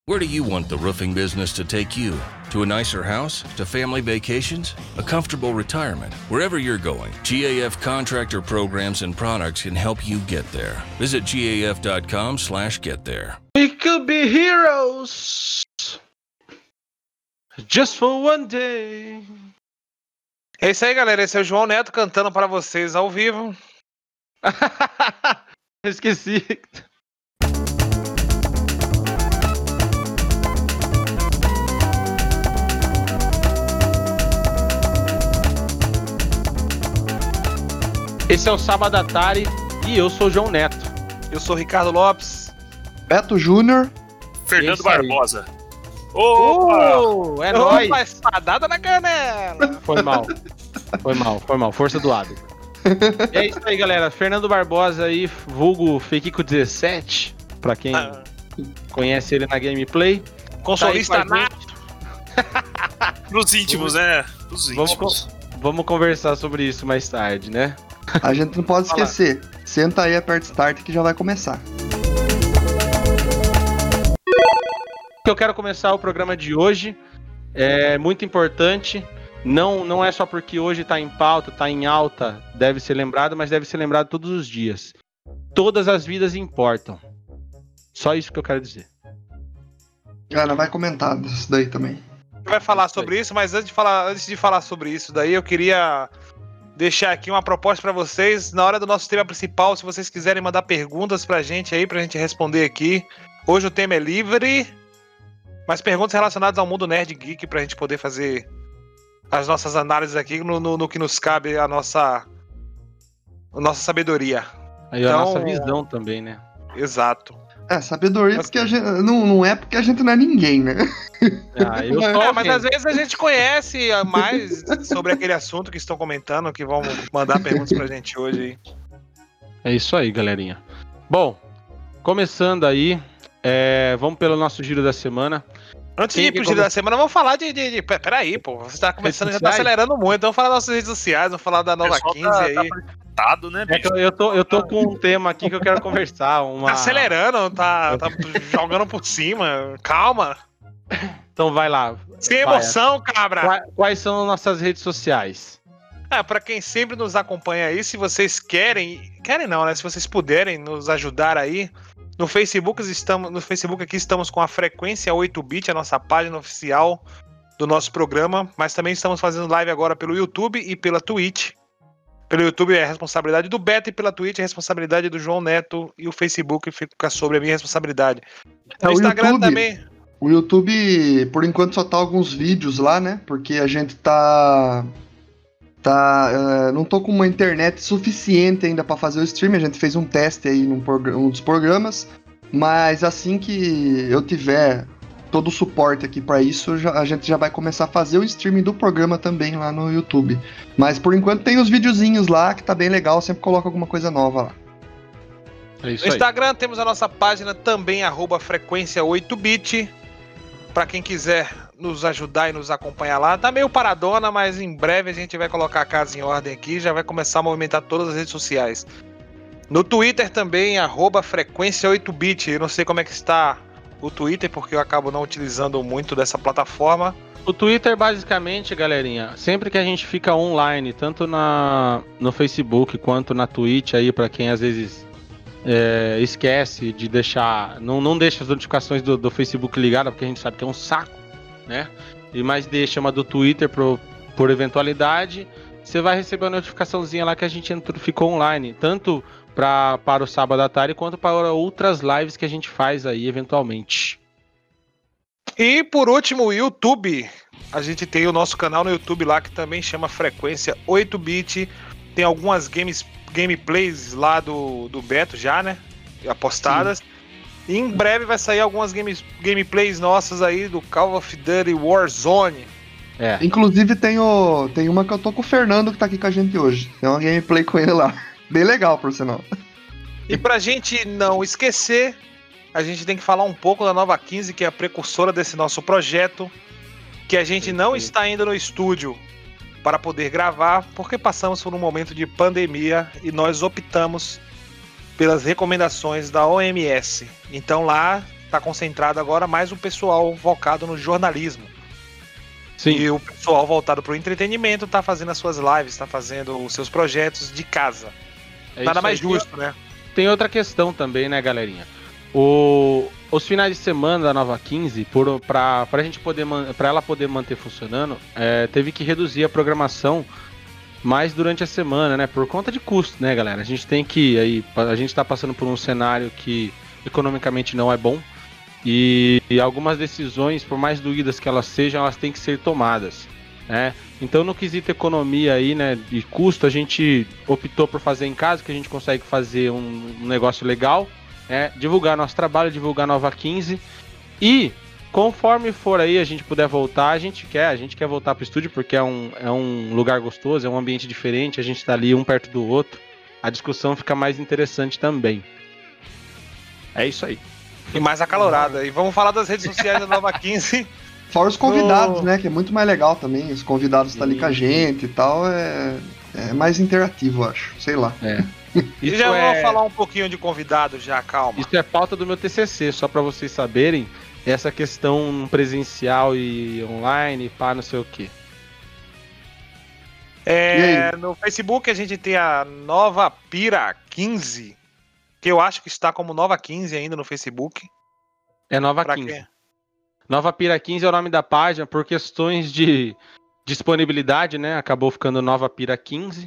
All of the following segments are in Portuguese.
Where do you want the roofing business to take you? To a nicer house? To family vacations? A comfortable retirement? Wherever you're going, GAF Contractor Programs and Products can help you get there. Visit gaf.com/get there. We could be heroes just for one day. É isso aí, galera. Esse é o João Neto cantando para vocês ao vivo. Esqueci. Esse é o Sábado à Tarde e eu sou o João Neto. Eu sou o Ricardo Lopes. Beto Júnior. Fernando Barbosa. Opa! É nóis. Opa, espadada na canela. Foi mal. Força do hábito. É isso aí, galera. Fernando Barbosa aí, vulgo Fequico17, pra quem conhece ele na gameplay. Consolista nato. Pros íntimos, né? Pros íntimos. Vamos conversar sobre isso mais tarde, né? A gente não pode esquecer. Senta aí, aperta Start que já vai começar. Eu quero começar o programa de hoje. É muito importante. Não é só porque hoje tá em pauta, tá em alta, deve ser lembrado, mas deve ser lembrado todos os dias. Todas as vidas importam. Só isso que eu quero dizer. Cara, vai comentar isso daí também. Vai falar sobre isso, mas antes de falar sobre isso daí, eu queria deixar aqui uma proposta pra vocês. Na hora do nosso tema principal, se vocês quiserem mandar perguntas pra gente aí, pra gente responder aqui. Hoje o tema é livre, mas perguntas relacionadas ao mundo nerd geek pra gente poder fazer as nossas análises aqui no que nos cabe a nossa sabedoria. Aí então, a nossa visão também, né? Exato. Sabedoria porque a gente, não é porque a gente não é ninguém, né? Mas às vezes a gente conhece mais sobre aquele assunto que estão comentando, que vão mandar perguntas pra gente hoje aí. É isso aí, galerinha. Bom, começando aí, vamos pelo nosso giro da semana. Antes de ir pro giro da semana, vamos falar de... Peraí, pô, você tá começando, já tá acelerando muito, então vamos falar das nossas redes sociais, vamos falar da Nova 15 aí. Né, eu tô com um tema aqui que eu quero conversar. Tá acelerando, tá jogando por cima, calma. Então vai lá. Sem emoção, cabra. Quais são nossas redes sociais? Pra quem sempre nos acompanha aí, se vocês querem não, né? Se vocês puderem nos ajudar aí, no Facebook aqui estamos com a Frequência 8-Bit, a nossa página oficial do nosso programa, mas também estamos fazendo live agora pelo YouTube e pela Twitch. Pelo YouTube é a responsabilidade do Beto e pela Twitch é a responsabilidade do João Neto e o Facebook fica sobre a minha responsabilidade. No Instagram YouTube, também. O YouTube, por enquanto, só tá alguns vídeos lá, né? Porque a gente não tô com uma internet suficiente ainda pra fazer o stream. A gente fez um teste aí num dos programas. Mas assim que eu tiver todo o suporte aqui pra isso, a gente já vai começar a fazer o streaming do programa também lá no YouTube. Mas por enquanto tem os videozinhos lá, que tá bem legal, sempre coloco alguma coisa nova lá. É isso no aí. Instagram temos a nossa página também, @frequência 8-bit. Pra quem quiser nos ajudar e nos acompanhar lá. Tá meio paradona, mas em breve a gente vai colocar a casa em ordem aqui, já vai começar a movimentar todas as redes sociais. No Twitter também, @frequência 8-bit. Eu não sei como é que está o Twitter, porque eu acabo não utilizando muito dessa plataforma. O Twitter, basicamente, galerinha, sempre que a gente fica online, tanto no Facebook quanto na Twitch, aí pra quem às vezes esquece de deixar, não deixa as notificações do Facebook ligadas, porque a gente sabe que é um saco, né? Mas deixa uma do Twitter por eventualidade, você vai receber a notificaçãozinha lá que a gente ficou online, tanto para o Sábado à Tarde quanto para outras lives que a gente faz aí eventualmente. E por último, o YouTube. A gente tem o nosso canal no YouTube lá que também chama Frequência 8-Bit. Tem algumas gameplays lá do Beto já, né? Apostadas. Sim. E em breve vai sair algumas gameplays nossas aí do Call of Duty Warzone. Inclusive tem uma que eu tô com o Fernando que tá aqui com a gente hoje. Tem uma gameplay com ele lá. Bem legal, por sinal. E pra gente não esquecer, a gente tem que falar um pouco da Nova 15, que é a precursora desse nosso projeto, que a gente não está indo no estúdio para poder gravar, porque passamos por um momento de pandemia e nós optamos pelas recomendações da OMS. Então lá tá concentrado agora mais o pessoal focado no jornalismo. Sim. E o pessoal voltado pro entretenimento tá fazendo as suas lives, tá fazendo os seus projetos de casa. Nada mais justo, né? Tem outra questão também, né, galerinha? Os finais de semana da Nova 15, pra ela poder manter funcionando, teve que reduzir a programação mais durante a semana, né? Por conta de custo, né, galera? A gente tá passando por um cenário que economicamente não é bom. E algumas decisões, por mais doídas que elas sejam, elas têm que ser tomadas, né? Então, no quesito economia aí, né, de custo, a gente optou por fazer em casa, que a gente consegue fazer um negócio legal, né? Divulgar nosso trabalho, divulgar Nova 15. E, conforme for aí, a gente puder voltar, a gente quer voltar pro estúdio, porque é um lugar gostoso, é um ambiente diferente, a gente tá ali um perto do outro, a discussão fica mais interessante também. É isso aí. E mais acalorada. E vamos falar das redes sociais da Nova 15. Fora os convidados, né? Que é muito mais legal também. Os convidados estão ali com a gente e tal. É mais interativo, eu acho. Sei lá. E já vou falar um pouquinho de convidados já, calma. Isso é pauta do meu TCC, só pra vocês saberem. Essa questão presencial e online, pá, não sei o quê. No Facebook a gente tem a Nova Pira 15. Que eu acho que está como Nova 15 ainda no Facebook. É Nova 15. Quê? Nova Pira 15 é o nome da página, por questões de disponibilidade, né? Acabou ficando Nova Pira 15.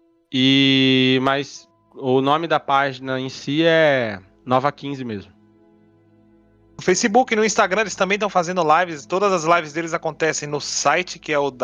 Mas o nome da página em si é Nova 15 mesmo. No Facebook e no Instagram eles também estão fazendo lives. Todas as lives deles acontecem no site, que é o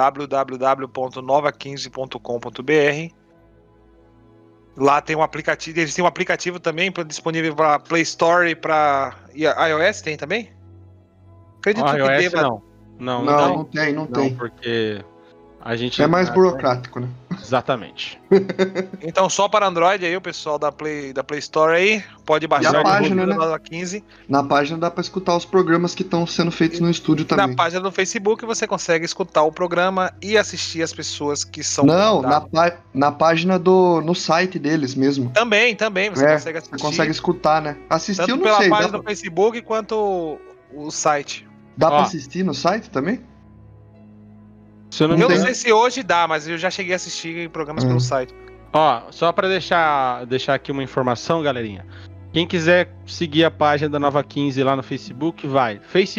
www.nova15.com.br. Lá tem um aplicativo, eles têm um aplicativo também disponível para Play Store e para iOS, tem também? Acredito que iOS deva... Não tem. Porque a gente... É mais burocrático, né? Exatamente. Então só para Android aí, o pessoal da Play Store aí, pode baixar a página, né? Nova 15. Na página dá para escutar os programas que estão sendo feitos no estúdio também. Na página do Facebook você consegue escutar o programa e assistir as pessoas que são... Não, na página no site deles mesmo. Também, você consegue assistir. Você consegue escutar, né? Assistir tanto eu não pela sei. Página do Facebook quanto o site. Dá pra assistir no site também? Eu não sei se hoje dá, mas eu já cheguei a assistir programas pelo site. Só pra deixar aqui uma informação, galerinha. Quem quiser seguir a página da Nova 15 lá no Facebook, vai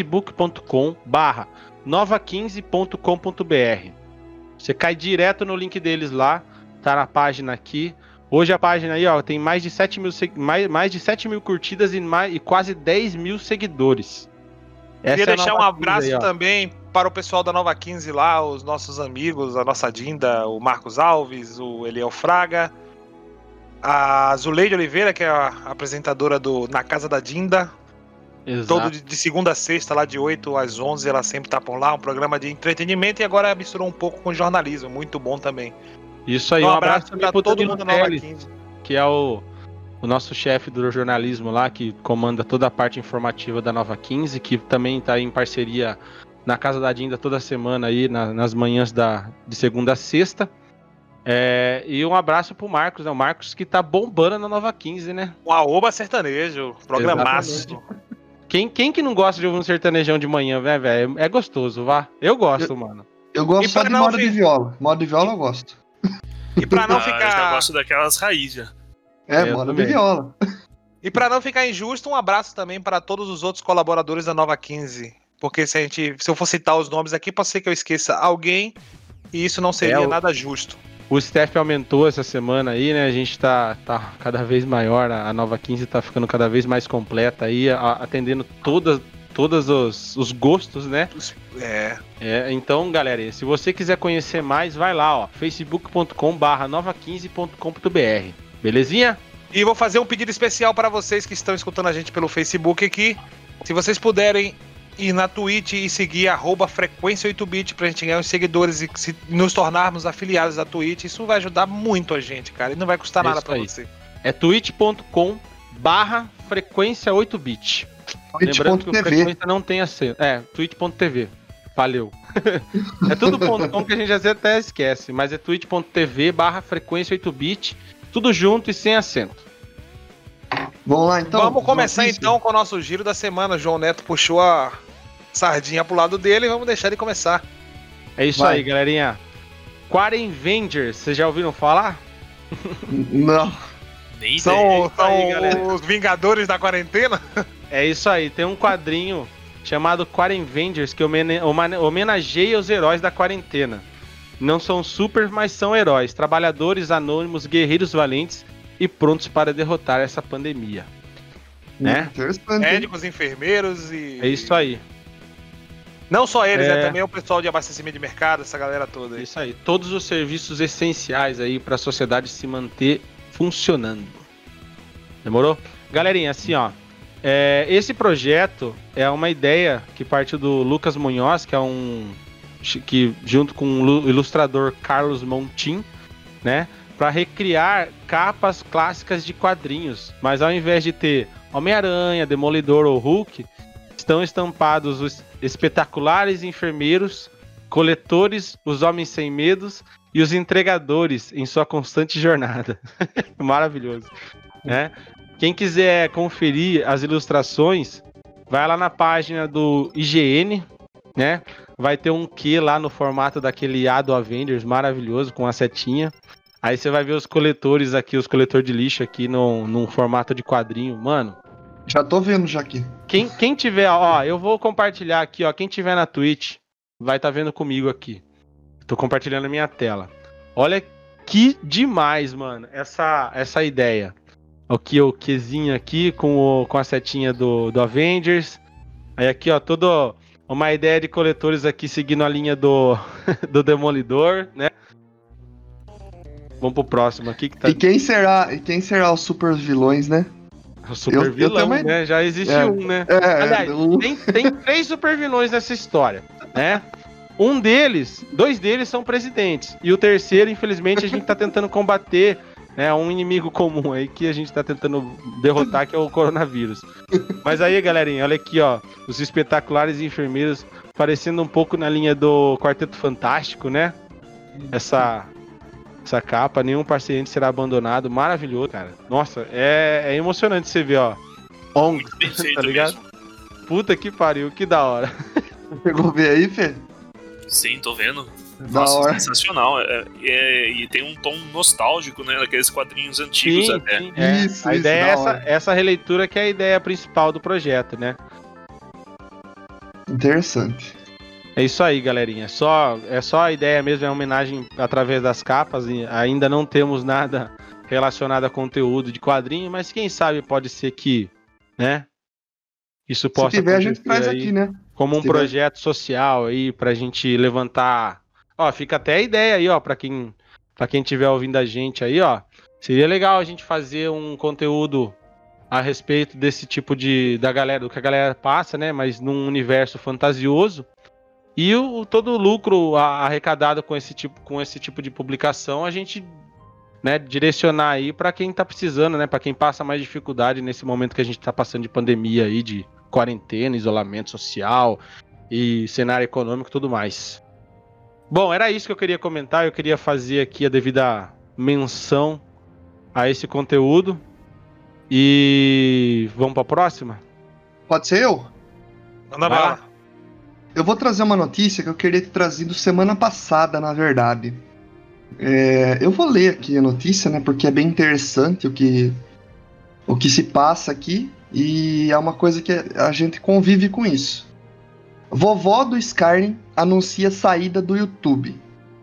facebook.com/nova15.com.br. Você cai direto no link deles lá, tá na página aqui. Hoje a página aí, tem mais de 7 mil curtidas e quase 10 mil seguidores. Queria deixar um abraço aí, também para o pessoal da Nova 15 lá, os nossos amigos, a nossa Dinda, o Marcos Alves, o Eliel Fraga, a Zuleide Oliveira, que é a apresentadora do Na Casa da Dinda. Exato. Todo de segunda a sexta, lá de 8 às 11, ela sempre tá por lá, um programa de entretenimento, e agora misturou um pouco com jornalismo, muito bom também. Isso aí, um abraço para todo mundo da Nova 15. Que é o nosso chefe do jornalismo lá, que comanda toda a parte informativa da Nova 15, que também está em parceria na Casa da Dinda toda semana aí, nas manhãs de segunda a sexta. E um abraço pro Marcos, né? O Marcos que tá bombando na Nova 15, né? Um arroba sertanejo, programaço. Quem que não gosta de ouvir um sertanejão de manhã, velho? É gostoso, vá. Eu gosto, mano. Eu gosto só de moda de viola. Moda de viola eu gosto. E pra não ficar... Eu gosto daquelas raízes. Moda de viola. E pra não ficar injusto, um abraço também para todos os outros colaboradores da Nova 15. Porque se eu for citar os nomes aqui, pode ser que eu esqueça alguém e isso não seria nada justo. O staff aumentou essa semana aí, né? A gente tá cada vez maior, a Nova 15 tá ficando cada vez mais completa aí, atendendo todos os gostos, né? Então, galera, se você quiser conhecer mais, vai lá, facebook.com/nova15.com.br. Belezinha? E vou fazer um pedido especial para vocês que estão escutando a gente pelo Facebook aqui. Se vocês puderem ir na Twitch e seguir @frequência8bit pra gente ganhar os seguidores e nos tornarmos afiliados da Twitch, isso vai ajudar muito a gente, cara. E não vai custar nada pra você. É twitch.com/frequência8bit. Lembrando que o Frequência não tem acento. twitch.tv. Valeu. É tudo .com que a gente até esquece, mas é twitch.tv/frequência8bit. Tudo junto e sem acento. Vamos lá, então? Vamos começar Notícia? então com o nosso giro da semana. O João Neto puxou a sardinha pro lado dele e vamos deixar ele começar. É isso Vai. aí, galerinha. Quarenvengers, vocês já ouviram falar? Não. Nem ideia. São, isso aí, galera. os Vingadores da quarentena? É isso aí, tem um quadrinho chamado Quarenvengers que homenageia os heróis da quarentena. Não são super, mas são heróis, trabalhadores anônimos, guerreiros valentes e prontos para derrotar essa pandemia. Né? Interessante. hein? Médicos, enfermeiros e. É isso aí. Não só eles, É. né? Também o pessoal de abastecimento de mercado, essa galera toda É aí. isso aí. Todos os serviços essenciais aí para a sociedade se manter funcionando. Demorou? Galerinha, assim, ó. Esse projeto é uma ideia que partiu do Lucas Munhoz, que é que junto com o ilustrador Carlos Montin, né, para recriar capas clássicas de quadrinhos, mas ao invés de ter Homem-Aranha, Demolidor ou Hulk, estão estampados os espetaculares enfermeiros, coletores, os homens sem medos e os entregadores em sua constante jornada. Maravilhoso, né? Quem quiser conferir as ilustrações, vai lá na página do IGN, né? Vai ter um Q lá no formato daquele A do Avengers, maravilhoso, com a setinha. Aí você vai ver os coletores aqui, os coletores de lixo aqui num formato de quadrinho. Mano, Já tô vendo já aqui. quem tiver, ó, eu vou compartilhar aqui, ó. Quem tiver na Twitch, vai estar vendo comigo aqui. Tô compartilhando a minha tela. Olha que demais, mano, essa ideia. Aqui o Qzinho aqui com a setinha do Avengers. Aí aqui, ó, toda uma ideia de coletores aqui seguindo a linha do Demolidor, né? Vamos pro próximo aqui que tá E quem será os super vilões, né? o super eu vilão, também- né? Já existe É, um, né? É, Aliás, o- tem 3 super vilões nessa história, né? Dois deles são presidentes. E o terceiro, infelizmente, a gente tá tentando combater, né, um inimigo comum aí que a gente tá tentando derrotar, que é o coronavírus. Mas aí, galerinha, olha aqui, ó. Os espetaculares enfermeiros parecendo um pouco na linha do Quarteto Fantástico, né? Essa capa, nenhum paciente será abandonado. Maravilhoso, cara. Nossa, é emocionante você ver, ó. ONG, Muito bem feito tá ligado? mesmo. Puta que pariu, que da hora. Pegou ver aí, Fê? Sim, tô vendo. Da Nossa, hora. sensacional. E tem um tom nostálgico, né? Daqueles quadrinhos antigos até. Isso, A isso, ideia é da hora. essa releitura que é a ideia principal do projeto, né? Interessante. É isso aí, galerinha. É só a ideia mesmo, é uma homenagem através das capas. E ainda não temos nada relacionado a conteúdo de quadrinho, mas quem sabe pode ser que, né? Isso Se possa tiver, a gente acontecer traz aí aqui, né? como um se tiver. projeto social aí pra gente levantar. Ó, fica até a ideia aí, ó, pra quem estiver ouvindo a gente aí, ó. Seria legal a gente fazer um conteúdo a respeito desse tipo da galera, do que a galera passa, né? Mas num universo fantasioso. E todo o lucro arrecadado com esse tipo de publicação, a gente, né, direcionar aí pra quem tá precisando, né? Pra quem passa mais dificuldade nesse momento que a gente tá passando de pandemia aí, de quarentena, isolamento social e cenário econômico e tudo mais. Bom, era isso que eu queria comentar. Eu queria fazer aqui a devida menção a esse conteúdo. E vamos pra próxima? Pode ser eu? Manda Vai lá. bala. Eu vou trazer uma notícia que eu queria ter trazido semana passada, na verdade. Eu vou ler aqui a notícia, né? Porque é bem interessante o que se passa aqui. E é uma coisa que a gente convive com isso. Vovó do Skyrim anuncia saída do YouTube.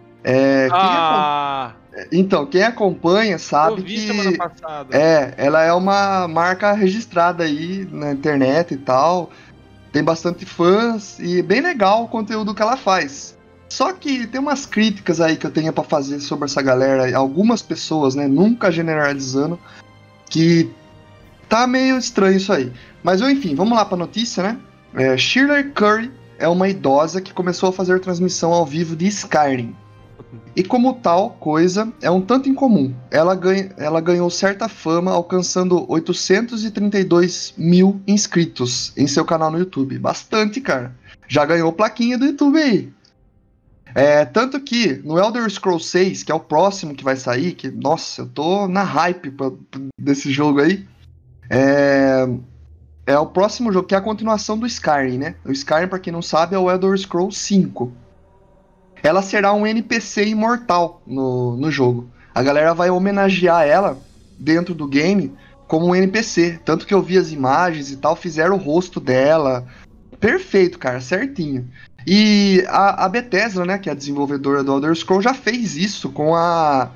Então, quem acompanha Eu sabe vi que semana passada. ela é uma marca registrada aí na internet e tal. Tem bastante fãs e é bem legal o conteúdo que ela faz. Só que tem umas críticas aí que eu tenho pra fazer sobre essa galera. Algumas pessoas, né, nunca generalizando, que tá meio estranho isso aí. Mas enfim, vamos lá pra notícia, né? Shirley Curry é uma idosa que começou a fazer transmissão ao vivo de Skyrim. E como tal coisa, é um tanto incomum. Ela ganhou certa fama, alcançando 832 mil inscritos em seu canal no YouTube. Bastante, cara. Já ganhou plaquinha do YouTube aí. Tanto que no Elder Scrolls 6, que é o próximo que vai sair, que, nossa, eu tô na hype desse jogo aí. É o próximo jogo, que é a continuação do Skyrim, né? O Skyrim, pra quem não sabe, é o Elder Scrolls V. Ela será um NPC imortal no jogo. A galera vai homenagear ela dentro do game como um NPC. Tanto que eu vi as imagens e tal, fizeram o rosto dela. Perfeito, cara, certinho. E a Bethesda, né, que é a desenvolvedora do Elder Scrolls, já fez isso com a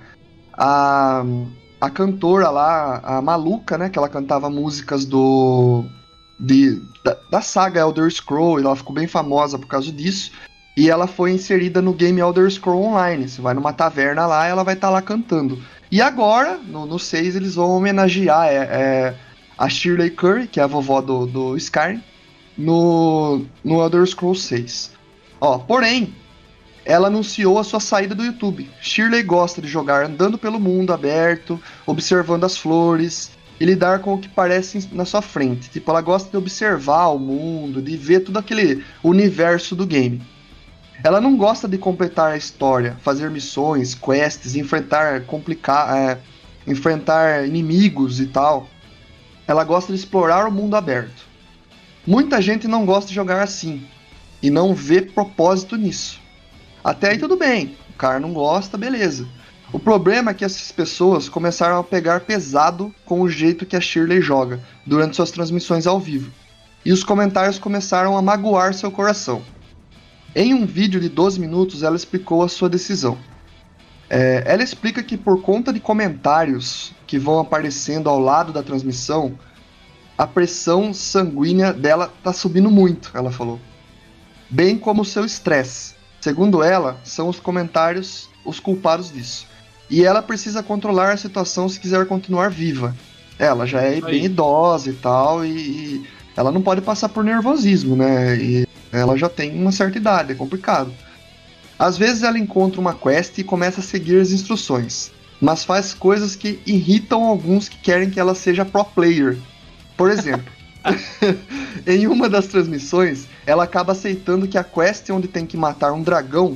cantora lá, a maluca, né, que ela cantava músicas da saga Elder Scrolls, e ela ficou bem famosa por causa disso. E ela foi inserida no game Elder Scrolls Online. Você vai numa taverna lá e ela vai estar lá cantando. E agora, no 6, eles vão homenagear a Shirley Curry, que é a vovó do Skyrim, no Elder Scrolls 6. Porém, ela anunciou a sua saída do YouTube. Shirley gosta de jogar andando pelo mundo aberto, observando as flores e lidar com o que parece na sua frente. Tipo, ela gosta de observar o mundo, de ver todo aquele universo do game. Ela não gosta de completar a história, fazer missões, quests, enfrentar inimigos e tal. Ela gosta de explorar o mundo aberto. Muita gente não gosta de jogar assim e não vê propósito nisso. Até aí tudo bem, o cara não gosta, beleza. O problema é que essas pessoas começaram a pegar pesado com o jeito que a Shirley joga durante suas transmissões ao vivo. E os comentários começaram a magoar seu coração. Em um vídeo de 12 minutos, ela explicou a sua decisão. Ela explica que por conta de comentários que vão aparecendo ao lado da transmissão, a pressão sanguínea dela está subindo muito, ela falou. Bem como o seu estresse. Segundo ela, são os comentários os culpados disso. E ela precisa controlar a situação se quiser continuar viva. Ela já é bem idosa e tal, e ela não pode passar por nervosismo, né? E ela já tem uma certa idade, é complicado. Às vezes ela encontra uma quest e começa a seguir as instruções, mas faz coisas que irritam alguns que querem que ela seja pro player. Por exemplo, em uma das transmissões, ela acaba aceitando que a quest onde tem que matar um dragão.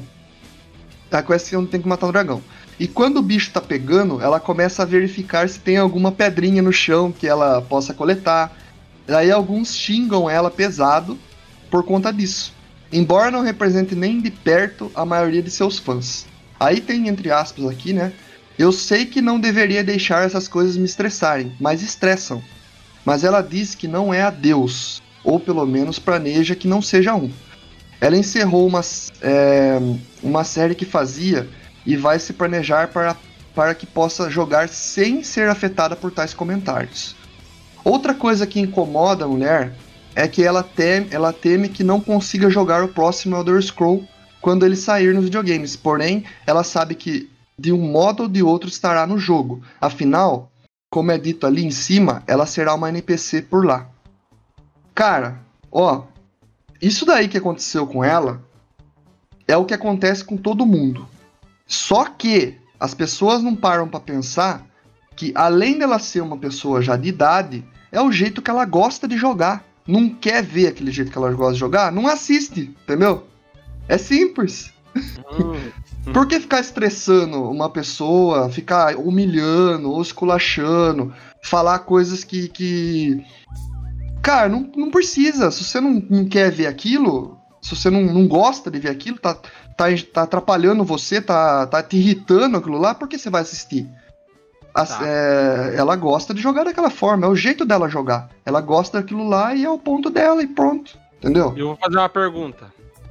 E quando o bicho tá pegando, ela começa a verificar se tem alguma pedrinha no chão que ela possa coletar. Daí alguns xingam ela pesado por conta disso, embora não represente nem de perto a maioria de seus fãs. Aí tem entre aspas aqui, né? Eu sei que não deveria deixar essas coisas me estressarem, mas estressam. Mas ela diz que não é a Deus, ou pelo menos planeja que não seja um. Ela encerrou uma série que fazia e vai se planejar para que possa jogar sem ser afetada por tais comentários. Outra coisa que incomoda a mulher é que ela teme que não consiga jogar o próximo Elder Scroll quando ele sair nos videogames. Porém, ela sabe que de um modo ou de outro estará no jogo. Afinal, como é dito ali em cima, ela será uma NPC por lá. Cara, isso daí que aconteceu com ela é o que acontece com todo mundo. Só que as pessoas não param para pensar que, além dela ser uma pessoa já de idade, é o jeito que ela gosta de jogar. Não quer ver aquele jeito que ela gosta de jogar? Não assiste, entendeu? É simples. Por que ficar estressando uma pessoa, ficar humilhando ou esculachando, falar coisas que... Cara, não precisa. Se você não quer ver aquilo, se você não gosta de ver aquilo, tá atrapalhando você, tá te irritando aquilo lá, por que você vai assistir? Ela gosta de jogar daquela forma, é o jeito dela jogar. Ela gosta daquilo lá e é o ponto dela e pronto, entendeu? Eu vou fazer uma pergunta.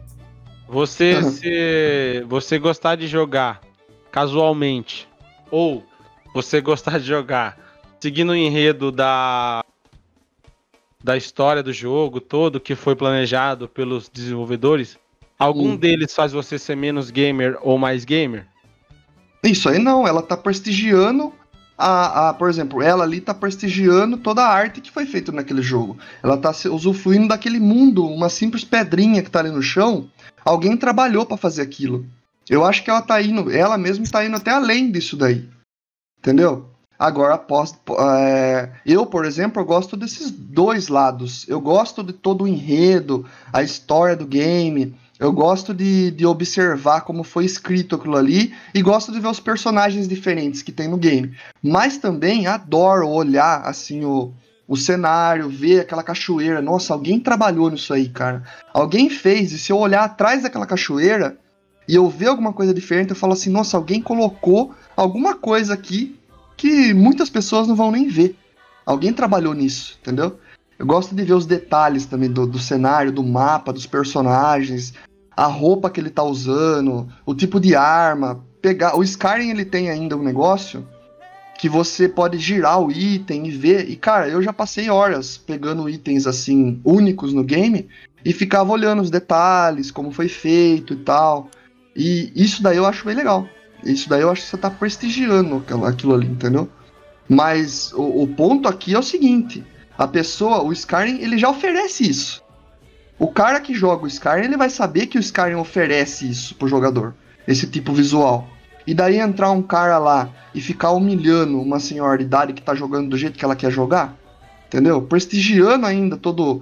Você gostar de jogar casualmente, ou você gostar de jogar seguindo o enredo da história do jogo todo, que foi planejado pelos desenvolvedores, algum deles faz você ser menos gamer ou mais gamer? Isso aí não, ela tá prestigiando por exemplo, ela ali tá prestigiando toda a arte que foi feita naquele jogo. Ela tá usufruindo daquele mundo, uma simples pedrinha que tá ali no chão. Alguém trabalhou pra fazer aquilo. Eu acho que ela mesma tá indo até além disso daí. Entendeu? Agora, eu, por exemplo, eu gosto desses dois lados. Eu gosto de todo o enredo, a história do game. Eu gosto de observar como foi escrito aquilo ali e gosto de ver os personagens diferentes que tem no game. Mas também adoro olhar assim o cenário, ver aquela cachoeira. Nossa, alguém trabalhou nisso aí, cara. Alguém fez, e se eu olhar atrás daquela cachoeira e eu ver alguma coisa diferente, eu falo assim, nossa, alguém colocou alguma coisa aqui que muitas pessoas não vão nem ver. Alguém trabalhou nisso, entendeu? Eu gosto de ver os detalhes também do cenário, do mapa, dos personagens, a roupa que ele tá usando, o tipo de arma. O Skyrim, ele tem ainda um negócio que você pode girar o item e ver. E, cara, eu já passei horas pegando itens, assim, únicos no game e ficava olhando os detalhes, como foi feito e tal. E isso daí eu acho bem legal. Isso daí eu acho que você tá prestigiando aquilo ali, entendeu? Mas o ponto aqui é o seguinte... A pessoa, o Skyrim, ele já oferece isso. O cara que joga o Skyrim, ele vai saber que o Skyrim oferece isso pro jogador. Esse tipo visual. E daí entrar um cara lá e ficar humilhando uma senhora de idade que tá jogando do jeito que ela quer jogar, entendeu? Prestigiando ainda todo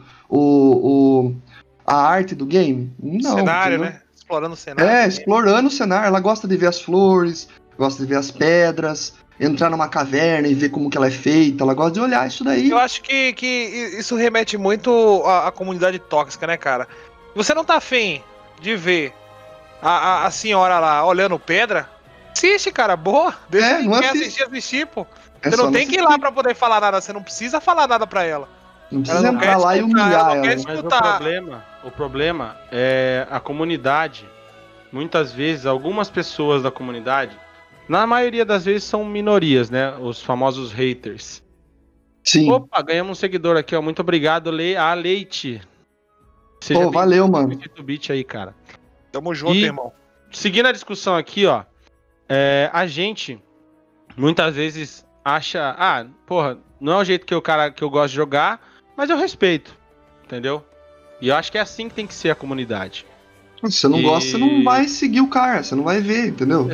a arte do game. Não, cenário, entendeu? né? Explorando o cenário. Explorando o cenário. Ela gosta de ver as flores, gosta de ver as pedras... Entrar numa caverna e ver como que ela é feita. Ela gosta de olhar isso daí. Eu acho que isso remete muito à comunidade tóxica, né, cara? Você não tá afim de ver a senhora lá olhando pedra? Assiste, cara, boa. Deixa quem quer assistir, pô. Você não tem que ir lá pra poder falar nada. Você não precisa falar nada pra ela. Não precisa entrar lá e humilhar ela. Mas o problema é a comunidade. Muitas vezes, algumas pessoas da comunidade... Na maioria das vezes são minorias, né? Os famosos haters. Sim. Opa, ganhamos um seguidor aqui, ó. Muito obrigado, Leite. Pô, valeu, mano. Do beat aí, cara. Tamo junto, irmão. Seguindo a discussão aqui, ó. A gente muitas vezes acha... Ah, porra, não é o jeito que eu gosto de jogar, mas eu respeito. Entendeu? E eu acho que é assim que tem que ser a comunidade. Se você não gosta, você não vai seguir o cara, você não vai ver, entendeu?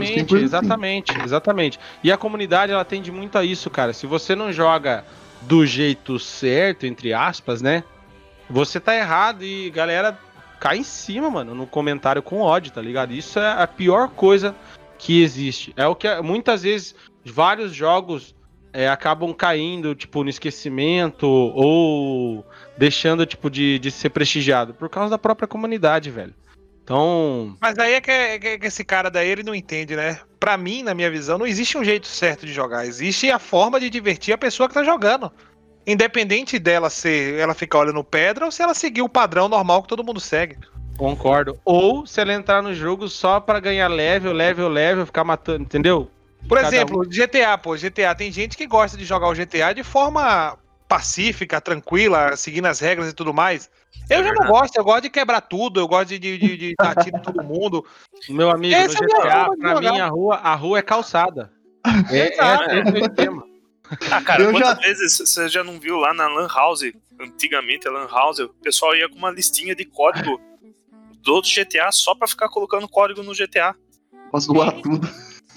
Exatamente. E a comunidade, ela tende muito a isso, cara. Se você não joga do jeito certo, entre aspas, né? Você tá errado e galera cai em cima, mano, no comentário com ódio, tá ligado? Isso é a pior coisa que existe. É o que muitas vezes vários jogos acabam caindo, tipo, no esquecimento ou deixando, tipo, de ser prestigiado por causa da própria comunidade, velho. Então... Mas aí é que esse cara daí, ele não entende, né? Pra mim, na minha visão, não existe um jeito certo de jogar. Existe a forma de divertir a pessoa que tá jogando. Independente dela ela ficar olhando pedra ou se ela seguir o padrão normal que todo mundo segue. Concordo. Ou se ela entrar no jogo só pra ganhar level, ficar matando, entendeu? Por exemplo, GTA, tem gente que gosta de jogar o GTA de forma pacífica, tranquila, seguindo as regras e tudo mais. Eu já não gosto, eu gosto de quebrar tudo, eu gosto de dar tiro em todo mundo. Meu amigo, no GTA, pra mim, a rua é calçada. Esse é o tema. Ah, cara, quantas vezes você já não viu lá na Lan House, antigamente a Lan House, o pessoal ia com uma listinha de código do outro GTA só pra ficar colocando código no GTA. Pra zoar tudo.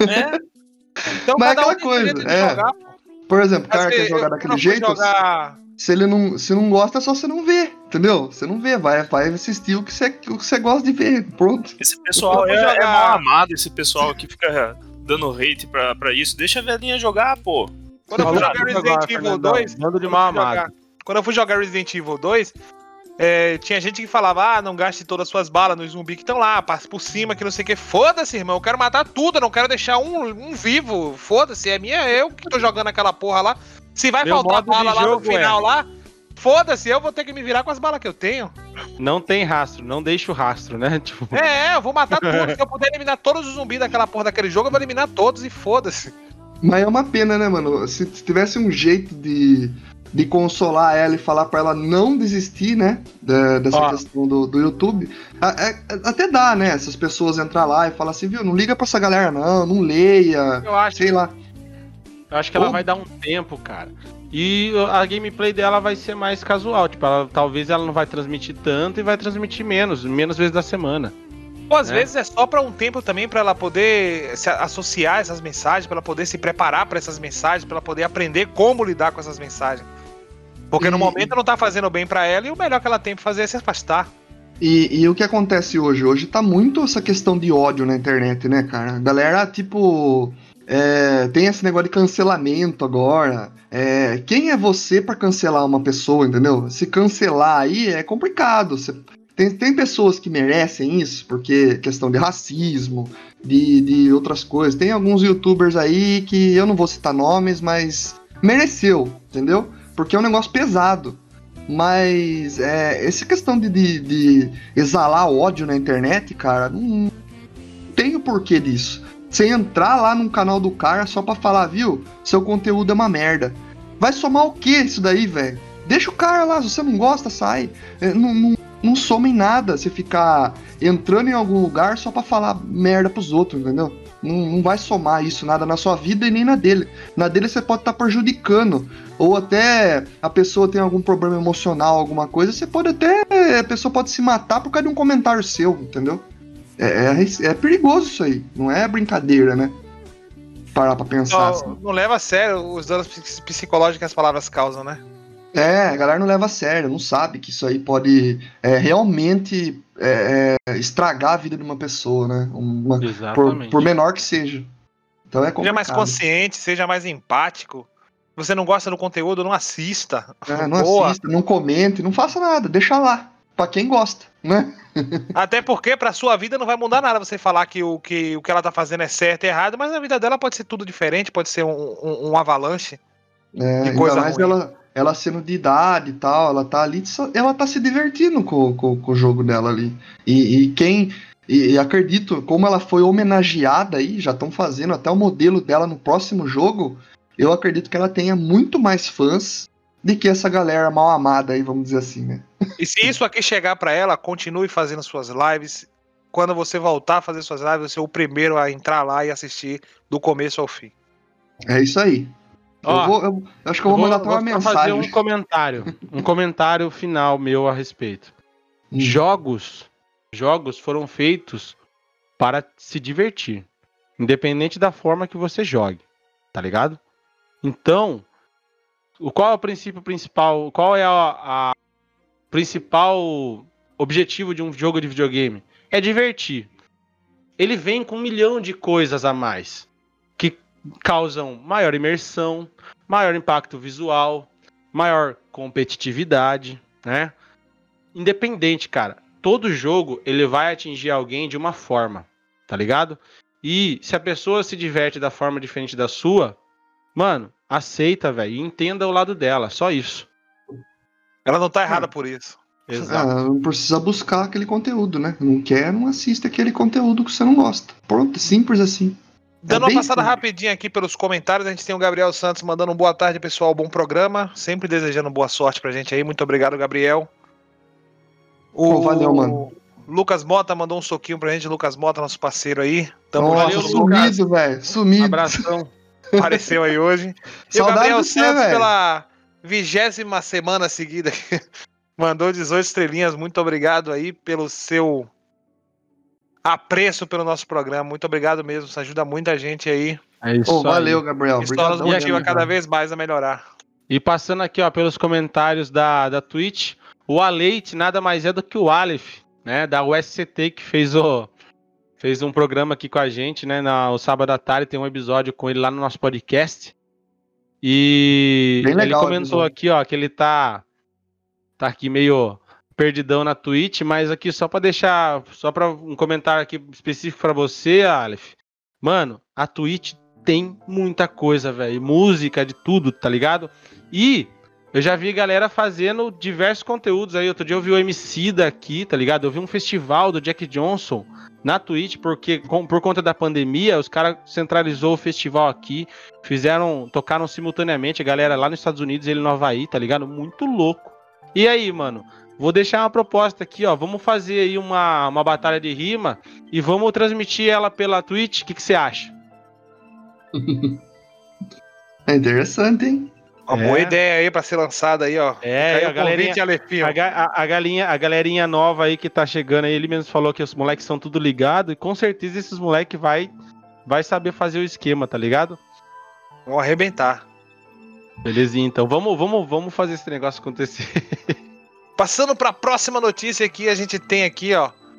Então, mas é aquela coisa, jogar, por exemplo, o cara quer jogar daquele jeito, se não gosta, é só você não ver, entendeu? Você não vê, vai assistir o que você gosta de ver, pronto. Esse pessoal é mal amado, esse pessoal que fica dando hate pra isso. Deixa a velhinha jogar, pô. Quando eu fui jogar Resident Evil 2, quando eu fui jogar Resident Evil 2, tinha gente que falava, não gaste todas as suas balas nos zumbis que estão lá, passe por cima, que não sei o que. Foda-se, irmão, eu quero matar tudo, eu não quero deixar um vivo. Foda-se, eu que tô jogando aquela porra lá. Se vai faltar bala lá no final lá, foda-se, eu vou ter que me virar com as balas que eu tenho. Não tem rastro, não deixa o rastro, né? Tipo... eu vou matar tudo. Se eu puder eliminar todos os zumbis daquela porra daquele jogo, eu vou eliminar todos e foda-se. Mas é uma pena, né, mano? Se tivesse um jeito de consolar ela e falar pra ela não desistir, né, dessa questão do YouTube, até dá, né, essas pessoas entrar lá e falar assim, viu, não liga pra essa galera não leia, sei lá. Eu acho que ela vai dar um tempo, cara. E a gameplay dela vai ser mais casual, tipo, talvez ela não vai transmitir tanto e vai transmitir menos vezes da semana. Ou às vezes é só pra um tempo também, pra ela poder se associar a essas mensagens, pra ela poder se preparar pra essas mensagens, pra ela poder aprender como lidar com essas mensagens. Porque no momento não tá fazendo bem pra ela e o melhor que ela tem pra fazer é se afastar. E o que acontece hoje? Hoje tá muito essa questão de ódio na internet, né, cara? A galera, tipo, tem esse negócio de cancelamento agora. Quem é você pra cancelar uma pessoa, entendeu? Se cancelar aí é complicado. Tem pessoas que merecem isso, porque questão de racismo, de outras coisas. Tem alguns youtubers aí que eu não vou citar nomes, mas mereceu, entendeu? Porque é um negócio pesado. Mas essa questão de exalar ódio na internet, cara, não tem o porquê disso. Você entrar lá num canal do cara só pra falar, viu, seu conteúdo é uma merda. Vai somar o que isso daí, velho? Deixa o cara lá, se você não gosta, sai. Não soma em nada você ficar entrando em algum lugar só pra falar merda pros outros, entendeu? Não vai somar isso nada na sua vida e nem na dele. Na dele você pode estar prejudicando. Ou até a pessoa tem algum problema emocional, alguma coisa, a pessoa pode se matar por causa de um comentário seu, entendeu? É perigoso isso aí, não é brincadeira, né? Parar pra pensar assim. Não leva a sério os danos psicológicos que as palavras causam, né? A galera não leva a sério, não sabe que isso aí pode realmente estragar a vida de uma pessoa, né? Por menor que seja. Então é complicado. Seja mais consciente, seja mais empático. Se você não gosta do conteúdo, não assista. Não assista, não comente, não faça nada, deixa lá. Pra quem gosta, né? Até porque pra sua vida não vai mudar nada você falar que o que ela tá fazendo é certo e errado, mas na vida dela pode ser tudo diferente, pode ser um avalanche de coisa mais ruim. Ela sendo de idade e tal, ela tá ali, ela tá se divertindo com o jogo dela ali. E acredito, como ela foi homenageada aí, já estão fazendo até o modelo dela no próximo jogo, eu acredito que ela tenha muito mais fãs do que essa galera mal amada aí, vamos dizer assim, né? E se isso aqui chegar pra ela, continue fazendo suas lives. Quando você voltar a fazer suas lives, você é o primeiro a entrar lá e assistir do começo ao fim. É isso aí. Eu acho que eu vou mandar até uma mensagem. Fazer um comentário final meu a respeito. Jogos foram feitos para se divertir, independente da forma que você jogue, tá ligado? Então, qual é o princípio principal? Qual é a principal objetivo de um jogo de videogame? É divertir. Ele vem com 1 milhão de coisas a mais que causam maior imersão, maior impacto visual, maior competitividade, né? Independente, cara. Todo jogo, ele vai atingir alguém de uma forma, tá ligado? E se a pessoa se diverte da forma diferente da sua, mano, aceita, velho, e entenda o lado dela, só isso. Ela não tá errada por isso. Exato. Não precisa buscar aquele conteúdo, né? Não quer, não assista aquele conteúdo que você não gosta. Pronto, simples assim. Dando uma passada rapidinha aqui pelos comentários, a gente tem o Gabriel Santos mandando um boa tarde, pessoal, bom programa, sempre desejando boa sorte pra gente aí, muito obrigado, Gabriel. Valeu, mano. Lucas Mota mandou um soquinho pra gente, Lucas Mota, nosso parceiro aí. Nossa, sumido, velho, sumido. Abração. Apareceu aí hoje. E o Gabriel Santos, pela 20ª semana seguida, mandou 18 estrelinhas, muito obrigado aí pelo seu apreço pelo nosso programa, muito obrigado mesmo, isso ajuda muita gente aí. É isso valeu, Gabriel. Isso nos motiva cada vez mais a melhorar. E passando aqui, ó, pelos comentários da Twitch, o Aleite nada mais é do que o Aleph, né, da USCT, que fez um programa aqui com a gente, né, no sábado à tarde, tem um episódio com ele lá no nosso podcast. E bem legal, ele comentou aqui, ó, que ele tá aqui meio perdidão na Twitch, mas aqui só para um comentário aqui específico para você, Aleph. Mano, a Twitch tem muita coisa, velho, música, de tudo, tá ligado? E eu já vi galera fazendo diversos conteúdos aí. Outro dia eu vi o Emicida aqui, tá ligado? Eu vi um festival do Jack Johnson na Twitch, porque por conta da pandemia, os caras centralizou o festival aqui, tocaram simultaneamente, a galera lá nos Estados Unidos, ele no Havaí, tá ligado? Muito louco. E aí, mano, vou deixar uma proposta aqui, ó, vamos fazer aí uma batalha de rima e vamos transmitir ela pela Twitch, o que você acha? É interessante, hein? Uma boa ideia aí pra ser lançada aí, ó. A galerinha nova aí que tá chegando aí, ele mesmo falou que os moleques são tudo ligados, e com certeza esses moleques vai saber fazer o esquema, tá ligado? Vão arrebentar. Belezinha, então vamos fazer esse negócio acontecer. Passando pra próxima notícia aqui, a gente tem aqui, ó,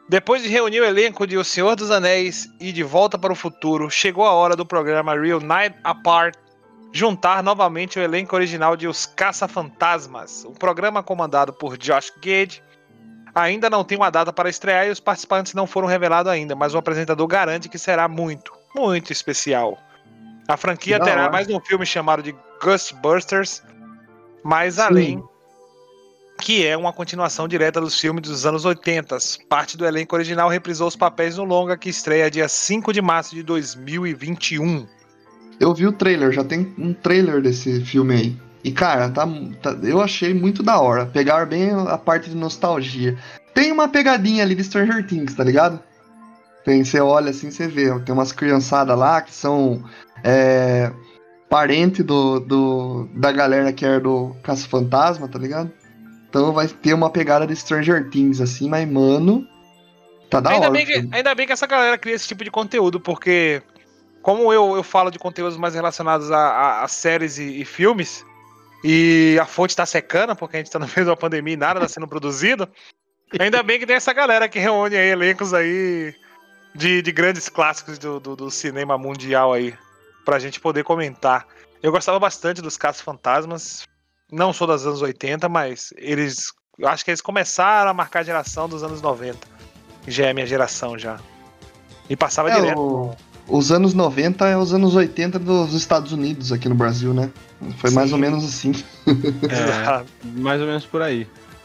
Depois de reunir o elenco de O Senhor dos Anéis e De Volta para o Futuro, chegou a hora do programa Real Night Apart juntar novamente o elenco original de Os Caça-Fantasmas. O programa comandado por Josh Gad ainda não tem uma data para estrear e os participantes não foram revelados ainda, mas o apresentador garante que será muito, muito especial. A franquia terá mais um filme chamado de Ghostbusters, mas além... que é uma continuação direta dos filmes dos anos 80. Parte do elenco original reprisou os papéis no longa que estreia dia 5 de março de 2021. Eu vi o trailer, já tem um trailer desse filme aí. E, cara, eu achei muito da hora. Pegaram bem a parte de nostalgia. Tem uma pegadinha ali de Stranger Things, tá ligado? Você olha assim, você vê. Tem umas criançadas lá que são parente da galera que era do Caça-Fantasma, tá ligado? Então vai ter uma pegada de Stranger Things, assim, mas, mano, tá da hora. Ainda bem que essa galera cria esse tipo de conteúdo, porque como eu falo de conteúdos mais relacionados a séries e filmes, e a fonte tá secando, porque a gente tá no meio de uma pandemia e nada tá sendo produzido, ainda bem que tem essa galera que reúne aí elencos aí de grandes clássicos do cinema mundial aí, pra gente poder comentar. Eu gostava bastante dos Caça-Fantasmas. Não sou dos anos 80, mas acho que eles começaram a marcar a geração dos anos 90. Que já é a minha geração já. E passava direto. Os anos 90 é os anos 80 dos Estados Unidos aqui no Brasil, né? Foi mais ou menos assim. Mais ou menos por aí.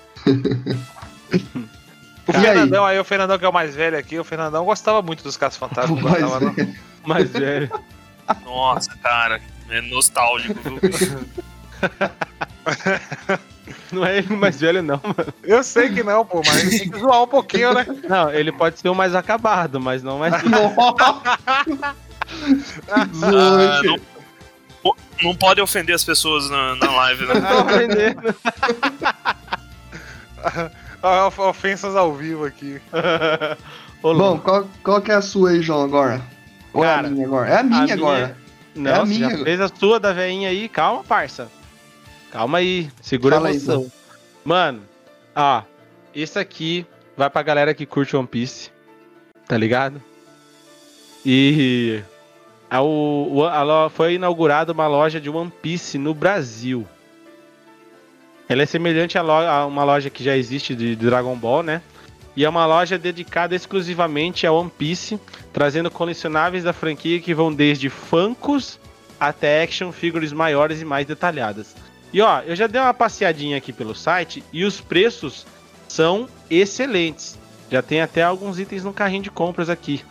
O Fernandão que é o mais velho aqui, o Fernandão gostava muito dos Caça-Fantasmas. Mais velho. Nossa, cara, é nostálgico, viu? Não é ele o mais velho, não, mano. Eu sei que não, pô, mas tem que zoar um pouquinho, né? Não, ele pode ser o mais acabado, mas não mais. Não pode ofender as pessoas na live, né? Tô ofendendo. Ofensas ao vivo aqui. Bom, qual que é a sua aí, João, agora? Ou é a minha agora? É a minha agora. Não, você já fez a sua da veinha aí. Calma, parça. Calma aí, segura a emoção. Aí, mano, esse aqui vai pra galera que curte One Piece, tá ligado? E foi inaugurada uma loja de One Piece no Brasil. Ela é semelhante a uma loja que já existe de Dragon Ball, né? E é uma loja dedicada exclusivamente a One Piece, trazendo colecionáveis da franquia que vão desde Funkos até action figures maiores e mais detalhadas. E eu já dei uma passeadinha aqui pelo site e os preços são excelentes. Já tem até alguns itens no carrinho de compras aqui.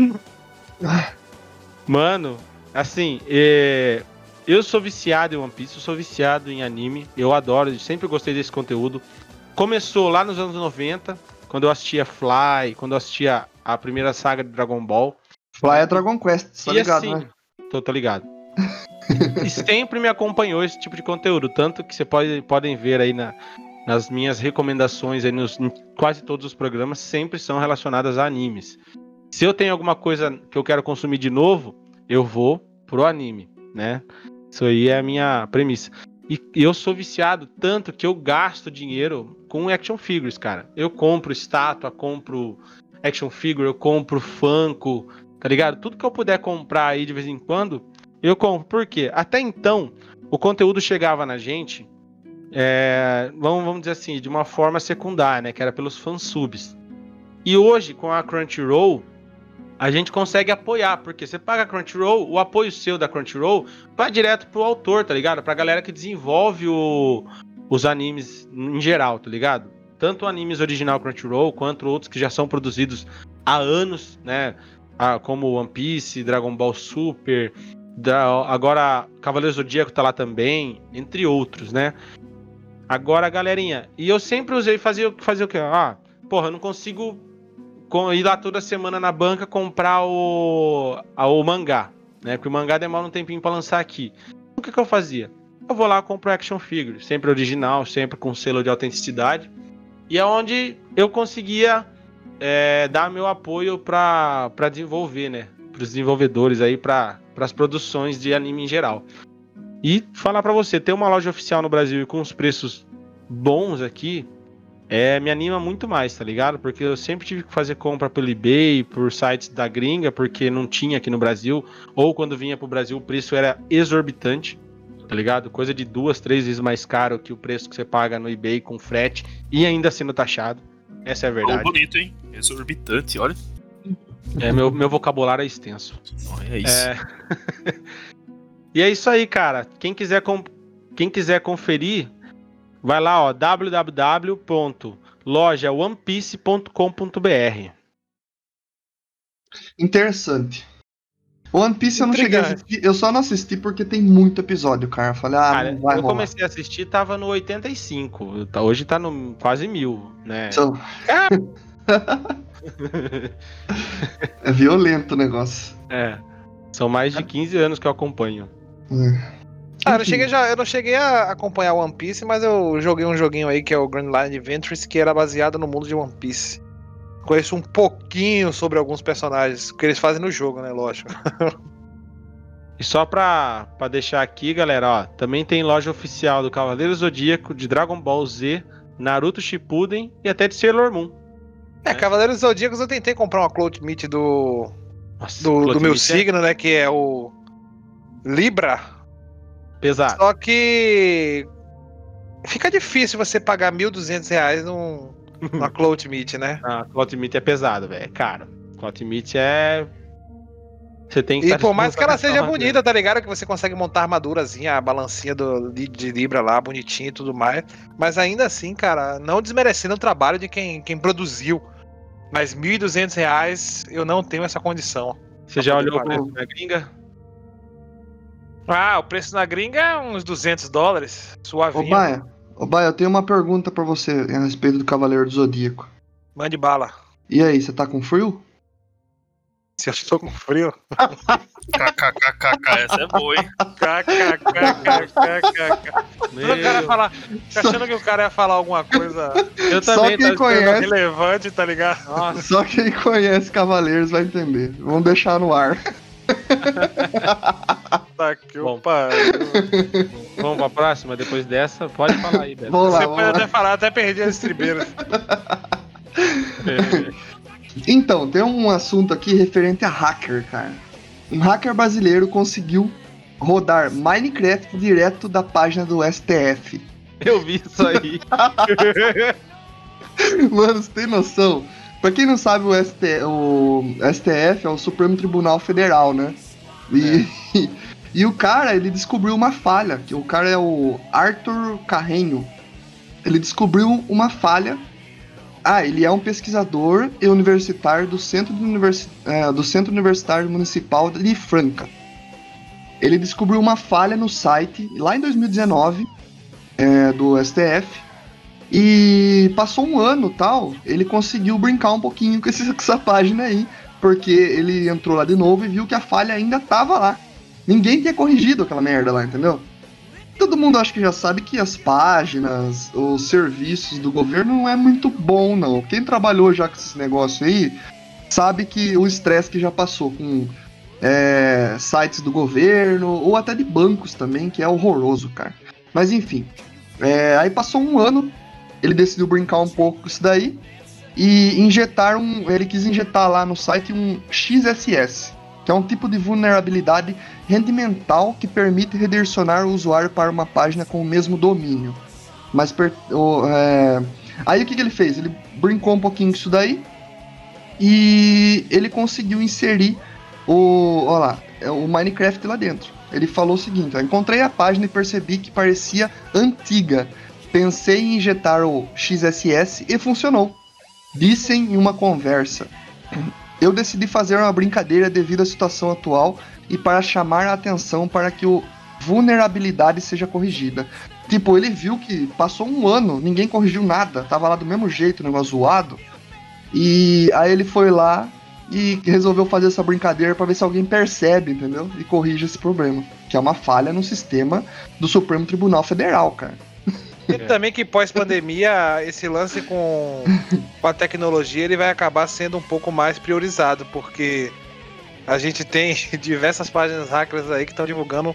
Mano, assim, eu sou viciado em One Piece, eu sou viciado em anime, eu adoro, eu sempre gostei desse conteúdo. Começou lá nos anos 90, quando eu assistia Fly, quando eu assistia a primeira saga de Dragon Ball. Fly é Dragon Quest, tá ligado, assim, né? Tô ligado. E sempre me acompanhou esse tipo de conteúdo, tanto que vocês podem ver aí nas minhas recomendações aí em quase todos os programas, sempre são relacionadas a animes. Se eu tenho alguma coisa que eu quero consumir de novo, eu vou pro anime, né? Isso aí é a minha premissa. E eu sou viciado tanto que eu gasto dinheiro com action figures, cara. Eu compro estátua, compro action figure, eu compro Funko, tá ligado? Tudo que eu puder comprar aí de vez em quando, eu compro. Por quê? Até então, o conteúdo chegava na gente, vamos dizer assim, de uma forma secundária, né? Que era pelos fansubs. E hoje, com a Crunchyroll, a gente consegue apoiar, porque você paga a Crunchyroll, o apoio seu da Crunchyroll vai direto pro autor, tá ligado? Pra galera que desenvolve os animes em geral, tá ligado? Tanto animes original Crunchyroll, quanto outros que já são produzidos há anos, né? Como One Piece, Dragon Ball Super, agora Cavaleiro Zodíaco tá lá também, entre outros, né? Agora, galerinha, e eu sempre usei fazer o quê? Eu não consigo ir lá toda semana na banca comprar o mangá, né? Porque o mangá demora um tempinho pra lançar aqui. O que eu fazia? Eu vou lá e compro action figure, sempre original, sempre com selo de autenticidade. E é onde eu conseguia dar meu apoio pra desenvolver, né? Pros desenvolvedores aí, pras produções de anime em geral. E falar pra você, ter uma loja oficial no Brasil e com os preços bons aqui, me anima muito mais, tá ligado? Porque eu sempre tive que fazer compra pelo eBay, por sites da gringa, porque não tinha aqui no Brasil, ou quando vinha pro Brasil o preço era exorbitante, tá ligado? Coisa de 2, 3 vezes mais caro que o preço que você paga no eBay com frete e ainda sendo taxado. Essa é a verdade. Bonito, hein? Exorbitante, olha. Meu vocabulário é extenso. É isso. E é isso aí, cara. Quem quiser conferir, vai lá, ó, www.lojaonepiece.com.br. Interessante. One Piece eu não cheguei a assistir, eu só não assisti porque tem muito episódio, cara. Eu falei, Cara, não vai eu rolar. comecei a assistir, tava no 85. Hoje tá no quase 1000, né? É violento o negócio. São mais de 15 anos que eu acompanho. Eu não cheguei a acompanhar One Piece, mas eu joguei um joguinho aí que é o Grand Line Adventures, que era baseado no mundo de One Piece. Conheço um pouquinho sobre alguns personagens, que eles fazem no jogo, né? Lógico. E só pra deixar aqui, galera, ó, também tem loja oficial do Cavaleiro Zodíaco, de Dragon Ball Z, Naruto Shippuden e até de Sailor Moon. Cavaleiros Zodíacos eu tentei comprar uma Cloth Meat do meu signo, né? Que é o Libra. Pesado. Só que fica difícil você pagar R$1.200 numa Cloth Meat, né? Ah, Cloth Meat é pesado, velho. É caro. Cloth Meat é... Você tem que E por mais que ela seja bonita, tá ligado? Que você consegue montar a armadurazinha, a balancinha de Libra lá, bonitinho e tudo mais. Mas ainda assim, cara, não desmerecendo o trabalho de quem produziu. Mas R$1.200 eu não tenho essa condição. Você já olhou o preço na gringa? O preço na gringa é uns $200. Suavinho. Ô Baia, eu tenho uma pergunta pra você a respeito do Cavaleiro do Zodíaco. Mande bala. E aí, você tá com frio? Se eu estou com frio. KKKKK, essa é boa, hein? Achando que o cara ia falar alguma coisa. Eu Só também quem conhece. Relevante, tá ligado? Nossa. Só quem conhece Cavaleiros vai entender. Vamos deixar no ar. Tá que Bom. pariu. Vamos pra próxima? Depois dessa, pode falar aí, Beto. Vamos lá, Você vamos pode lá. até falar, até perdi as estribeiras. Então, tem um assunto aqui referente a hacker, cara. Um hacker brasileiro conseguiu rodar Minecraft direto da página do STF. Eu vi isso aí. Mano, você tem noção? Pra quem não sabe, o STF é o Supremo Tribunal Federal, né? E o cara, ele descobriu uma falha. Que o cara é o Arthur Carreño. Ele descobriu uma falha. Ele é um pesquisador e universitário do Centro Universitário Municipal de Franca. Ele descobriu uma falha no site, lá em 2019, do STF, e passou um ano tal, ele conseguiu brincar um pouquinho com essa página aí, porque ele entrou lá de novo e viu que a falha ainda tava lá. Ninguém tinha corrigido aquela merda lá, entendeu? Todo mundo acho que já sabe que as páginas, os serviços do governo não é muito bom, não. Quem trabalhou já com esse negócio aí, sabe que o estresse que já passou com sites do governo, ou até de bancos também, que é horroroso, cara. Mas enfim, aí passou um ano, ele decidiu brincar um pouco com isso daí, e ele quis injetar lá no site um XSS, que é um tipo de vulnerabilidade rendimental que permite redirecionar o usuário para uma página com o mesmo domínio. Mas aí o que ele fez? Ele brincou um pouquinho com isso daí e ele conseguiu inserir o Minecraft lá dentro. Ele falou o seguinte: encontrei a página e percebi que parecia antiga. Pensei em injetar o XSS e funcionou. Disse em uma conversa: eu decidi fazer uma brincadeira devido à situação atual e para chamar a atenção para que a vulnerabilidade seja corrigida. Tipo, ele viu que passou um ano, ninguém corrigiu nada, tava lá do mesmo jeito, o negócio zoado. E aí ele foi lá e resolveu fazer essa brincadeira para ver se alguém percebe, entendeu? E corrige esse problema, que é uma falha no sistema do Supremo Tribunal Federal, cara. E também que pós-pandemia, esse lance com a tecnologia, ele vai acabar sendo um pouco mais priorizado, porque a gente tem diversas páginas hackers aí que estão divulgando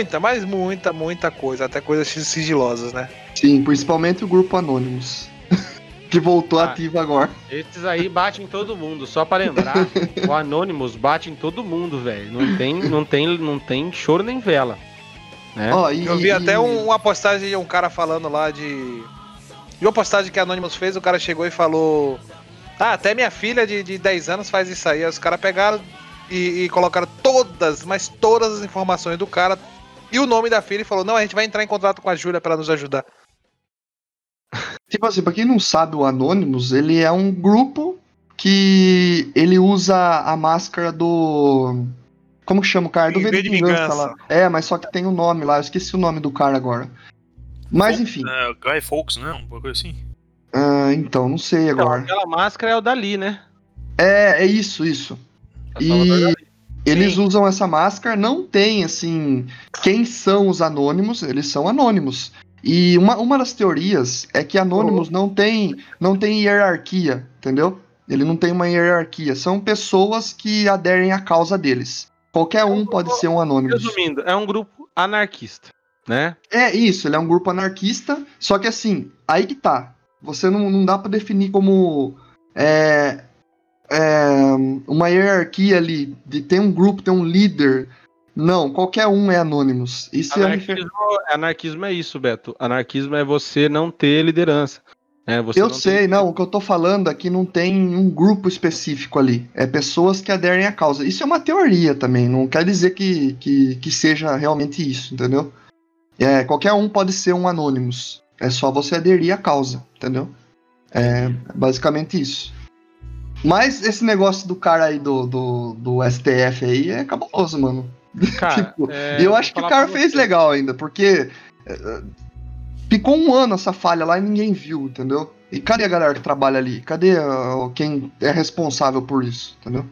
muita coisa, até coisas sigilosas, né? Sim, principalmente o grupo Anonymous. que voltou ativo agora. Esses aí batem em todo mundo. Só pra lembrar, o Anonymous bate em todo mundo, velho. Não tem choro nem vela. Né? Eu vi até uma postagem de um cara falando lá de uma postagem que a Anonymous fez, o cara chegou e falou: até minha filha de 10 anos faz isso aí. Aí os caras pegaram e colocaram todas as informações do cara e o nome da filha e falou: não, a gente vai entrar em contato com a Júlia pra nos ajudar. Tipo assim, pra quem não sabe, o Anonymous, ele é um grupo que ele usa a máscara do... Como que chama o cara? Do V de Vingança lá. Mas só que tem um nome lá, eu esqueci o nome do cara agora. Mas enfim. Guy Fawkes, né? Uma coisa assim. Então, não sei agora. Aquela máscara é o Dali, né? É isso. E eles usam essa máscara, não tem, assim, quem são os anônimos, eles são anônimos. E uma das teorias é que Anonymous não tem hierarquia, entendeu? Ele não tem uma hierarquia. São pessoas que aderem à causa deles. Qualquer um pode ser um Anonymous. Resumindo, é um grupo anarquista, né? É isso, ele é um grupo anarquista, só que assim, aí que tá. Você não dá pra definir como uma hierarquia ali, de ter um grupo, ter um líder. Não, qualquer um é Anonymous. Isso anarquismo é isso, Beto. Anarquismo é você não ter liderança. O que eu tô falando aqui não tem um grupo específico ali. É pessoas que aderem à causa. Isso é uma teoria também, não quer dizer que seja realmente isso, entendeu? Qualquer um pode ser um Anonymous. É só você aderir à causa, entendeu? É basicamente isso. Mas esse negócio do cara aí do STF aí é cabuloso, mano. Cara, e eu acho que o cara fez legal ainda, porque ficou um ano essa falha lá e ninguém viu, entendeu? E cadê a galera que trabalha ali? Cadê quem é responsável por isso, entendeu?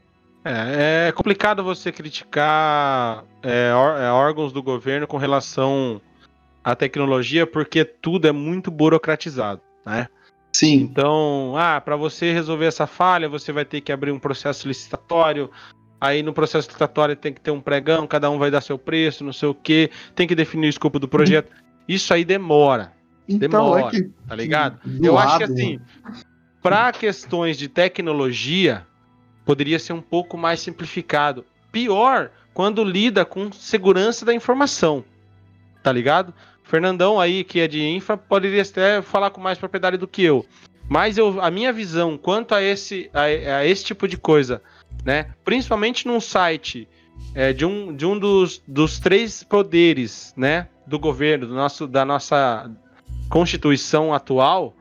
É complicado você criticar órgãos do governo com relação à tecnologia, porque tudo é muito burocratizado, né? Sim. Então, para você resolver essa falha, você vai ter que abrir um processo licitatório. Aí no processo licitatório tem que ter um pregão, cada um vai dar seu preço, não sei o quê, tem que definir o escopo do projeto. Isso aí demora. Então, tá ligado? Eu acho que assim, para questões de tecnologia, poderia ser um pouco mais simplificado. Pior quando lida com segurança da informação, tá ligado? Fernandão aí, que é de infra, poderia até falar com mais propriedade do que eu. Mas a minha visão quanto a esse tipo de coisa, né? Principalmente num site de um dos 3 poderes, né, do governo, da nossa Constituição atual,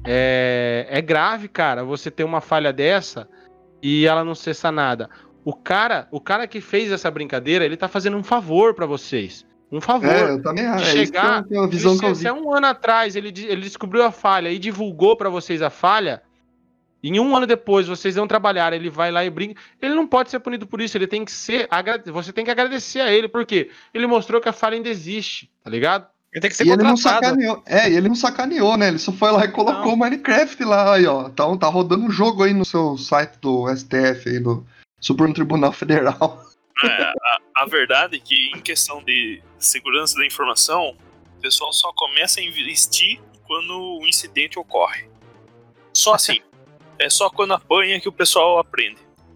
é grave, cara, você ter uma falha dessa e ela não ser sanada. O cara que fez essa brincadeira, ele tá fazendo um favor pra vocês. Um favor. Eu também acho. Chegar, uma visão que eu vi. Se um ano atrás ele descobriu a falha e divulgou pra vocês a falha, e um ano depois vocês vão trabalhar, ele vai lá e brinca, ele não pode ser punido por isso, ele tem que ser, você tem que agradecer a ele, porque ele mostrou que a falha ainda existe, tá ligado? Ele tem que ser contratado. Ele não sacaneou. Ele não sacaneou, né? Ele só foi lá e colocou o Minecraft lá, aí, ó. Tá rodando um jogo aí no seu site do STF, aí, do Supremo Tribunal Federal. A verdade é que, em questão de segurança da informação, o pessoal só começa a investir quando o incidente ocorre. Só assim. É só quando apanha que o pessoal aprende.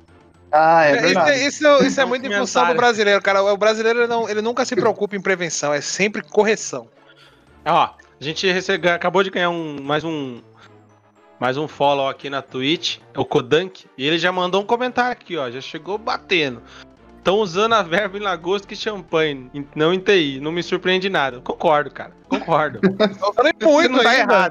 É verdade. Isso é muito em função do brasileiro, cara. O brasileiro ele nunca se preocupa em prevenção, é sempre correção. Ó, a gente acabou de ganhar mais um follow aqui na Twitch, o Kodank, e ele já mandou um comentário aqui, ó, já chegou batendo. Estão usando a verba em lagosta que champanhe, não em TI, não me surpreende nada. Concordo, cara, concordo. Você não tá errado,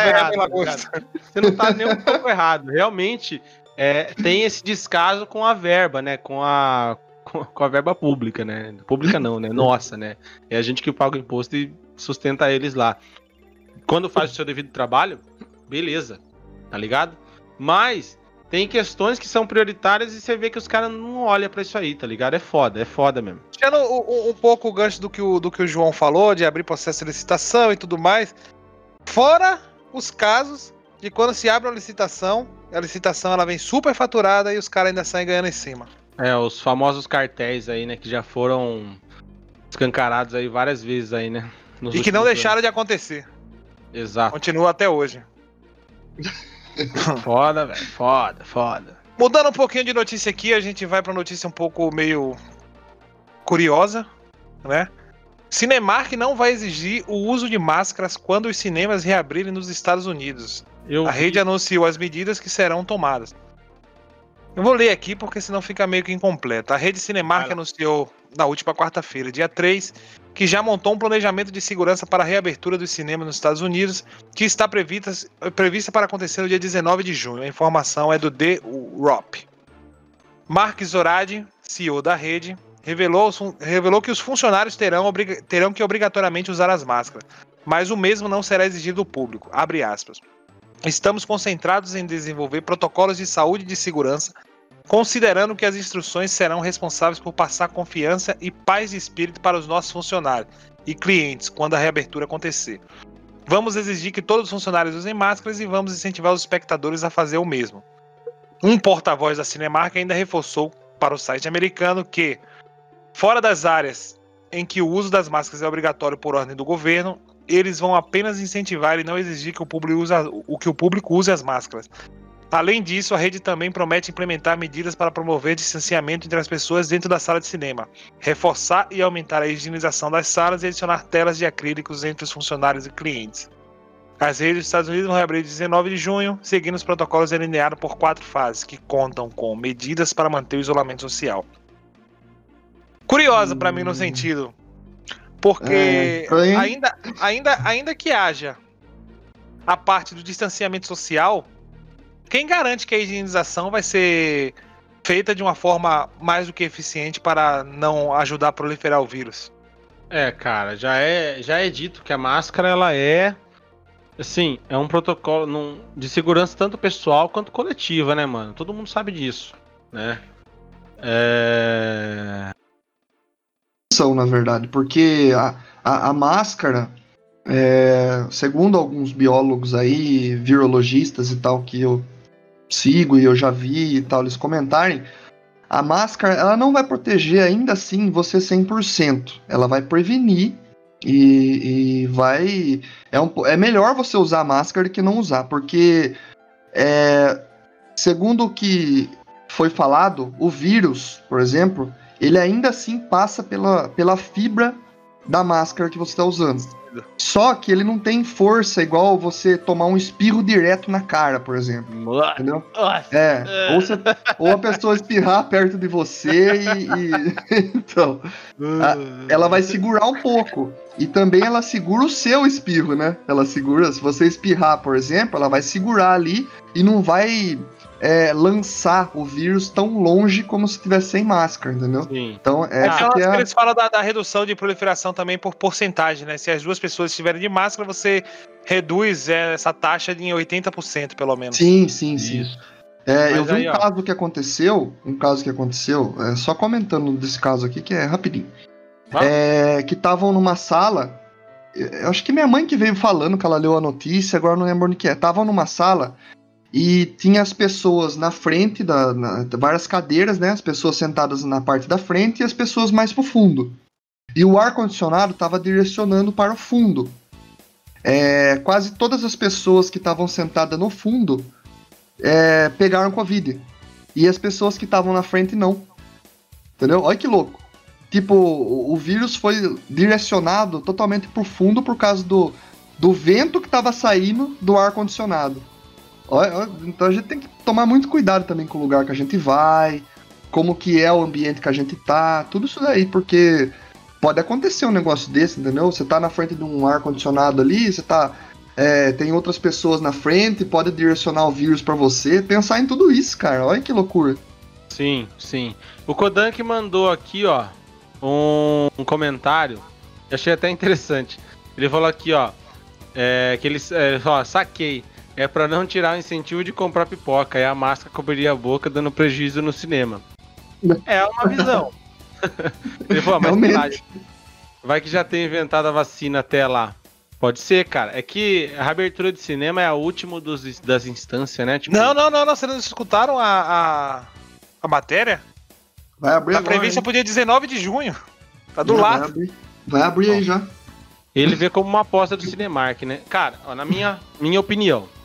você não tá nem um pouco errado. Realmente, tem esse descaso com a verba, né, com a verba pública, né, pública não, né, nossa, né, é a gente que paga o imposto e sustenta eles lá. Quando faz o seu devido trabalho, beleza, tá ligado? Mas tem questões que são prioritárias e você vê que os caras não olham pra isso aí, tá ligado? É foda mesmo. Tirando um pouco o gancho do que o João falou, de abrir processo de licitação e tudo mais, fora os casos de quando se abre uma licitação, a licitação ela vem super faturada e os caras ainda saem ganhando em cima. Os famosos cartéis aí, né, que já foram escancarados aí várias vezes aí, né? E que não deixaram de acontecer. Exato. Continua até hoje. Foda, velho. Foda. Mudando um pouquinho de notícia aqui, a gente vai pra notícia um pouco meio curiosa, né? Cinemark não vai exigir o uso de máscaras quando os cinemas reabrirem nos Estados Unidos. A rede anunciou as medidas que serão tomadas. Eu vou ler aqui porque senão fica meio que incompleto. A rede Cinemark anunciou na última quarta-feira, dia 3, que já montou um planejamento de segurança para a reabertura dos cinemas nos Estados Unidos, que está prevista para acontecer no dia 19 de junho. A informação é do The Wrap. Mark Zoradi, CEO da rede, revelou que os funcionários terão que obrigatoriamente usar as máscaras, mas o mesmo não será exigido do público. Abre aspas. Estamos concentrados em desenvolver protocolos de saúde e de segurança, considerando que as instruções serão responsáveis por passar confiança e paz de espírito para os nossos funcionários e clientes quando a reabertura acontecer. Vamos exigir que todos os funcionários usem máscaras e vamos incentivar os espectadores a fazer o mesmo. Um porta-voz da Cinemark ainda reforçou para o site americano que, fora das áreas em que o uso das máscaras é obrigatório por ordem do governo, eles vão apenas incentivar e não exigir que o público use as máscaras. Além disso, a rede também promete implementar medidas para promover distanciamento entre as pessoas dentro da sala de cinema, reforçar e aumentar a higienização das salas e adicionar telas de acrílicos entre os funcionários e clientes. As redes dos Estados Unidos vão reabrir 19 de junho, seguindo os protocolos delineados por 4 fases, que contam com medidas para manter o isolamento social. Curiosa para mim no sentido, porque ainda que haja a parte do distanciamento social, quem garante que a higienização vai ser feita de uma forma mais do que eficiente para não ajudar a proliferar o vírus? Cara, já é dito que a máscara, ela é, assim, é um protocolo de segurança tanto pessoal quanto coletiva, né, mano? Todo mundo sabe disso, né? Na verdade, porque a máscara, segundo alguns biólogos aí, virologistas e tal, que eu sigo e eu já vi e tal, eles comentarem, a máscara, ela não vai proteger ainda assim você 100%, ela vai prevenir e vai... É melhor você usar a máscara do que não usar, porque segundo o que foi falado, o vírus, por exemplo, ele ainda assim passa pela fibra da máscara que você está usando. Só que ele não tem força igual você tomar um espirro direto na cara, por exemplo. Entendeu? Ou a pessoa espirrar perto de você então, ela vai segurar um pouco. E também ela segura o seu espirro, né? Ela segura, se você espirrar, por exemplo, ela vai segurar ali e não vai... lançar o vírus tão longe como se estivesse sem máscara, entendeu? Sim. Então, eles falam da redução de proliferação também por porcentagem, né? Se as duas pessoas estiverem de máscara, você reduz essa taxa em 80%, pelo menos. Sim. Isso. Eu vi um caso que aconteceu, só comentando desse caso aqui, que é rapidinho. Que estavam numa sala, eu acho que minha mãe que veio falando, que ela leu a notícia, agora não lembro onde que é. Estavam numa sala e tinha as pessoas na frente, várias cadeiras, né? As pessoas sentadas na parte da frente e as pessoas mais pro fundo. E o ar-condicionado estava direcionando para o fundo. Quase todas as pessoas que estavam sentadas no fundo pegaram Covid. E as pessoas que estavam na frente não. Entendeu? Olha que louco. Tipo, o vírus foi direcionado totalmente pro fundo por causa do vento que estava saindo do ar-condicionado. Então a gente tem que tomar muito cuidado também com o lugar que a gente vai, como que é o ambiente que a gente tá, tudo isso daí, porque pode acontecer um negócio desse, entendeu? Você tá na frente de um ar-condicionado ali, você tá... tem outras pessoas na frente, pode direcionar o vírus pra você, pensar em tudo isso, cara, olha que loucura. Sim. O Kodank mandou aqui, ó, um comentário, eu achei até interessante. Ele falou aqui, ó, que ele saquei. É pra não tirar o incentivo de comprar pipoca. E a máscara cobriria a boca, dando prejuízo no cinema. É uma visão. Ele falou, mas vai que já tem inventado a vacina até lá. Pode ser, cara. É que a reabertura de cinema é a última das instâncias, né? Tipo... Não. Vocês não escutaram a matéria? Vai abrir tá agora, prevista pro dia 19 de junho. Tá do lado. Vai abrir aí já. Ele vê como uma aposta do Cinemark, né? Cara, ó, na minha opinião,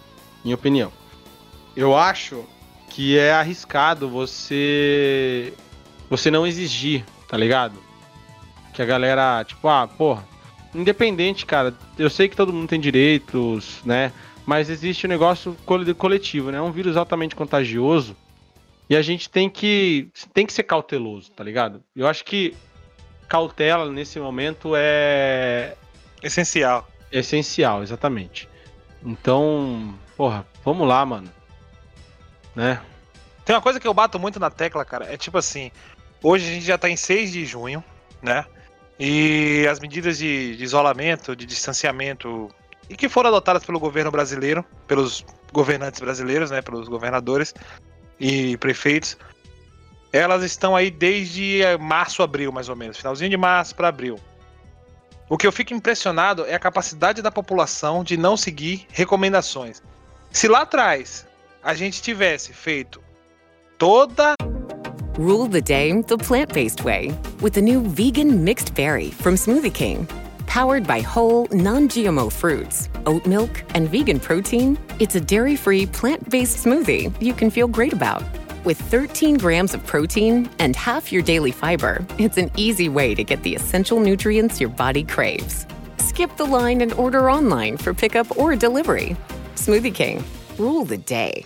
Minha opinião. Eu acho que é arriscado você não exigir, tá ligado? Que a galera, tipo, porra, independente, cara, eu sei que todo mundo tem direitos, né? Mas existe um negócio coletivo, né? É um vírus altamente contagioso e a gente tem que ser cauteloso, tá ligado? Eu acho que cautela nesse momento é Essencial. essencial, exatamente. Então, porra, vamos lá, mano. Né? Tem uma coisa que eu bato muito na tecla, cara, é tipo assim, hoje a gente já tá em 6 de junho, né? E as medidas de isolamento, de distanciamento, e que foram adotadas pelo governo brasileiro, pelos governantes brasileiros, né? Pelos governadores e prefeitos, elas estão aí desde março, abril, mais ou menos, finalzinho de março para abril. O que eu fico impressionado é a capacidade da população de não seguir recomendações. Se lá atrás a gente tivesse feito toda... Rule the day the plant-based way with the new vegan mixed berry from Smoothie King. Powered by whole, non-GMO fruits, oat milk, and vegan protein, it's a dairy-free, plant-based smoothie you can feel great about. With 13 grams of protein and half your daily fiber, it's an easy way to get the essential nutrients your body craves. Skip the line and order online for pickup or delivery. Smoothie King. Rule the day.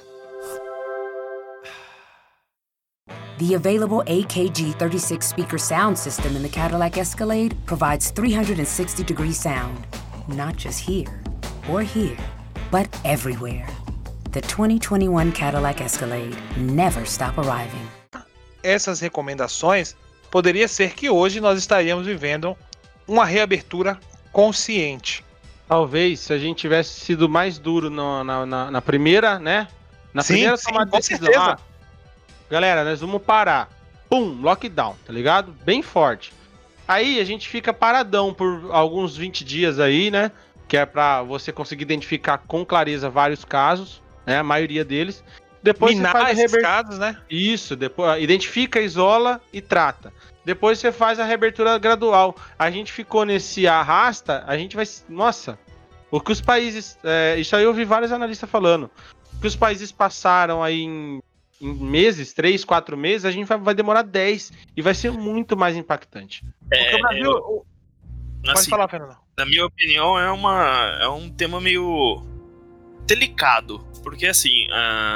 The available AKG 36-speaker sound system in the Cadillac Escalade provides 360-degree sound, not just here or here, but everywhere. The 2021 Cadillac Escalade never stop arriving. Essas recomendações, poderia ser que hoje nós estaríamos vivendo uma reabertura consciente. Talvez se a gente tivesse sido mais duro na primeira, né? Na primeira tomada de decisão. Galera, nós vamos parar. Pum, lockdown, tá ligado? Bem forte. Aí a gente fica paradão por alguns 20 dias aí, né? Que é pra você conseguir identificar com clareza vários casos, né? A maioria deles. Depois minar você faz esses casos, né? Isso, depois identifica, isola e trata. Depois você faz a reabertura gradual. A gente ficou nesse arrasta, a gente vai... Nossa, o que os países... isso aí eu ouvi vários analistas falando. O que os países passaram aí em meses, 3, 4 meses, a gente vai demorar 10 e vai ser muito mais impactante. Porque o Brasil... Pode falar, Fernando. Na minha opinião, é um tema meio delicado, porque assim,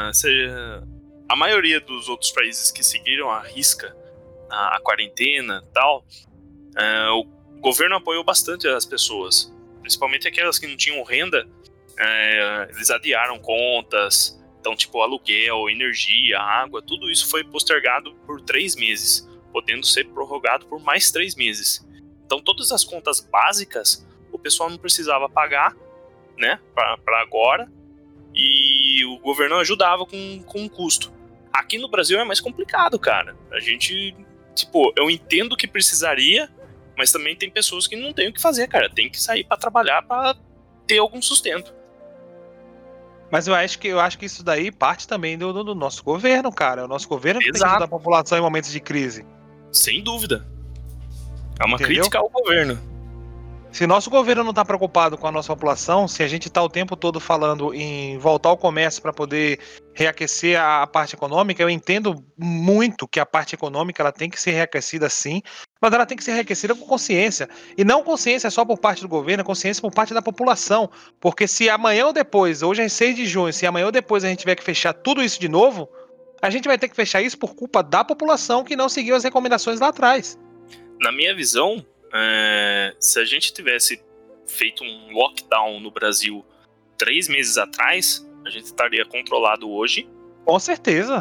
a maioria dos outros países que seguiram à risca a quarentena e tal, o governo apoiou bastante as pessoas, principalmente aquelas que não tinham renda, eles adiaram contas. Então, tipo, aluguel, energia, água, tudo isso foi postergado por 3 meses, podendo ser prorrogado por mais 3 meses. Então, todas as contas básicas, o pessoal não precisava pagar, né, para agora, e o governo ajudava com o custo. Aqui no Brasil é mais complicado, cara. A gente, tipo, eu entendo que precisaria, mas também tem pessoas que não tem o que fazer, cara. Tem que sair para trabalhar para ter algum sustento. Mas eu acho que isso daí parte também do nosso governo, cara. O nosso governo que tem que ajudar a população em momentos de crise. Sem dúvida. É uma crítica ao governo. Se nosso governo não está preocupado com a nossa população, se a gente está o tempo todo falando em voltar ao comércio para poder reaquecer a parte econômica, eu entendo muito que a parte econômica ela tem que ser reaquecida sim, mas ela tem que ser reaquecida com consciência. E não consciência só por parte do governo, consciência por parte da população. Porque se amanhã ou depois, hoje é 6 de junho, se amanhã ou depois a gente tiver que fechar tudo isso de novo, a gente vai ter que fechar isso por culpa da população que não seguiu as recomendações lá atrás. Na minha visão, se a gente tivesse feito um lockdown no Brasil 3 meses atrás, a gente estaria controlado hoje. Com certeza.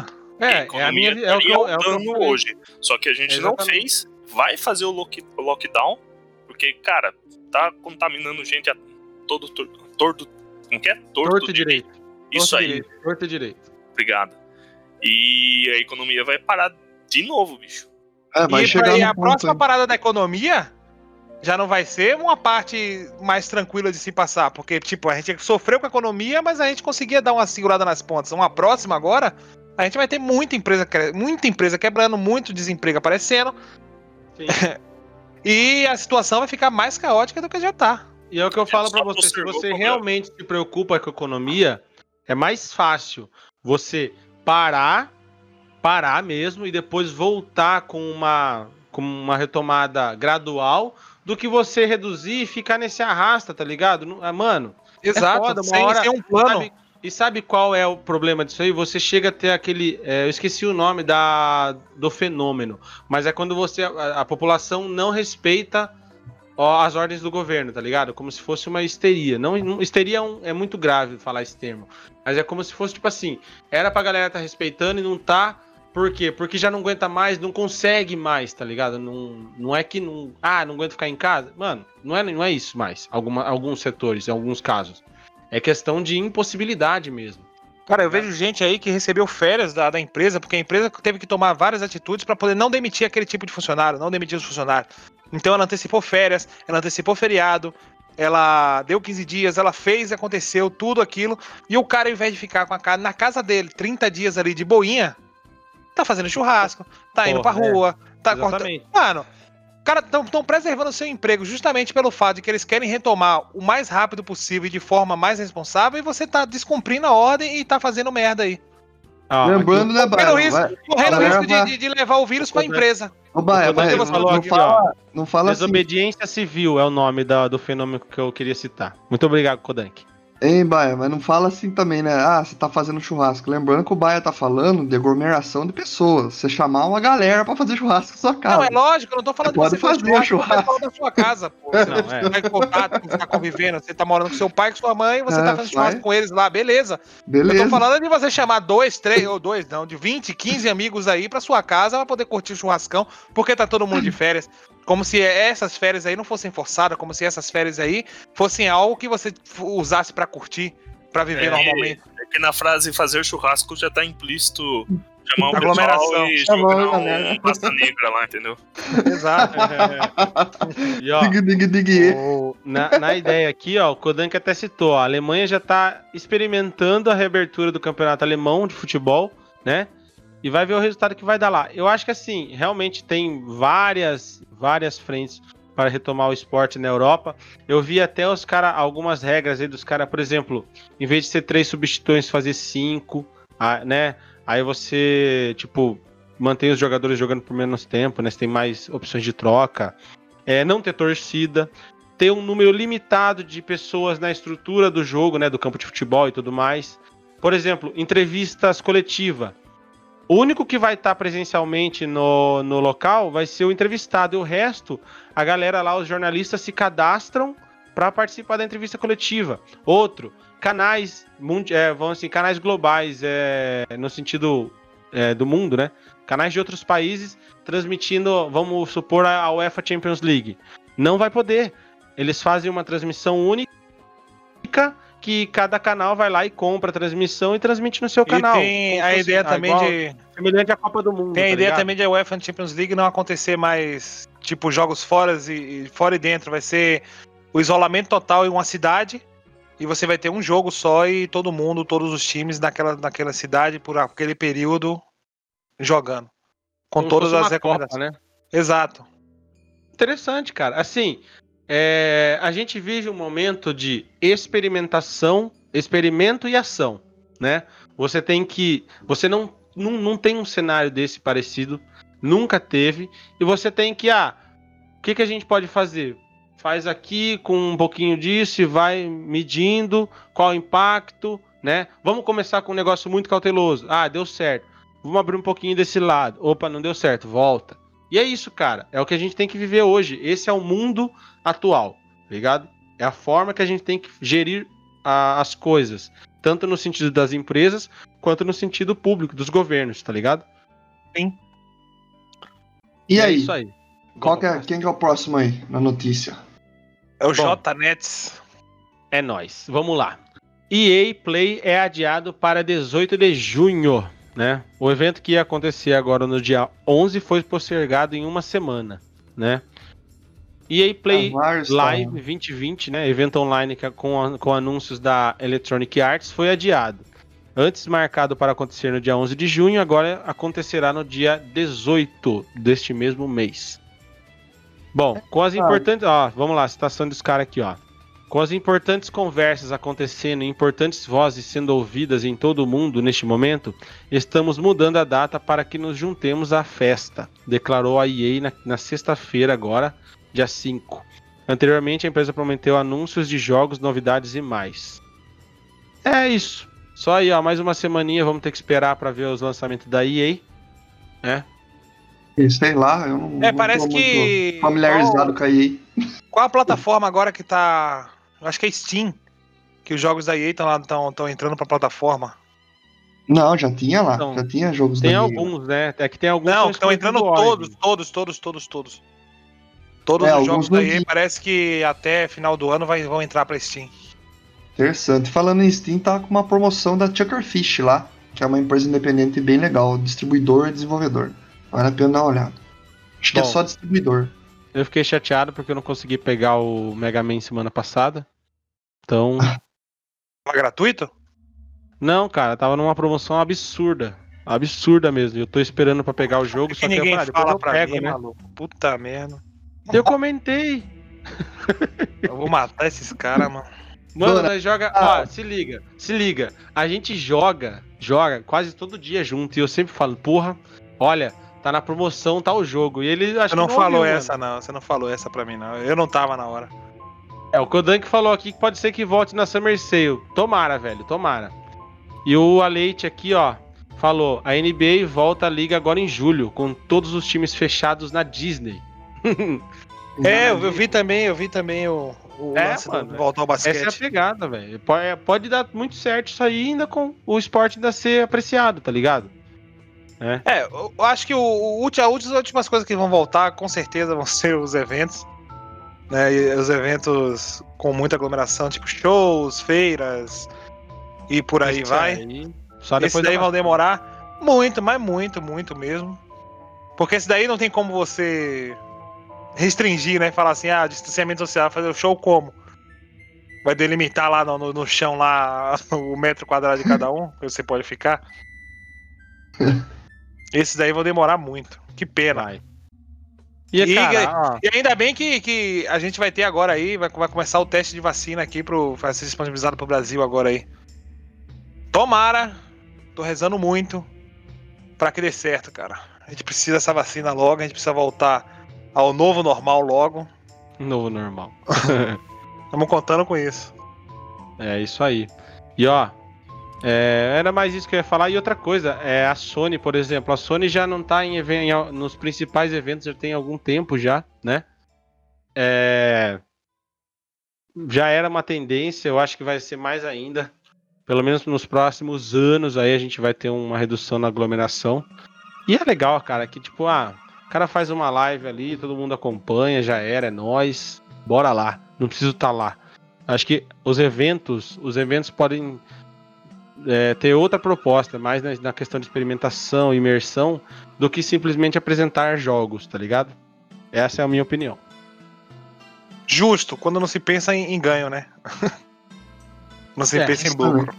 Hoje. Só que a gente não fez, vai fazer o lockdown, porque, cara, tá contaminando gente a todo torto. Como que é? Torto direito. Isso torto aí. Direito. Torto direito. Obrigado. E a economia vai parar de novo, bicho. E a próxima parada da economia já não vai ser uma parte mais tranquila de se passar, porque, tipo, a gente sofreu com a economia, mas a gente conseguia dar uma segurada nas pontas. Uma próxima agora, a gente vai ter muita empresa quebrando, muito desemprego aparecendo. Sim. E a situação vai ficar mais caótica do que já tá. E é o que eu falo pra você, se você realmente se preocupa com a economia, É mais fácil você parar mesmo e depois voltar com uma retomada gradual do que você reduzir e ficar nesse arrasta, tá ligado? Mano, Exato, é foda, sem um plano. Sabe qual é o problema disso aí? Você chega a ter aquele... eu esqueci o nome do fenômeno, mas é quando a população não respeita as ordens do governo, tá ligado? Como se fosse uma histeria. Histeria é muito grave falar esse termo, mas é como se fosse tipo assim, era pra galera tá respeitando e não tá. Por quê? Porque já não aguenta mais, não consegue mais, tá ligado? Não é que não aguento ficar em casa. Mano, não é isso mais. Alguns setores, em alguns casos. É questão de impossibilidade mesmo. Cara, eu vejo gente aí que recebeu férias da empresa, porque a empresa teve que tomar várias atitudes para poder não demitir aquele tipo de funcionário, não demitir os funcionários. Então ela antecipou férias, ela antecipou feriado, ela deu 15 dias, ela fez, aconteceu, tudo aquilo. E o cara, ao invés de ficar na casa dele 30 dias ali de boinha, tá fazendo churrasco, tá indo pra rua, tá cortando. Mano, cara, estão preservando o seu emprego justamente pelo fato de que eles querem retomar o mais rápido possível e de forma mais responsável, e você tá descumprindo a ordem e tá fazendo merda aí. Lembrando, né, Baia? Correndo risco de levar o vírus pra empresa. Ô, Baia, não fala assim. Desobediência civil é o nome do fenômeno que eu queria citar. Muito obrigado, Kodank. Hein, Baia, mas não fala assim também, né? Você tá fazendo churrasco. Lembrando que o Baia tá falando de aglomeração de pessoas. Você chamar uma galera pra fazer churrasco na sua casa. Não, é lógico, eu não tô falando de você fazer churrasco da sua casa, pô. Você vai em contato, você tá convivendo, você tá morando com seu pai, com sua mãe, você tá fazendo churrasco com eles lá, beleza. Eu tô falando de você chamar 20, 15 amigos aí pra sua casa pra poder curtir o churrascão, porque tá todo mundo de férias. Como se essas férias aí não fossem forçadas, como se essas férias aí fossem algo que você usasse pra curtir, pra viver normalmente. É que na frase fazer churrasco já tá implícito chamar um aglomeração pessoal e jogar um pasta negra lá, entendeu? Exato. E, ó, na ideia aqui, ó, o Kodank até citou, a Alemanha já tá experimentando a reabertura do campeonato alemão de futebol, né? E vai ver o resultado que vai dar lá. Eu acho que assim, realmente tem várias frentes para retomar o esporte na Europa. Eu vi até algumas regras aí dos caras, por exemplo, em vez de ser 3 substituições, fazer 5, né? Aí você, tipo, mantém os jogadores jogando por menos tempo, né? Você tem mais opções de troca. Não ter torcida. Ter um número limitado de pessoas na estrutura do jogo, né? Do campo de futebol e tudo mais. Por exemplo, entrevistas coletivas. O único que vai estar presencialmente no local vai ser o entrevistado. E o resto, a galera lá, os jornalistas, se cadastram para participar da entrevista coletiva. Outro, canais, canais globais, no sentido do mundo, né? Canais de outros países transmitindo, vamos supor, a UEFA Champions League. Não vai poder. Eles fazem uma transmissão única, que cada canal vai lá e compra a transmissão e transmite no seu canal. Tem a ideia também semelhante à Copa do Mundo. Tem a ideia também de a UEFA Champions League não acontecer mais, tipo, jogos fora e dentro. Vai ser o isolamento total em uma cidade e você vai ter um jogo só e todos os times naquela cidade por aquele período jogando. Com como todas as recomendações, né? Exato. Interessante, cara. Assim, a gente vive um momento de experimento e ação, né? Você não tem um cenário desse parecido, nunca teve, e você tem que, o que a gente pode fazer? Faz aqui com um pouquinho disso e vai medindo qual o impacto, né? Vamos começar com um negócio muito cauteloso. Deu certo. Vamos abrir um pouquinho desse lado. Opa, não deu certo, volta. E é isso, cara. É o que a gente tem que viver hoje. Esse é o mundo atual, ligado? É a forma que a gente tem que gerir as coisas, tanto no sentido das empresas, quanto no sentido público, dos governos, tá ligado? Sim. E aí? É isso aí. Quem que é o próximo aí na notícia? É o JNets. É nóis. Vamos lá. EA Play é adiado para 18 de junho, né? O evento que ia acontecer agora no dia 11 foi postergado em uma semana, né? EA Play Live 2020, né? Evento online com anúncios da Electronic Arts foi adiado. Antes marcado para acontecer no dia 11 de junho, agora acontecerá no dia 18 deste mesmo mês. Bom, com as importantes... vamos lá, a citação dos caras aqui, ó. Com as importantes conversas acontecendo e importantes vozes sendo ouvidas em todo o mundo neste momento, estamos mudando a data para que nos juntemos à festa, declarou a EA na sexta-feira agora, dia 5. Anteriormente, a empresa prometeu anúncios de jogos, novidades e mais. É isso. Só aí, ó, mais uma semaninha, vamos ter que esperar para ver os lançamentos da EA, né? Sei lá, eu não parece tô que... muito familiarizado com a EA. Qual a plataforma agora que tá... Acho que é Steam, que os jogos da EA estão entrando pra plataforma. Não, já tinha lá. Então, Já tinha jogos tem da EA. alguns, né? É que tem alguns Não, que estão entrando exclusivos do todos. Todos os jogos da EA parece que até final do ano vão entrar pra Steam. Interessante. Falando em Steam, tá com uma promoção da Chuckerfish lá, que é uma empresa independente bem legal, distribuidor e desenvolvedor. Vale a pena dar uma olhada. Acho que é Bom. só distribuidor. Eu fiquei chateado porque eu não consegui pegar o Mega Man semana passada. Então. Tava gratuito? Não, cara, tava numa promoção absurda. Absurda mesmo. Eu tô esperando pra pegar o jogo, só que ninguém depois fala eu pra pego, mim, né? maluco. Puta merda. Eu comentei. Eu vou matar esses caras, mano. Mano, nós joga. Ó, se liga. A gente joga quase todo dia junto. E eu sempre falo, porra, olha, tá na promoção, tá o jogo. E ele acho Você não que falou ouviu, essa, mano. não. Você não falou essa pra mim, não. Eu não tava na hora. É, o Kodan que falou aqui que pode ser que volte na Summer Sale. Tomara, velho, tomara. E o Aleite aqui, ó, falou, a NBA volta à liga agora em julho, com todos os times fechados na Disney. Eu vi também o lance mano, do voltar ao basquete. Essa é a pegada, velho. Pode dar muito certo isso aí, ainda com o esporte ainda ser apreciado, tá ligado? Eu acho que as últimas coisas que vão voltar, com certeza, vão ser os eventos. Né, e os eventos com muita aglomeração, tipo shows, feiras e por aí Esse vai. aí, só Esses depois daí da vão vacina. demorar muito, mas muito mesmo. Porque esse daí não tem como você restringir, né? Falar assim, distanciamento social, fazer o show como? Vai delimitar lá no chão lá o metro quadrado de cada um, que você pode ficar. Esses daí vão demorar muito. Que pena. Vai. E ainda bem que a gente vai ter agora aí, vai começar o teste de vacina aqui vai ser disponibilizado pro Brasil agora aí. Tomara, tô rezando muito pra que dê certo, cara. A gente precisa dessa vacina logo, a gente precisa voltar ao novo normal logo. Novo normal. Estamos contando com isso. É isso aí. E ó, era mais isso que eu ia falar. E outra coisa, a Sony, por exemplo, a Sony já não tá nos principais eventos, já tem algum tempo já, né? Já era uma tendência, eu acho que vai ser mais ainda. Pelo menos nos próximos anos aí a gente vai ter uma redução na aglomeração. E é legal, cara, que tipo, o cara faz uma live ali, todo mundo acompanha, já é nóis, bora lá, não preciso estar lá. Acho que os eventos podem ter outra proposta, mais na questão de experimentação, imersão, do que simplesmente apresentar jogos, tá ligado? Essa é a minha opinião. Justo, quando não se pensa em ganho, né? Não se pensa em lucro.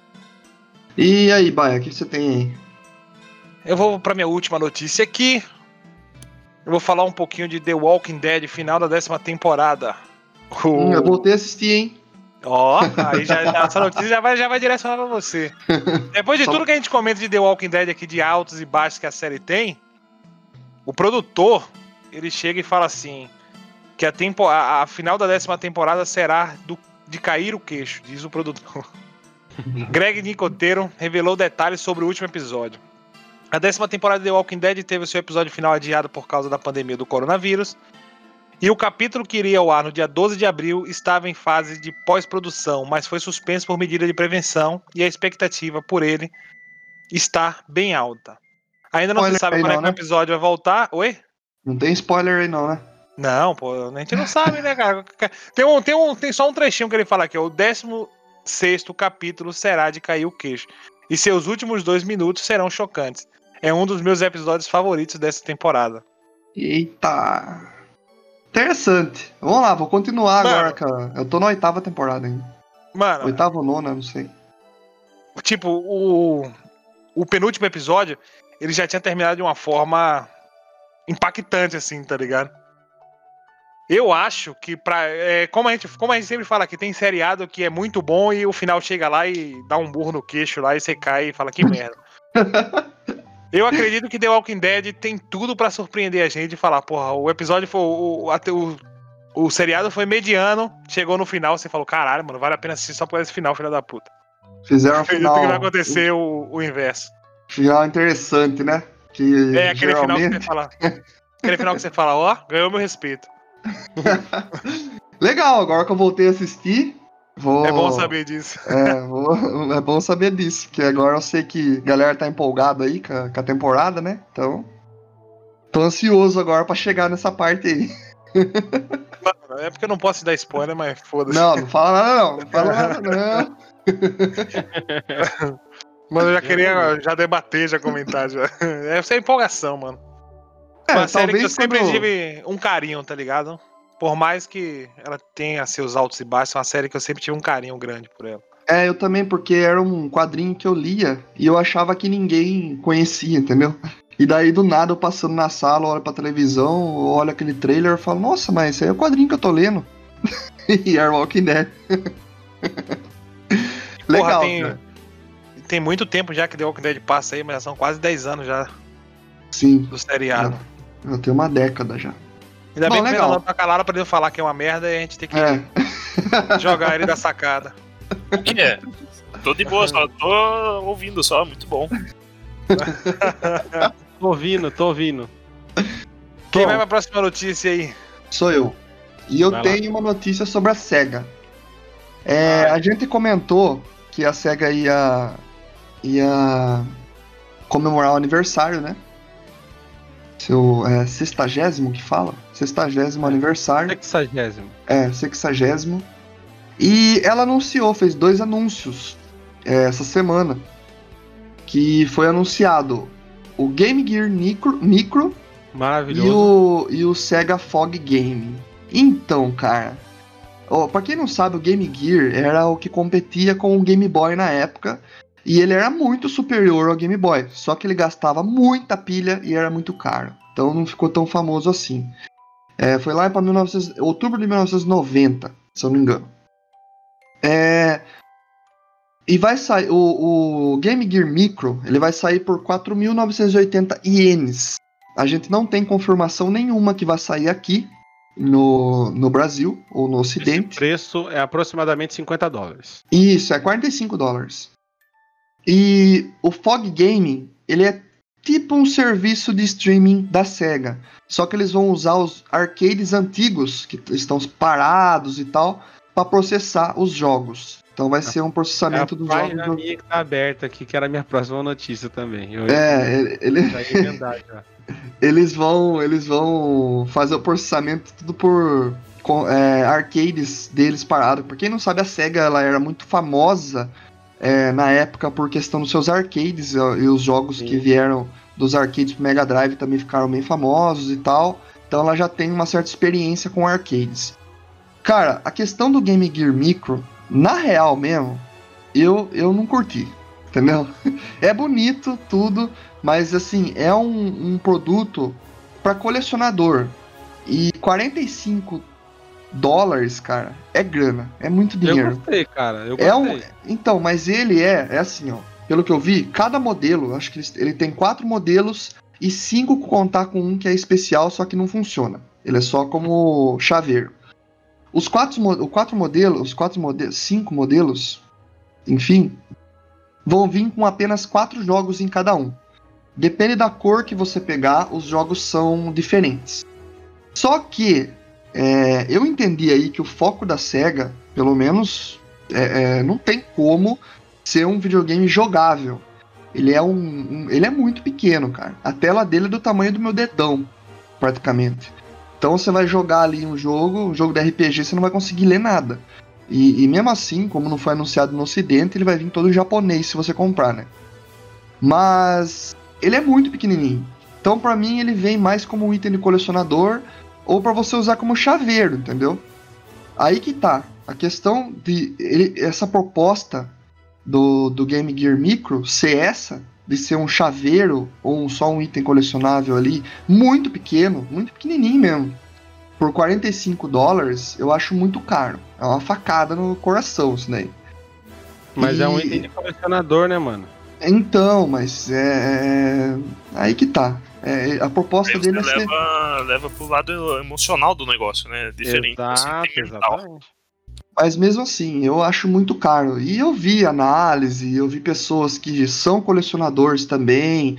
E aí, Baia, o que você tem aí? Eu vou pra minha última notícia aqui. Eu vou falar um pouquinho de The Walking Dead, final da 10ª temporada. Eu voltei a assistir, hein? Aí essa notícia já vai direcionar pra você. Depois de tudo que a gente comenta de The Walking Dead aqui, de altos e baixos que a série tem, o produtor, ele chega e fala assim, que a final da 10ª temporada será de cair o queixo, diz o produtor. Greg Nicotero revelou detalhes sobre o último episódio. A 10ª temporada de The Walking Dead teve seu episódio final adiado por causa da pandemia do coronavírus. E o capítulo que iria ao ar no dia 12 de abril estava em fase de pós-produção, mas foi suspenso por medida de prevenção e a expectativa por ele está bem alta. Ainda não se sabe quando é que o episódio vai voltar. Oi? Não tem spoiler aí não, né? Não, pô, a gente não sabe, né, cara? Tem só um trechinho que ele fala aqui, ó, o 16º capítulo será de cair o queixo. E seus últimos 2 minutos serão chocantes. É um dos meus episódios favoritos dessa temporada. Eita! Interessante. Vamos lá, vou continuar agora, cara. Eu tô na 8ª temporada ainda. Mano... 8ª ou 9ª, não sei. Tipo, o penúltimo episódio, ele já tinha terminado de uma forma impactante, assim, tá ligado? Eu acho que como a gente sempre fala que tem seriado que é muito bom e o final chega lá e dá um burro no queixo lá e você cai e fala que merda. Eu acredito que The Walking Dead tem tudo pra surpreender a gente e falar, porra, o episódio foi o seriado foi mediano, chegou no final, você falou, caralho, mano, vale a pena assistir só por esse final, filha da puta. Fizeram um Acredito final. que vai acontecer o inverso. Final interessante, né? Que Aquele final que você fala. Aquele final que você fala, ó, ganhou meu respeito. Legal, agora que eu voltei a assistir, É bom saber disso. É bom saber disso, porque agora eu sei que a galera tá empolgada aí com a temporada, né? Então, tô ansioso agora pra chegar nessa parte aí. É porque eu não posso te dar spoiler, mas foda-se. Não fala nada não, não fala nada não. Mano, eu já queria debater, já comentar. Já. Essa é empolgação, mano. Uma série que eu sempre tive um carinho, tá ligado? Por mais que ela tenha seus altos e baixos, é uma série que eu sempre tive um carinho grande por ela. Eu também, porque era um quadrinho que eu lia e eu achava que ninguém conhecia, entendeu? E daí, do nada, eu passando na sala, olho pra televisão, olho aquele trailer e falo, nossa, mas esse aí é o quadrinho que eu tô lendo. E era Walking Dead. Legal, porra, tem muito tempo já que The Walking Dead passa aí, mas já são quase 10 anos já. Sim. Do seriado. Já tem uma década já. Ainda bem que o Renan tá calado pra ele falar que é uma merda e a gente tem que jogar ele da sacada. O que é? Tô de boa, só tô ouvindo só, muito bom. Tô ouvindo. Quem vai pra próxima notícia aí? Sou eu. E eu tenho uma notícia sobre a SEGA. A gente comentou que a SEGA ia comemorar o aniversário, né? Seu 60º que fala? 60º aniversário. 60º. 60º. E ela anunciou, fez 2 anúncios essa semana. Que foi anunciado o Game Gear Micro maravilhoso. E o Sega Fog Game. Então, cara, pra quem não sabe, o Game Gear era o que competia com o Game Boy na época. E ele era muito superior ao Game Boy. Só que ele gastava muita pilha e era muito caro. Então não ficou tão famoso assim. Foi lá para outubro de 1990, se eu não me engano. E vai sair o Game Gear Micro, ele vai sair por 4.980 ienes. A gente não tem confirmação nenhuma que vai sair aqui no Brasil ou no Ocidente. Esse preço é aproximadamente $50. Isso, é $45. E o Fog Gaming, ele é tipo um serviço de streaming da SEGA. Só que eles vão usar os arcades antigos, que estão parados e tal, para processar os jogos. Então vai ser um processamento dos jogos. A minha que tá aberta aqui, que era a minha próxima notícia também. Eles vão fazer o processamento tudo por arcades deles parados. Pra quem não sabe, a SEGA ela era muito famosa na época por questão dos seus arcades, e os jogos que vieram dos arcades pro Mega Drive também ficaram bem famosos e tal. Então ela já tem uma certa experiência com arcades. Cara, a questão do Game Gear Micro, na real mesmo, eu não curti, entendeu? É bonito tudo, mas assim, é um produto para colecionador. E $45, cara, é grana, é muito dinheiro. Eu gostei, cara, eu gostei. Então, mas ele é assim, ó, pelo que eu vi, cada modelo, acho que ele tem 4 modelos e 5 contar com um que é especial, só que não funciona. Ele é só como chaveiro. Os 5 modelos, enfim, vão vir com apenas 4 jogos em cada um. Depende da cor que você pegar, os jogos são diferentes. Só que eu entendi aí que o foco da SEGA, pelo menos, não tem como ser um videogame jogável. Ele é muito pequeno, cara. A tela dele é do tamanho do meu dedão, praticamente. Então você vai jogar ali um jogo de RPG, você não vai conseguir ler nada. E mesmo assim, como não foi anunciado no Ocidente, ele vai vir todo japonês se você comprar, né? Mas ele é muito pequenininho. Então pra mim ele vem mais como um item de colecionador ou pra você usar como chaveiro, entendeu? Aí que tá. A questão de essa proposta do Game Gear Micro ser essa, de ser um chaveiro ou só um item colecionável ali, muito pequeno, muito pequenininho mesmo. por $45, eu acho muito caro. É uma facada no coração isso daí. Mas é um item de colecionador, né, mano? Então, mas aí que tá. A proposta dele é ser... leva pro lado emocional do negócio, né? Diferente do sentimental. Exatamente. Mas mesmo assim, eu acho muito caro. E eu vi análise, eu vi pessoas que são colecionadores também.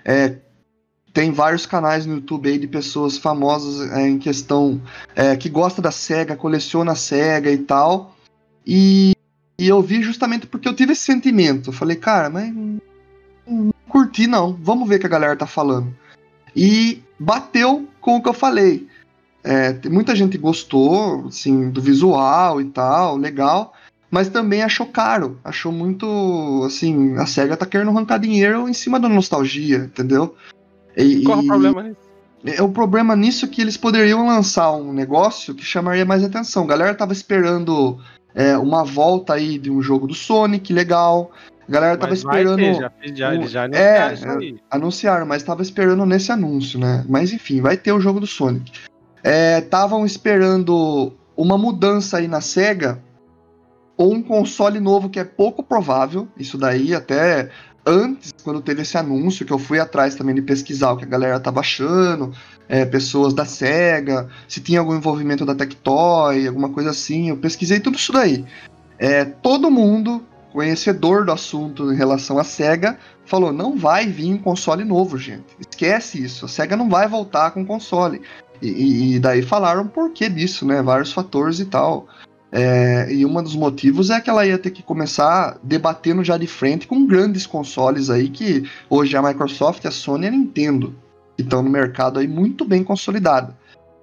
Tem vários canais no YouTube aí de pessoas famosas em questão que gosta da SEGA, coleciona a SEGA e tal. E eu vi justamente porque eu tive esse sentimento. Eu falei, cara, mas não curti não. Vamos ver o que a galera tá falando. E bateu com o que eu falei. Muita gente gostou, assim, do visual e tal, legal. Mas também achou caro. Achou muito, assim, a SEGA tá querendo arrancar dinheiro em cima da nostalgia, entendeu? Qual é o problema nisso? O problema nisso é que eles poderiam lançar um negócio que chamaria mais atenção. A galera tava esperando uma volta aí de um jogo do Sonic, legal. A galera tava esperando... Eles já anunciaram isso aí. Anunciaram, mas tava esperando nesse anúncio, né? Mas enfim, vai ter o jogo do Sonic. Estavam esperando uma mudança aí na SEGA, ou um console novo, que é pouco provável. Isso daí até... Antes, quando teve esse anúncio, que eu fui atrás também de pesquisar o que a galera tava achando, pessoas da SEGA, se tinha algum envolvimento da Tectoy, alguma coisa assim, eu pesquisei tudo isso daí. Todo mundo, conhecedor do assunto em relação à SEGA, falou, não vai vir um console novo, gente. Esquece isso, a SEGA não vai voltar com console. E daí falaram por que disso, né? Vários fatores e tal. E um dos motivos é que ela ia ter que começar debatendo já de frente com grandes consoles aí, que hoje a Microsoft, a Sony e a Nintendo, que estão no mercado aí muito bem consolidada.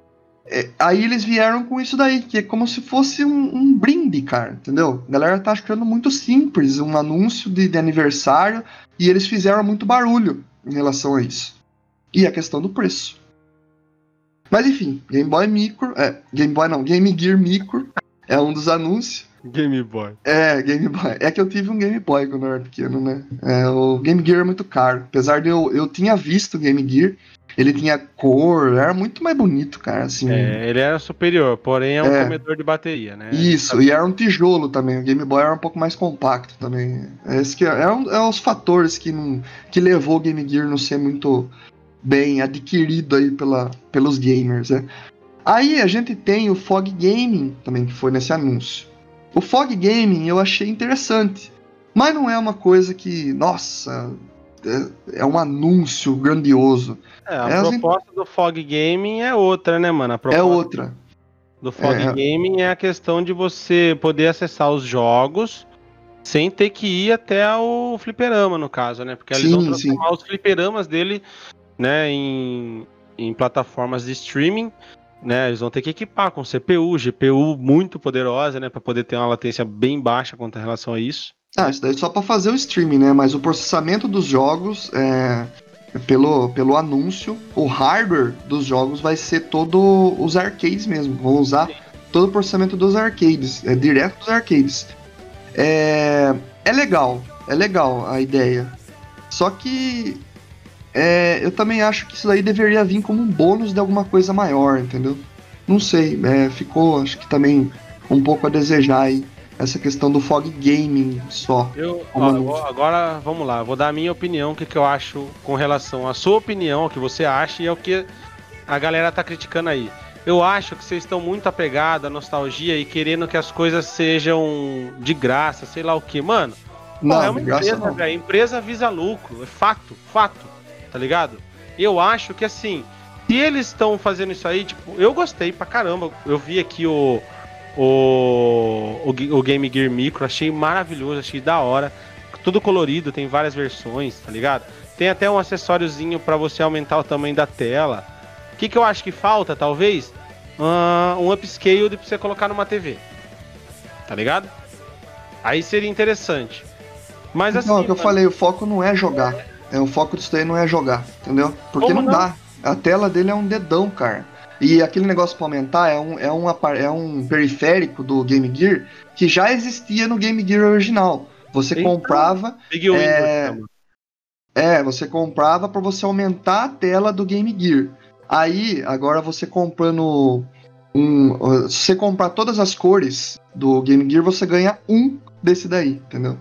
Aí eles vieram com isso daí, que é como se fosse um brinde, cara, entendeu? A galera tá achando muito simples, um anúncio de aniversário, e eles fizeram muito barulho em relação a isso. E a questão do preço. Mas enfim, Game Gear Micro é um dos anúncios. Game Boy. Game Boy. É que eu tive um Game Boy quando eu era pequeno, né? O Game Gear é muito caro. Apesar de eu tinha visto o Game Gear, ele tinha cor, era muito mais bonito, cara. Assim. Ele era superior, porém é um comedor de bateria, né? Isso, e era um tijolo também. O Game Boy era um pouco mais compacto também. Esse que é um os fatores que levou o Game Gear não ser muito bem adquirido aí pelos gamers, né? Aí a gente tem o Fog Gaming também, que foi nesse anúncio. O Fog Gaming eu achei interessante, mas não é uma coisa que, nossa, é um anúncio grandioso. A proposta do Fog Gaming é outra, né, mano? A proposta outra. Do Fog Gaming é a questão de você poder acessar os jogos sem ter que ir até o fliperama, no caso, né? Porque eles vão transformar os fliperamas dele, né, em plataformas de streaming. Né, eles vão ter que equipar com CPU, GPU muito poderosa, né, para poder ter uma latência bem baixa quanto a relação a isso. Isso daí é só para fazer o streaming, né? Mas o processamento dos jogos, pelo anúncio, o hardware dos jogos vai ser todo os arcades mesmo. Vão usar todo o processamento dos arcades, direto dos arcades. É legal a ideia. Só que eu também acho que isso daí deveria vir como um bônus de alguma coisa maior, entendeu? Não sei, ficou, acho que também um pouco a desejar aí, essa questão do Fog Gaming só. Agora, vamos lá, vou dar a minha opinião, o que eu acho com relação à sua opinião, o que você acha e é o que a galera tá criticando aí. Eu acho que vocês estão muito apegados à nostalgia e querendo que as coisas sejam de graça, sei lá o que. Mano, não, é uma empresa, velho. A empresa visa lucro, é fato. Tá ligado? Eu acho que assim, se eles estão fazendo isso aí, tipo, eu gostei pra caramba. Eu vi aqui o Game Gear Micro, achei maravilhoso, achei da hora. Tudo colorido, tem várias versões, tá ligado? Tem até um acessóriozinho pra você aumentar o tamanho da tela. O que eu acho que falta, talvez? Um upscale pra você colocar numa TV. Tá ligado? Aí seria interessante. Mas assim. Não, é o que eu falei, o foco não é jogar. O foco disso daí não é jogar, entendeu? Porque não dá. A tela dele é um dedão, cara. E aquele negócio pra aumentar é um periférico do Game Gear que já existia no Game Gear original. Você comprava. Você comprava pra você aumentar a tela do Game Gear. Aí, agora você comprando Se você comprar todas as cores do Game Gear, você ganha um desse daí, entendeu?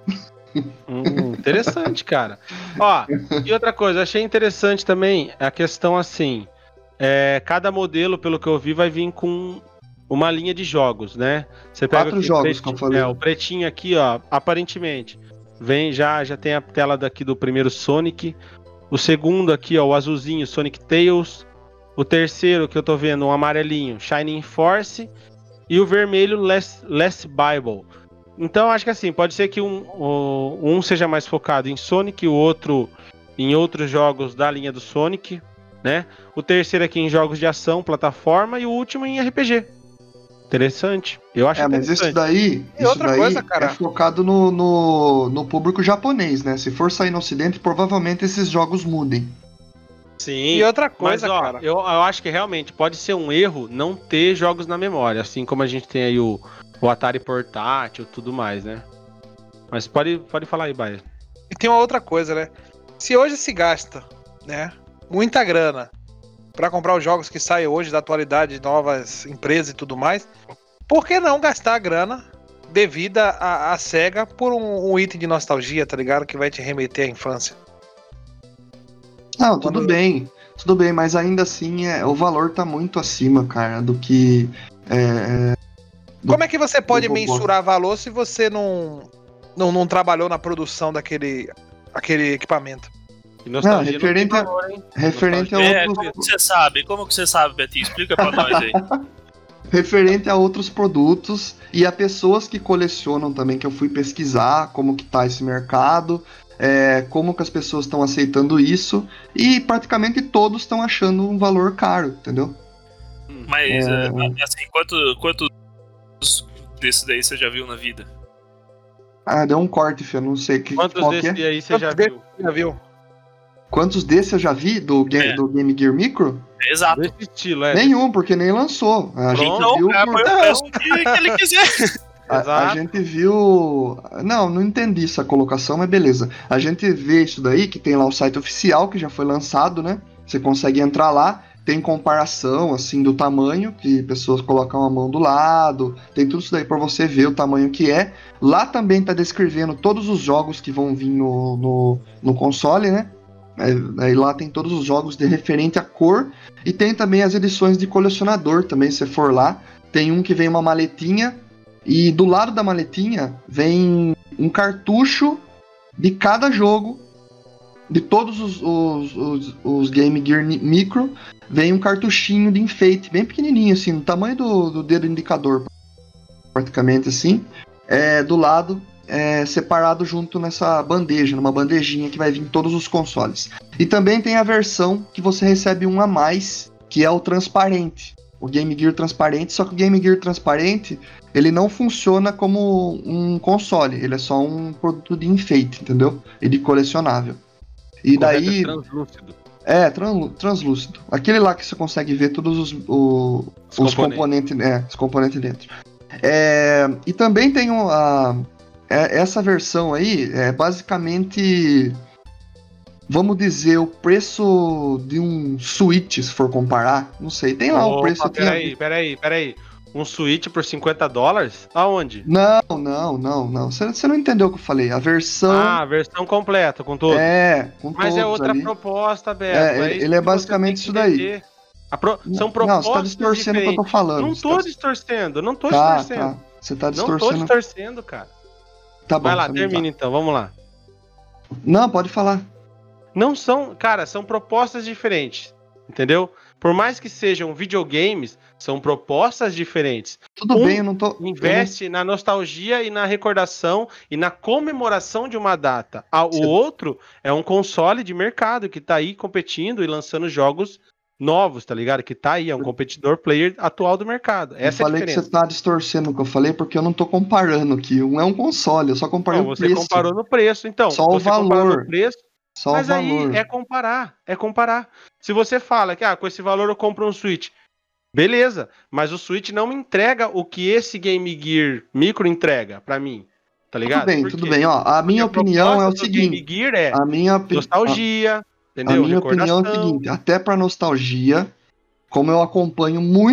Interessante, cara. Ó, e outra coisa, achei interessante também a questão assim, cada modelo, pelo que eu vi, vai vir com uma linha de jogos, né? Você pega 4 jogos que eu falei. o pretinho aqui, ó, aparentemente, vem já tem a tela daqui do primeiro Sonic, o segundo aqui, ó, o azulzinho, Sonic Tails, o terceiro que eu tô vendo, um amarelinho, Shining Force, e o vermelho, Last Bible. Então, acho que assim, pode ser que um seja mais focado em Sonic, o outro em outros jogos da linha do Sonic, né? O terceiro aqui em jogos de ação, plataforma, e o último em RPG. Interessante. Eu acho interessante. Mas isso daí, é focado no público japonês, né? Se for sair no Ocidente, provavelmente esses jogos mudem. Sim. E outra coisa, mas, ó, cara. Eu acho que realmente pode ser um erro não ter jogos na memória, assim como a gente tem aí o Atari portátil e tudo mais, né? Mas pode falar aí, Baia. E tem uma outra coisa, né? Se hoje se gasta, né, muita grana pra comprar os jogos que saem hoje da atualidade de novas empresas e tudo mais, por que não gastar a grana devida à SEGA por um item de nostalgia, tá ligado? Que vai te remeter à infância. Não, tudo bem, mas ainda assim o valor tá muito acima, cara, do que... Como é que você pode mensurar valor se você não trabalhou na produção daquele equipamento? Não, referente a outros... Como que você sabe, Betinho? Explica pra nós aí. Referente a outros produtos e a pessoas que colecionam também, que eu fui pesquisar como que tá esse mercado, como que as pessoas estão aceitando isso, e praticamente todos estão achando um valor caro, entendeu? Mas, assim, quantos desses daí você já viu na vida? Deu um corte, filho, não sei quantos qual desses que é. aí você já viu? Quantos desses eu já vi do Game Gear Micro? Exato. Desse estilo, Nenhum, porque nem lançou. A gente viu que ele quiser. A gente viu... Não entendi essa colocação, mas beleza. A gente vê isso daí, que tem lá o site oficial, que já foi lançado, né? Você consegue entrar lá, tem comparação, assim, do tamanho, que pessoas colocam a mão do lado, tem tudo isso daí pra você ver o tamanho que é. Lá também tá descrevendo todos os jogos que vão vir no console, né? Aí lá tem todos os jogos de referente à cor, e tem também as edições de colecionador também, se for lá. Tem um que vem uma maletinha, e do lado da maletinha vem um cartucho de cada jogo, de todos os Game Gear Micro, vem um cartuchinho de enfeite, bem pequenininho assim, no tamanho do dedo indicador, praticamente assim, do lado, separado junto nessa bandeja, numa bandejinha que vai vir em todos os consoles. E também tem a versão que você recebe um a mais, que é o transparente, o Game Gear transparente, só que o Game Gear transparente, ele não funciona como um console, ele é só um produto de enfeite, entendeu? E de colecionável. E daí... translúcido. Translúcido. Aquele lá que você consegue ver todos os componentes, os componentes dentro. E também tem essa versão aí, basicamente, vamos dizer, o preço de um Switch, se for comparar. Não sei, tem lá o preço... Peraí. Um Switch por $50? Aonde? Não. Você não entendeu o que eu falei. A versão... a versão completa, com todos. Com Mas todos é outra ali. proposta, Beto. Ele é basicamente isso daí. São propostas você tá distorcendo o que eu tô falando. Não tô distorcendo. Tá. Você tá distorcendo. Não tô distorcendo, cara. Tá bom. Vai lá, termina então, vamos lá. Não, pode falar. Não são... Cara, são propostas diferentes, entendeu? Por mais que sejam videogames, são propostas diferentes. Tudo bem, eu não tô... Investe na nostalgia e na recordação e na comemoração de uma data. O outro é um console de mercado que tá aí competindo e lançando jogos novos, tá ligado? Que tá aí, é um competidor player atual do mercado. Essa é a diferença. Eu falei que você tá distorcendo o que eu falei, porque eu não tô comparando aqui. Um é um console, eu só comparei o preço. Você comparou no preço, então. Só o valor. No preço, mas aí é comparar. Se você fala que com esse valor eu compro um Switch, beleza, mas o Switch não me entrega o que esse Game Gear Micro entrega pra mim, tá ligado? Tudo bem, ó, a minha opinião é o seguinte, Game Gear nostalgia, entendeu? A minha opinião é o seguinte, até pra nostalgia, como eu acompanho muitas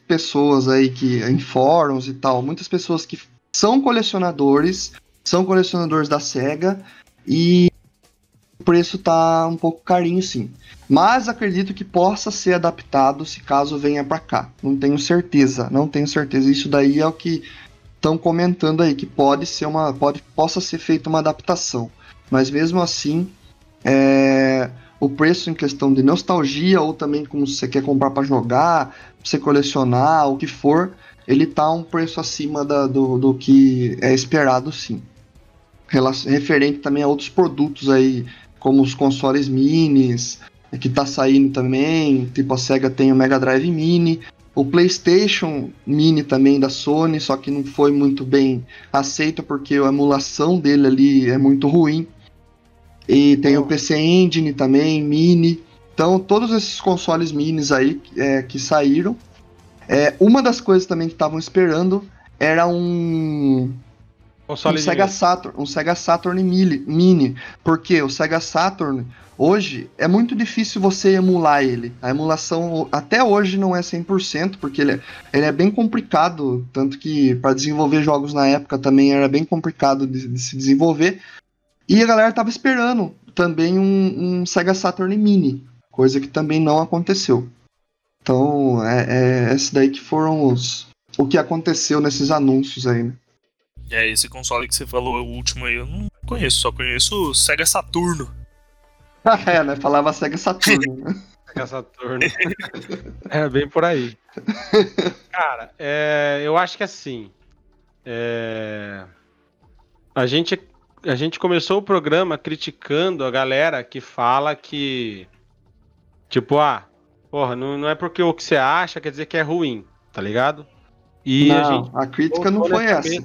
pessoas aí que em fóruns e tal, muitas pessoas que são colecionadores da SEGA e o preço tá um pouco carinho, sim. Mas acredito que possa ser adaptado se caso venha para cá. Não tenho certeza. Isso daí é o que estão comentando aí, que possa ser feita uma adaptação. Mas mesmo assim, o preço em questão de nostalgia, ou também como você quer comprar para jogar, pra você colecionar, o que for, ele tá um preço acima do que é esperado, sim. Referente também a outros produtos aí, como os consoles minis, que tá saindo também, tipo a SEGA tem o Mega Drive Mini, o PlayStation Mini também da Sony, só que não foi muito bem aceito porque a emulação dele ali é muito ruim. E tem o PC Engine também, Mini. Então, todos esses consoles minis aí que saíram. Uma das coisas também que estavam esperando era um Sega Saturn Mini. Porque o Sega Saturn, hoje, é muito difícil você emular ele. A emulação até hoje não é 100%, porque ele é bem complicado. Tanto que para desenvolver jogos na época também era bem complicado de se desenvolver. E a galera tava esperando também um Sega Saturn Mini, coisa que também não aconteceu. Então, esse daí que foram o que aconteceu nesses anúncios aí, né? Esse console que você falou, o último aí, eu não conheço, só conheço o Sega Saturno. Né? Falava Sega Saturno, né? Sega Saturno. É bem por aí. Cara, eu acho que assim, a gente começou o programa criticando a galera que fala que, tipo, porra, não é porque o que você acha quer dizer que é ruim, tá ligado? E a crítica não foi essa.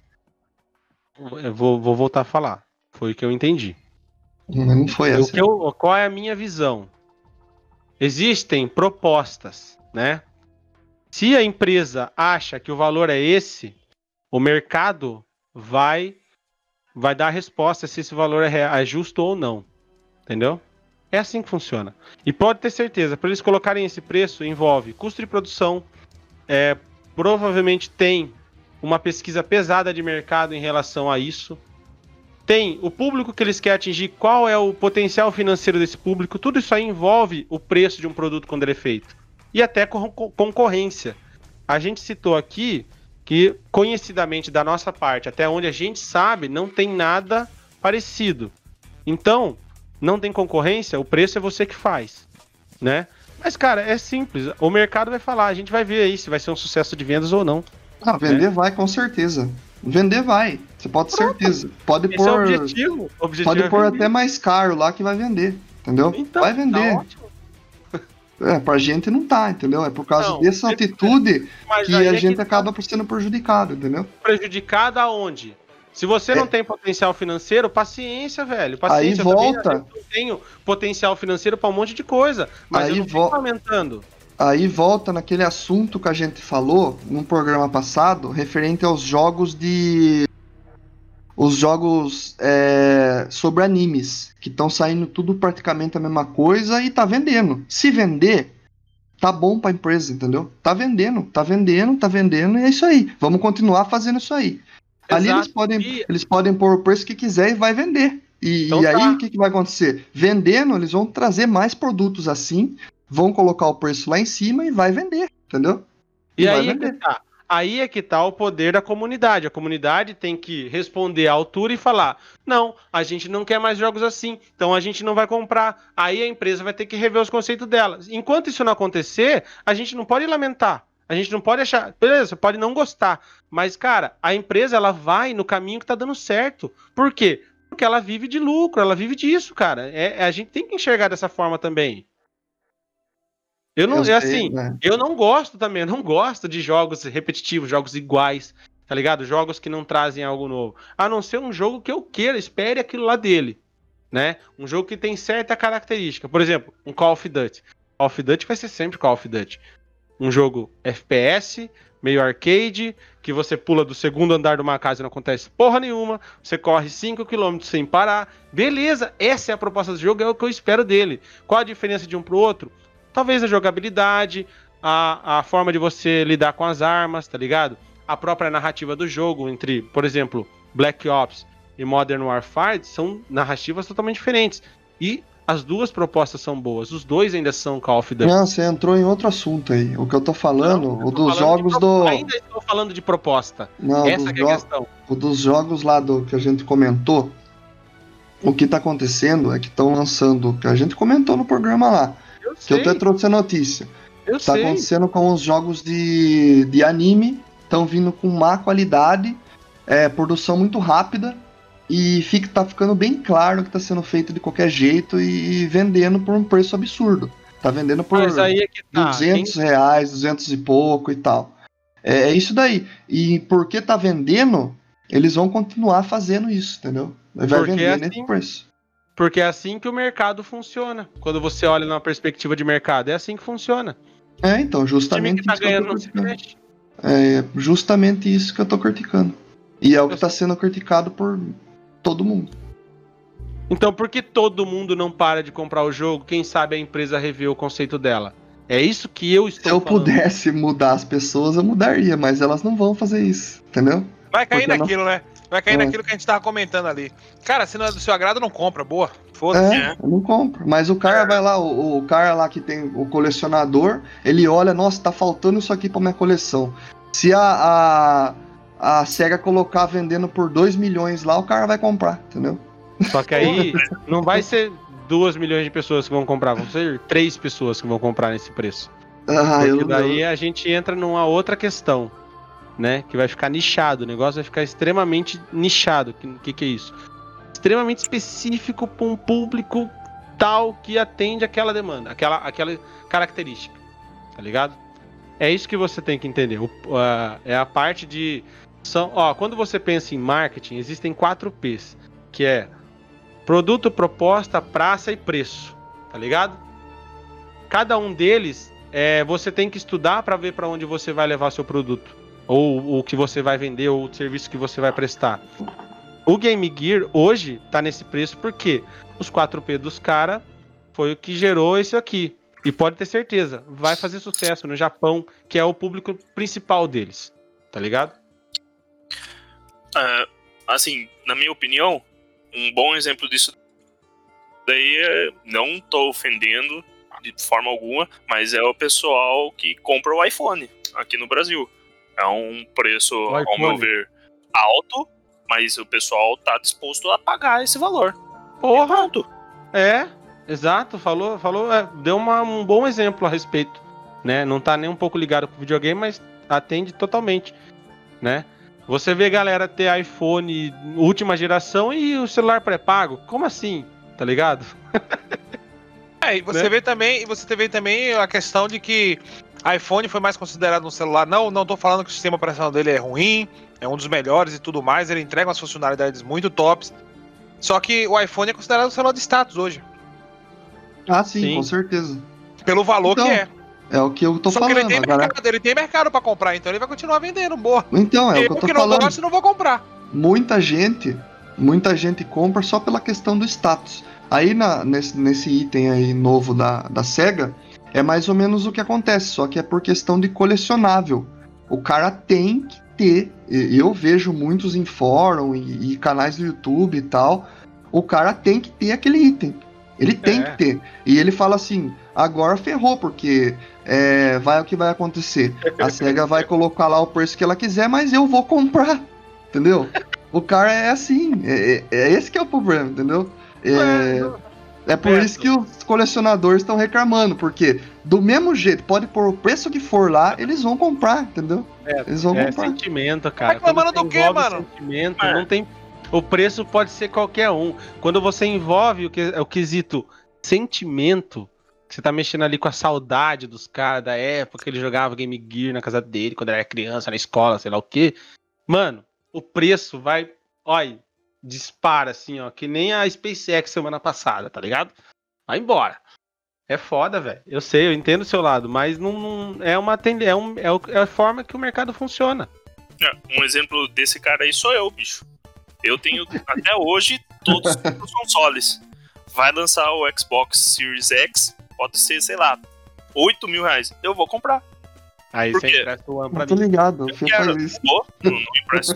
Eu vou voltar a falar. Foi o que eu entendi. Não foi essa. Qual é a minha visão? Existem propostas, né? Se a empresa acha que o valor é esse, o mercado vai dar a resposta se esse valor é justo ou não. Entendeu? É assim que funciona. E pode ter certeza, para eles colocarem esse preço, envolve custo de produção, provavelmente tem uma pesquisa pesada de mercado em relação a isso. Tem o público que eles querem atingir, qual é o potencial financeiro desse público, tudo isso aí envolve o preço de um produto quando ele é feito. E até concorrência. A gente citou aqui que, conhecidamente da nossa parte, até onde a gente sabe, não tem nada parecido. Então, não tem concorrência, o preço é você que faz, né? Mas, cara, é simples. O mercado vai falar, a gente vai ver aí se vai ser um sucesso de vendas ou não. Vender vai, com certeza. Vender vai, você pode ter certeza. Pode pôr, é o objetivo. Pode pôr até mais caro lá que vai vender, entendeu? Então, vai vender. Tá ótimo. Pra gente não tá, entendeu? É por causa dessa atitude que a gente acaba sendo prejudicado, entendeu? Prejudicado aonde? Se você não tem potencial financeiro, paciência, velho. Paciência. Aí volta. Eu não tenho potencial financeiro pra um monte de coisa, mas aí eu não fico aumentando. Aí volta naquele assunto que a gente falou num programa passado, referente aos jogos sobre animes, que estão saindo tudo praticamente a mesma coisa e tá vendendo. Se vender, tá bom pra empresa, entendeu? Tá vendendo, e é isso aí. Vamos continuar fazendo isso aí. Exato. Ali eles podem pôr o preço que quiser e vai vender. E aí o que vai acontecer? Vendendo, eles vão trazer mais produtos assim, vão colocar o preço lá em cima e vai vender, entendeu? E aí é que tá o poder da comunidade. A comunidade tem que responder à altura e falar: não, a gente não quer mais jogos assim, então a gente não vai comprar. Aí a empresa vai ter que rever os conceitos dela. Enquanto isso não acontecer, a gente não pode lamentar. A gente não pode achar... Beleza, você pode não gostar. Mas, cara, a empresa, ela vai no caminho que tá dando certo. Por quê? Porque ela vive de lucro, ela vive disso, cara. A gente tem que enxergar dessa forma também. Eu não gosto também, eu não gosto de jogos repetitivos, jogos iguais, tá ligado? Jogos que não trazem algo novo. A não ser um jogo que eu queira, espere aquilo lá dele, né? Um jogo que tem certa característica. Por exemplo, um Call of Duty. Call of Duty vai ser sempre Call of Duty. Um jogo FPS, meio arcade, que você pula do segundo andar de uma casa e não acontece porra nenhuma, você corre 5 km sem parar. Beleza, essa é a proposta do jogo, é o que eu espero dele. Qual a diferença de um pro outro? Talvez a jogabilidade, a forma de você lidar com as armas, tá ligado? A própria narrativa do jogo entre, por exemplo, Black Ops e Modern Warfare são narrativas totalmente diferentes. E as duas propostas são boas. Os dois ainda são Call of Duty. Não, você entrou em outro assunto aí. O que eu tô falando, o dos jogos do... Ainda estou falando de proposta. Não, essa que é a questão. O dos jogos lá do que a gente comentou, o que tá acontecendo é que estão lançando, que a gente comentou no programa lá, Eu que sei, eu até trouxe a notícia. eu Tá sei. acontecendo com os jogos de anime, estão vindo com má qualidade, produção muito rápida, e tá ficando bem claro que tá sendo feito de qualquer jeito e vendendo por um preço absurdo. Tá vendendo por Mas aí é que tá. 200 reais, 200 e pouco e tal. É isso daí. E porque tá vendendo, eles vão continuar fazendo isso, entendeu? Vai Porque vender é nesse assim. preço. Porque é assim que o mercado funciona. Quando você olha numa perspectiva de mercado, é assim que funciona. Então, O time justamente que tá isso que eu ganhando tô não se criticando. mexe. É justamente isso que eu tô criticando. E é o que tá sendo criticado por todo mundo. Então por que todo mundo não para de comprar o jogo? Quem sabe a empresa revê o conceito dela. É isso que eu estou Se eu falando. pudesse mudar as pessoas, eu mudaria, mas elas não vão fazer isso, entendeu? Vai cair Porque naquilo, né? Vai cair naquilo que a gente tava comentando ali. Cara, se não é do seu agrado, não compra. Boa. Foda-se. Eu não compro. Mas o cara vai lá, o cara lá que tem o colecionador, ele olha, nossa, tá faltando isso aqui pra minha coleção. Se a SEGA colocar vendendo por 2 milhões lá, o cara vai comprar, entendeu? Só que aí não vai ser 2 milhões de pessoas que vão comprar, vão ser 3 pessoas que vão comprar nesse preço. Porque daí a gente entra numa outra questão, né? Que vai ficar nichado, o negócio vai ficar extremamente nichado. Que é isso? Extremamente específico para um público tal que atende aquela demanda, aquela característica, tá ligado? É isso que você tem que entender. É a parte de... quando você pensa em marketing, existem 4 P's, que é produto, proposta, praça e preço, tá ligado? Cada um deles, você tem que estudar para ver para onde você vai levar seu produto, ou o que você vai vender, ou o serviço que você vai prestar. O Game Gear hoje tá nesse preço porque os 4P dos caras foi o que gerou isso aqui. E pode ter certeza, vai fazer sucesso no Japão, que é o público principal deles, tá ligado? Assim, na minha opinião, um bom exemplo disso daí não tô ofendendo de forma alguma, mas é o pessoal que compra o iPhone aqui no Brasil. É um preço, ao meu ver, alto, mas o pessoal tá disposto a pagar esse valor. Porra! Pronto. Exato, falou, deu um bom exemplo a respeito, né? Não tá nem um pouco ligado com o videogame, mas atende totalmente, né? Você vê galera ter iPhone última geração e o celular pré-pago, como assim? Tá ligado? E você vê também a questão de que iPhone foi mais considerado um celular. Não tô falando que o sistema operacional dele é ruim, é um dos melhores e tudo mais, ele entrega umas funcionalidades muito tops. Só que o iPhone é considerado um celular de status hoje. Ah, sim, com certeza. Pelo valor que é. É o que eu tô Só falando. que ele tem mercado pra comprar, então ele vai continuar vendendo, boa. Então, é o que eu tô falando. Eu não gosto, não vou comprar. Muita gente compra só pela questão do status. Aí nesse item aí novo da SEGA, é mais ou menos o que acontece, só que é por questão de colecionável. O cara tem que ter, eu vejo muitos em fórum e canais do YouTube e tal, o cara tem que ter aquele item. Ele tem que ter. E ele fala assim, agora ferrou, porque o que vai acontecer? A SEGA vai colocar lá o preço que ela quiser, mas eu vou comprar, entendeu? O cara é assim, esse que é o problema, entendeu? É por isso que os colecionadores estão reclamando, porque do mesmo jeito, pode pôr o preço que for lá, eles vão comprar, entendeu? Eles vão comprar. Sentimento, cara. Tá reclamando do quê, mano? Sentimento, não tem... O preço pode ser qualquer um. Quando você envolve o quesito sentimento, que você tá mexendo ali com a saudade dos caras da época que ele jogava Game Gear na casa dele, quando era criança, na escola, sei lá o quê. Mano, o preço vai... Olha, dispara assim, ó, que nem a SpaceX semana passada, tá ligado? Vai embora. É foda, velho. Eu sei, eu entendo o seu lado, mas não é uma é a forma que o mercado funciona. Um exemplo desse cara aí sou eu, bicho. Eu tenho até hoje todos os consoles. Vai lançar o Xbox Series X, pode ser, sei lá, 8 mil reais. Eu vou comprar. Aí Por você quê? empresta o One pra Não tô mim. ligado, o Fê Quero. faz isso. Pô, não impresso.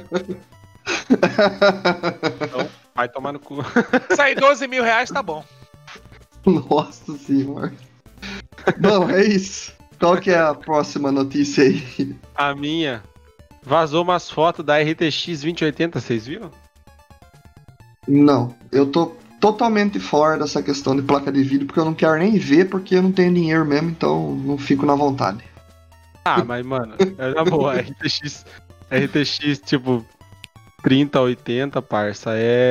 Então, vai tomar no cu. Sair 12 mil reais tá bom. Nossa senhora. Bom, é isso. Qual que é a próxima notícia aí? A minha vazou umas fotos da RTX 2080, vocês viram? Não, eu tô totalmente fora dessa questão de placa de vídeo, porque eu não quero nem ver, porque eu não tenho dinheiro mesmo, então não fico na vontade. Ah, mas mano, é na boa, RTX tipo 3080, parça,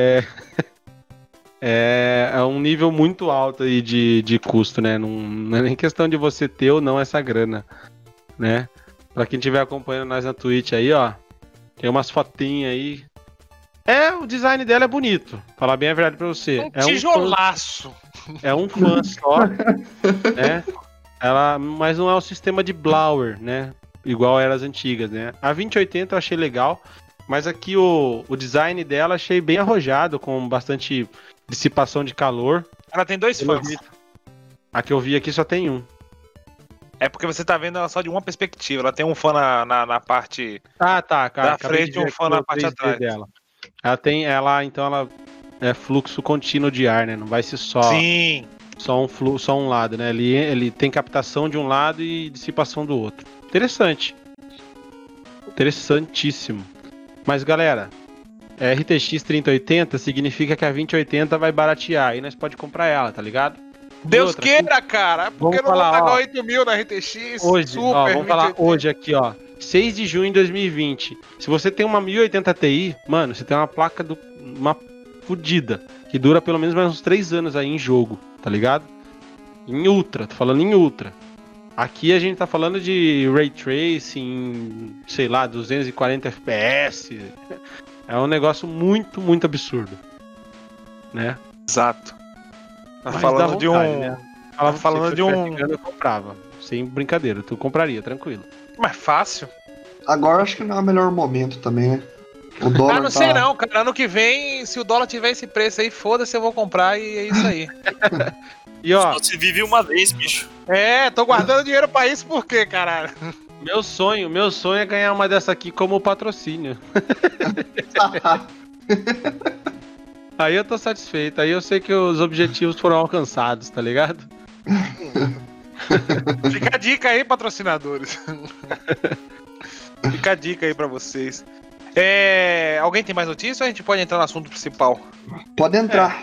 é um nível muito alto aí de custo, né? Não é nem questão de você ter ou não essa grana, né? Pra quem estiver acompanhando nós na Twitch aí, ó, tem umas fotinhas aí. O design dela é bonito, falar bem a verdade pra você. Um tijolaço. É um fã só, né? Mas não é o sistema de blower, né? Igual eram as antigas, né? A 2080 eu achei legal, mas aqui o design dela achei bem arrojado, com bastante dissipação de calor. Ela tem 2 fãs. A que eu vi aqui só tem um. É porque você tá vendo ela só de uma perspectiva. Ela tem um fã na parte Tá, cara. da acabei frente de e um ver fã aqui na o parte 3D atrás. dela. Ela é fluxo contínuo de ar, né? Não vai ser só Sim. só um lado, né? Ele tem captação de um lado e dissipação do outro. Interessante. Interessantíssimo. Mas, galera, RTX 3080 significa que a 2080 vai baratear. Aí nós pode comprar ela, tá ligado? Deus outra, queira, cara. Porque eu não vou falar, pagar ó, 8 mil na RTX. Hoje, ó, vamos falar 2080. hoje aqui, ó. 6 de junho de 2020. Se você tem uma 1080 Ti, mano, você tem uma placa uma fodida, que dura pelo menos mais uns 3 anos aí em jogo, tá ligado? Em Ultra, tô falando em Ultra. Aqui a gente tá falando de Ray Tracing, sei lá, 240 FPS. É um negócio muito, muito absurdo, né? Exato. Tá Mas falando dá de vontade, um. né? Tá falando Se de eu um. tivesse grana, eu comprava. Sem brincadeira, tu compraria, tranquilo. Mas fácil. Agora acho que não é o melhor momento também, né? O dólar Não sei não, cara. Ano que vem, se o dólar tiver esse preço aí, foda-se, eu vou comprar e é isso aí. E ó, Só se vive uma vez, bicho. Tô guardando dinheiro pra isso por quê, caralho? meu sonho é ganhar uma dessa aqui como patrocínio. Aí eu tô satisfeito, aí eu sei que os objetivos foram alcançados, tá ligado? Fica a dica aí, patrocinadores. Fica a dica aí pra vocês. Alguém tem mais notícia ou a gente pode entrar no assunto principal? Pode entrar.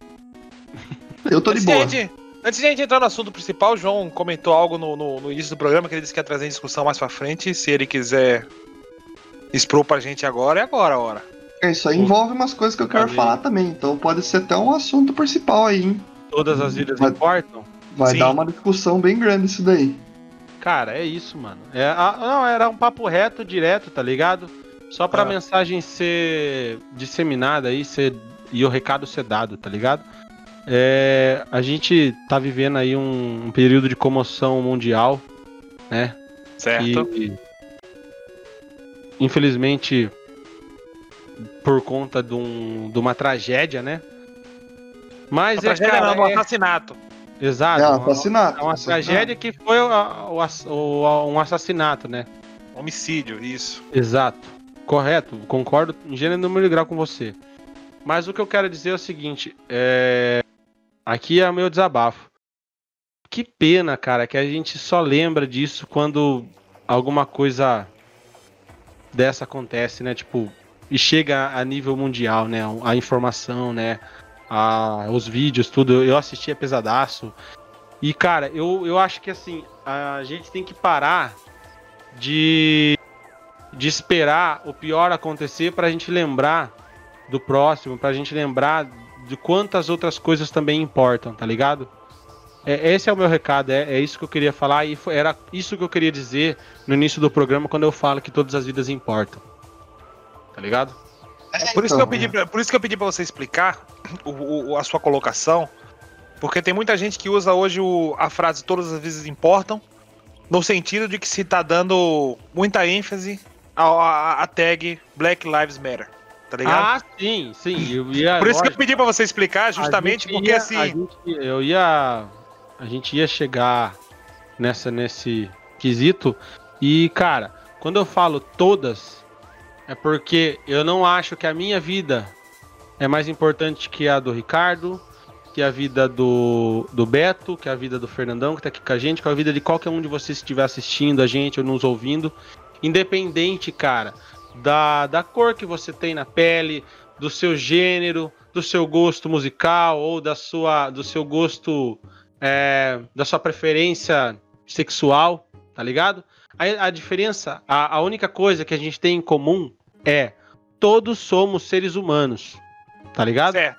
Eu tô de boa. Antes de a gente entrar no assunto principal, o João comentou algo no início do programa que ele disse que ia trazer em discussão mais pra frente. Se ele quiser expor pra gente agora, é agora a hora. Isso aí envolve umas coisas que eu quero falar também, então pode ser até um assunto principal aí, hein? Todas as vidas importam? Vai Sim. dar uma discussão bem grande isso daí. Cara, é isso, mano. Não, era um papo reto, direto, tá ligado? Só pra mensagem ser disseminada aí, e o recado ser dado, tá ligado? A gente tá vivendo aí um período de comoção mundial, né? Certo. E, infelizmente, por conta de uma tragédia, né? Mas um assassinato. Exato. É um assassinato. É uma tragédia que foi um assassinato, né? Homicídio, isso. Exato. Correto. Concordo em gênero, número e grau com você. Mas o que eu quero dizer é o seguinte. Aqui é o meu desabafo. Que pena, cara, que a gente só lembra disso quando alguma coisa dessa acontece, né? Tipo, e chega a nível mundial, né? A informação, né? Os vídeos, tudo. Eu assisti a Pesadaço. E, cara, eu acho que, assim, a gente tem que parar de esperar o pior acontecer pra gente lembrar do próximo, pra gente lembrar de quantas outras coisas também importam, tá ligado? Esse é o meu recado, é isso que eu queria falar e era isso que eu queria dizer no início do programa quando eu falo que todas as vidas importam. Tá ligado? Por isso que eu pedi pra você explicar a sua colocação, porque tem muita gente que usa hoje a frase todas as vidas importam, no sentido de que se tá dando muita ênfase a tag Black Lives Matter, tá ligado? Sim. Por isso que eu pedi pra você explicar, justamente porque assim... A gente ia chegar nesse quesito E, cara, quando eu falo todas, é porque eu não acho que a minha vida é mais importante que a do Ricardo, que a vida do Beto, que a vida do Fernandão, que tá aqui com a gente, que a vida de qualquer um de vocês que estiver assistindo a gente ou nos ouvindo. Independente, cara, da cor que você tem na pele, do seu gênero, do seu gosto musical ou do seu gosto, da sua preferência sexual, tá ligado? A diferença, a única coisa que a gente tem em comum é todos somos seres humanos, tá ligado? Certo.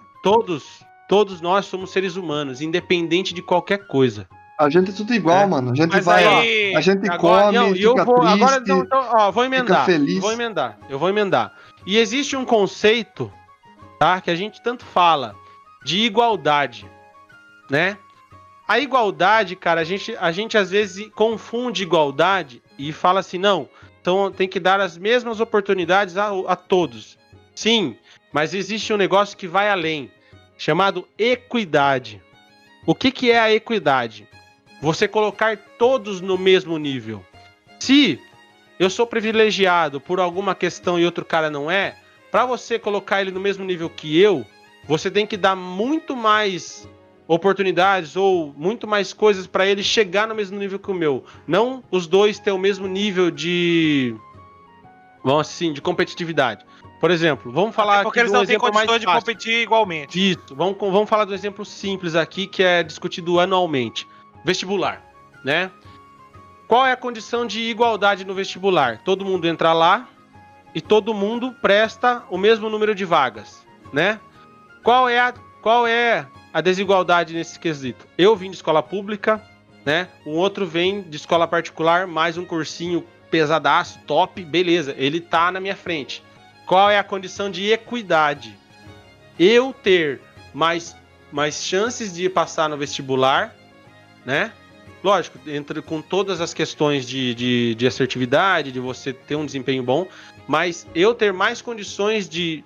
Todos nós somos seres humanos, independente de qualquer coisa. A gente é tudo igual, mano. A gente Mas vai, aí- a gente Agora, come, não, fica triste. agora então, vou emendar. feliz. Eu vou emendar. E existe um conceito, tá, que a gente tanto fala de igualdade, né? A igualdade, cara, a gente às vezes confunde igualdade e fala assim, não, então tem que dar as mesmas oportunidades a todos. Sim, mas existe um negócio que vai além, chamado equidade. O que é a equidade? Você colocar todos no mesmo nível. Se eu sou privilegiado por alguma questão e outro cara não é, para você colocar ele no mesmo nível que eu, você tem que dar muito mais oportunidades ou muito mais coisas para ele chegar no mesmo nível que o meu. Não os dois ter o mesmo nível de, vamos assim, de competitividade. Por exemplo, vamos falar Porque aqui eles de um não têm exemplo mais condições de fácil. competir igualmente. Isso, vamos falar do exemplo simples aqui que é discutido anualmente. Vestibular, né? Qual é a condição de igualdade no vestibular? Todo mundo entra lá e todo mundo presta o mesmo número de vagas, né? Qual é a desigualdade nesse quesito? Eu vim de escola pública, né? Um outro vem de escola particular, mais um cursinho pesadaço, top, beleza, ele tá na minha frente. Qual é a condição de equidade? Eu ter mais chances de passar no vestibular, né? Lógico, com todas as questões de assertividade, de você ter um desempenho bom, mas eu ter mais condições de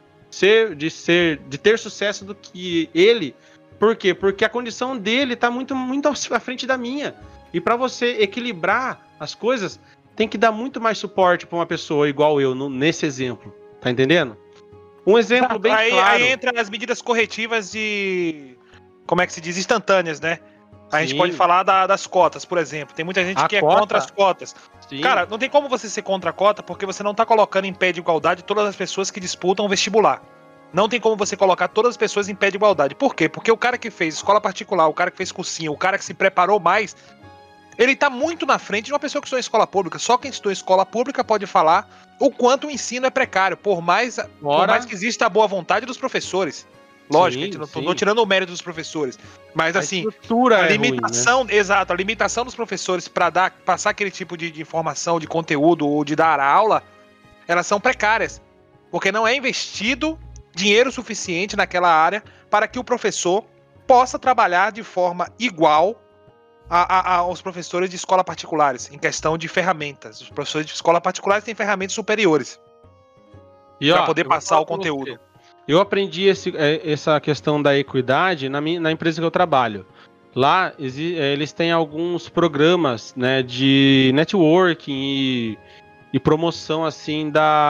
ter sucesso do que ele. Por quê? Porque a condição dele tá muito, muito à frente da minha. E para você equilibrar as coisas, tem que dar muito mais suporte para uma pessoa igual eu, nesse exemplo. Tá entendendo? Um exemplo bem claro. Aí entra as medidas corretivas de... Como é que se diz? Instantâneas, né? A gente pode falar das cotas, por exemplo. Tem muita gente que é contra as cotas. Sim. Cara, não tem como você ser contra a cota porque você não tá colocando em pé de igualdade todas as pessoas que disputam o vestibular. Não tem como você colocar todas as pessoas em pé de igualdade. Por quê? Porque o cara que fez escola particular, o cara que fez cursinho, o cara que se preparou mais, ele tá muito na frente de uma pessoa que estudou em escola pública. Só quem estudou em escola pública pode falar o quanto o ensino é precário, por mais que exista a boa vontade dos professores. Lógico, Sim, não tô tirando o mérito dos professores. Mas assim, a limitação, ruim, né? Exato, a limitação dos professores para passar aquele tipo de informação, de conteúdo ou de dar aula, elas são precárias. Porque não é investido dinheiro suficiente naquela área para que o professor possa trabalhar de forma igual aos professores de escola particulares, em questão de ferramentas. Os professores de escola particulares têm ferramentas superiores para poder passar o conteúdo. Eu aprendi essa questão da equidade na empresa que eu trabalho. Lá eles têm alguns programas, né, de networking e promoção assim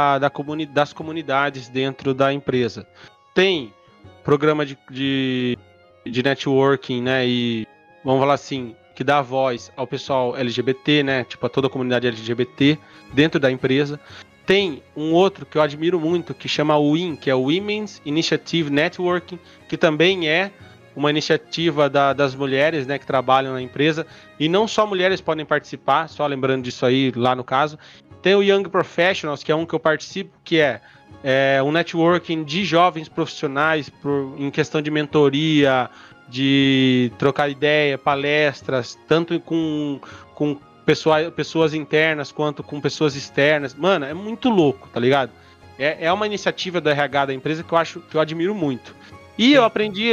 das comunidades dentro da empresa. Tem programa de networking, né, e vamos falar assim, que dá voz ao pessoal LGBT, né, tipo a toda a comunidade LGBT dentro da empresa. Tem um outro que eu admiro muito, que chama WIN, que é o Women's Initiative Networking, que também é uma iniciativa das mulheres, né, que trabalham na empresa. E não só mulheres podem participar, só lembrando disso aí lá no caso. Tem o Young Professionals, que é um que eu participo, que é um networking de jovens profissionais em questão de mentoria, de trocar ideia, palestras, tanto com pessoas internas quanto com pessoas externas. Mano, é muito louco, tá ligado? É uma iniciativa do RH da empresa que eu admiro muito. E eu aprendi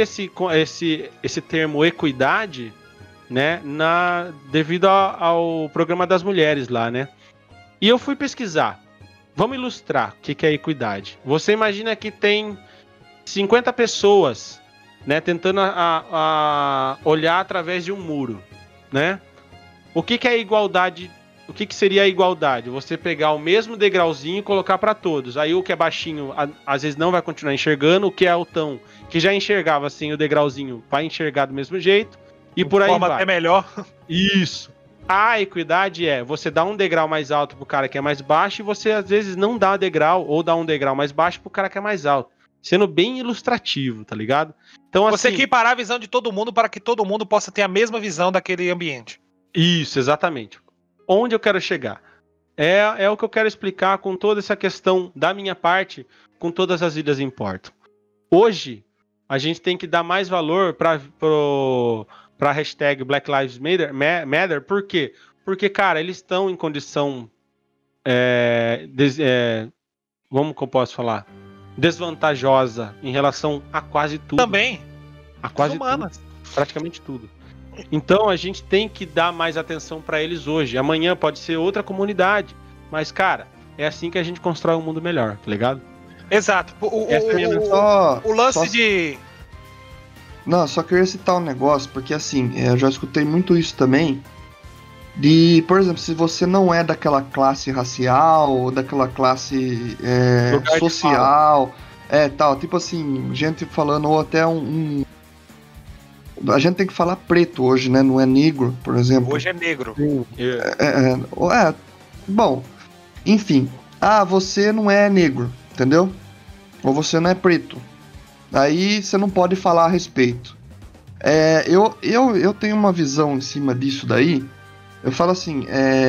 esse termo equidade, né, devido ao programa das mulheres lá, né? E eu fui pesquisar. Vamos ilustrar o que é equidade. Você imagina que tem 50 pessoas, né, tentando olhar através de um muro, né? O que é igualdade o que seria a igualdade? Você pegar o mesmo degrauzinho e colocar para todos. Aí o que é baixinho, às vezes não vai continuar enxergando, o que é altão, que já enxergava assim o degrauzinho, vai enxergar do mesmo jeito, e por aí forma vai. até melhor. Isso. A equidade é você dá um degrau mais alto pro cara que é mais baixo e você às vezes não dá degrau ou dá um degrau mais baixo pro cara que é mais alto. Sendo bem ilustrativo, tá ligado? Então, Você assim, equiparar a visão de todo mundo para que todo mundo possa ter a mesma visão daquele ambiente. isso, exatamente. Onde eu quero chegar? É o que eu quero explicar com toda essa questão da minha parte, com todas as vidas importam. Hoje, a gente tem que dar mais valor para a hashtag Black Lives Matter. Por quê? Porque, cara, eles estão em condição... como que eu posso falar? Desvantajosa em relação a quase tudo. Também. A quase humanas. tudo. Praticamente tudo. Então a gente tem que dar mais atenção para eles hoje. Amanhã pode ser outra comunidade. Mas, cara, é assim que a gente constrói um mundo melhor, tá ligado? Exato. O lance de... Não, só queria citar um negócio, porque assim, eu já escutei muito isso também. De, por exemplo, se você não é daquela classe racial, ou daquela classe social, tal, tipo assim, gente falando, ou até a gente tem que falar preto hoje, né? Não é negro, por exemplo. Hoje é negro. Bom, enfim. Você não é negro, entendeu? Ou você não é preto. Aí você não pode falar a respeito. Eu tenho uma visão em cima disso daí. Eu falo assim,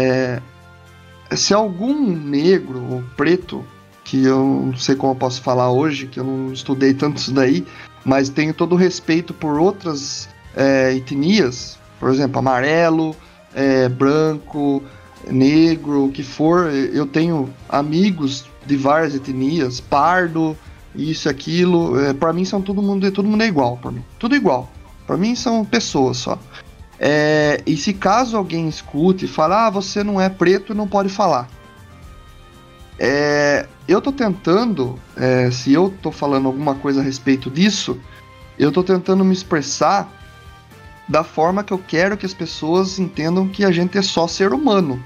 se algum negro ou preto, que eu não sei como eu posso falar hoje, que eu não estudei tanto isso daí, mas tenho todo o respeito por outras etnias, por exemplo, amarelo, branco, negro, o que for. Eu tenho amigos de várias etnias, pardo, isso, aquilo. Para mim são todo mundo é igual, para mim. Tudo igual. Para mim são pessoas só. E se caso alguém escute e fala, você não é preto e não pode falar. Eu tô tentando, se eu tô falando alguma coisa a respeito disso, eu tô tentando me expressar da forma que eu quero que as pessoas entendam que a gente é só ser humano.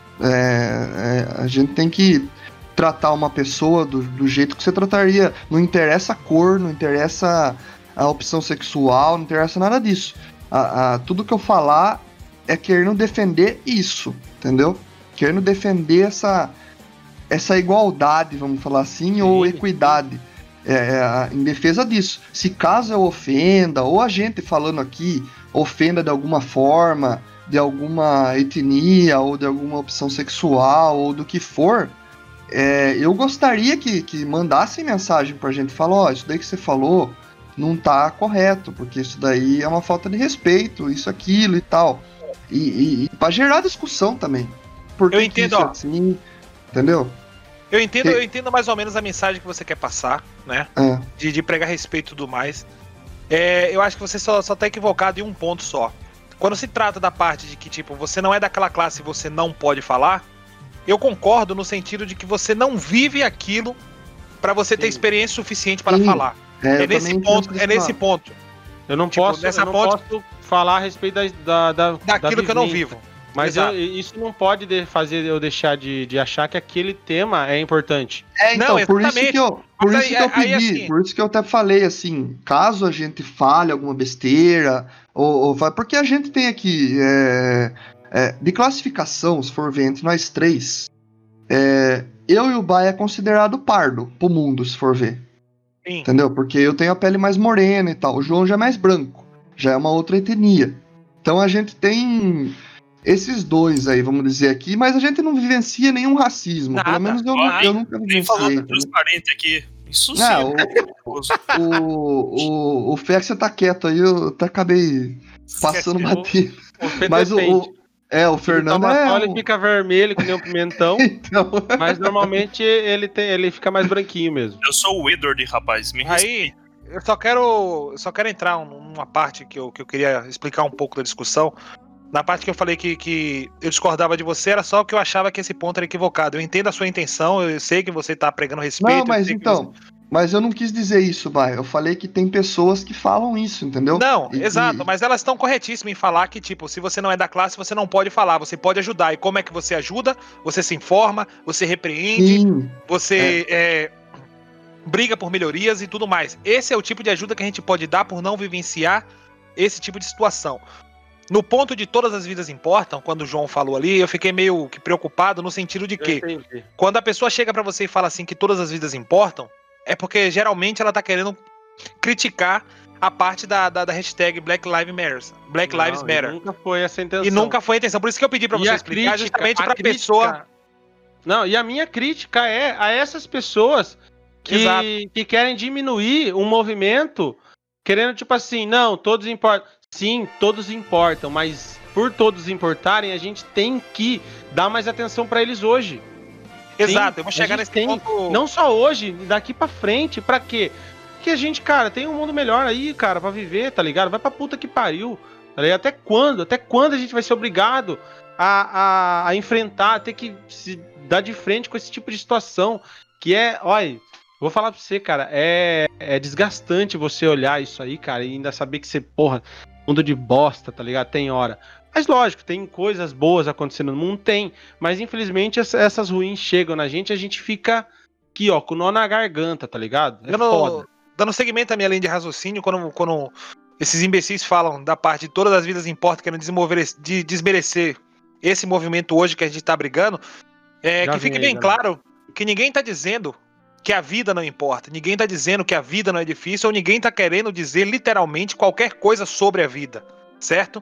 A gente tem que tratar uma pessoa do jeito que você trataria. Não interessa a cor, não interessa a opção sexual, não interessa nada disso. Tudo que eu falar é querendo defender isso, entendeu? Querendo defender essa igualdade, vamos falar assim, sim, ou equidade, em defesa disso. Se caso eu ofenda, ou a gente falando aqui ofenda de alguma forma, de alguma etnia, ou de alguma opção sexual, ou do que for, eu gostaria que mandassem mensagem pra gente, falar, isso daí que você falou não tá correto, porque isso daí é uma falta de respeito, isso, aquilo e tal. E pra gerar discussão também. Porque eu entendo, isso é assim, entendeu? Eu entendo mais ou menos a mensagem que você quer passar, né? De pregar respeito e tudo mais. Eu acho que você só tá equivocado em um ponto só. Quando se trata da parte de que, tipo, você não é daquela classe e você não pode falar, eu concordo no sentido de que você não vive aquilo pra você ter experiência suficiente para falar. Nesse ponto. Eu não posso falar a respeito daquilo que eu não vivo. Mas isso não pode fazer eu deixar de achar que aquele tema é importante. Então, por isso que eu pedi, assim, por isso que eu até falei assim, caso a gente fale alguma besteira, porque a gente tem aqui, de classificação, se for ver entre nós três, eu e o Bai é considerado pardo pro mundo, se for ver. Sim. Entendeu? Porque eu tenho a pele mais morena e tal. O João já é mais branco. Já é uma outra etnia. Então a gente tem esses dois aí, vamos dizer aqui, mas a gente não vivencia nenhum racismo. Nada. Pelo menos eu nunca vivenciei. Falando transparente aqui. Isso sim. O Fé que você tá quieto aí, eu até acabei passando batido. Mas o Fernando ele fica vermelho, que nem um pimentão, então... mas normalmente ele fica mais branquinho mesmo. Eu sou o Edward, rapaz, me respeita. Eu só quero entrar numa parte que eu queria explicar um pouco da discussão. Na parte que eu falei que eu discordava de você, era só que eu achava que esse ponto era equivocado. Eu entendo a sua intenção, eu sei que você tá pregando respeito. Não, mas então, Mas eu não quis dizer isso, vai. Eu falei que tem pessoas que falam isso, entendeu? Não, E exato, que- mas elas estão corretíssimas em falar que, tipo, se você não é da classe, você não pode falar, você pode ajudar. E como é que você ajuda? Você se informa, você repreende, Sim, você briga por melhorias e tudo mais. Esse é o tipo de ajuda que a gente pode dar por não vivenciar esse tipo de situação. No ponto de todas as vidas importam, quando o João falou ali, eu fiquei meio que preocupado no sentido de que, Entendi. quando a pessoa chega pra você e fala assim que todas as vidas importam, é porque geralmente ela tá querendo criticar a parte da hashtag Black Lives Matter. Black Lives Não, Matter. Nunca foi essa a intenção. E nunca foi a intenção. Por isso que eu pedi pra E você a explicar, crítica, justamente a pra crítica- pessoa. Não, e a minha crítica é a essas pessoas Exato. que querem diminuir um movimento, querendo, tipo assim, não, todos importam. Sim, todos importam, mas por todos importarem, a gente tem que dar mais atenção pra eles hoje. Exato, Sim, eu vou a chegar gente nesse tem, ponto. não só hoje, daqui pra frente, pra quê? Porque a gente, cara, tem um mundo melhor aí, cara, pra viver, tá ligado? Vai pra puta que pariu, tá ligado? Até quando? Até quando a gente vai ser obrigado a enfrentar, a ter que se dar de frente com esse tipo de situação? Que é, olha, vou falar pra você, cara, é desgastante você olhar isso aí, cara, e ainda saber que você, porra, mundo de bosta, tá ligado? Tem hora. Mas lógico, tem coisas boas acontecendo no mundo, tem. Mas infelizmente essas ruins chegam na gente e a gente fica aqui, ó, com o nó na garganta, tá ligado? É foda. Dando seguimento à minha linha de raciocínio, quando esses imbecis falam da parte de todas as vidas importam, querendo desmerecer esse movimento hoje que a gente tá brigando, Já que vem fique aí, bem galera. claro que ninguém tá dizendo que a vida não importa, ninguém tá dizendo que a vida não é difícil, ou ninguém tá querendo dizer literalmente qualquer coisa sobre a vida, certo?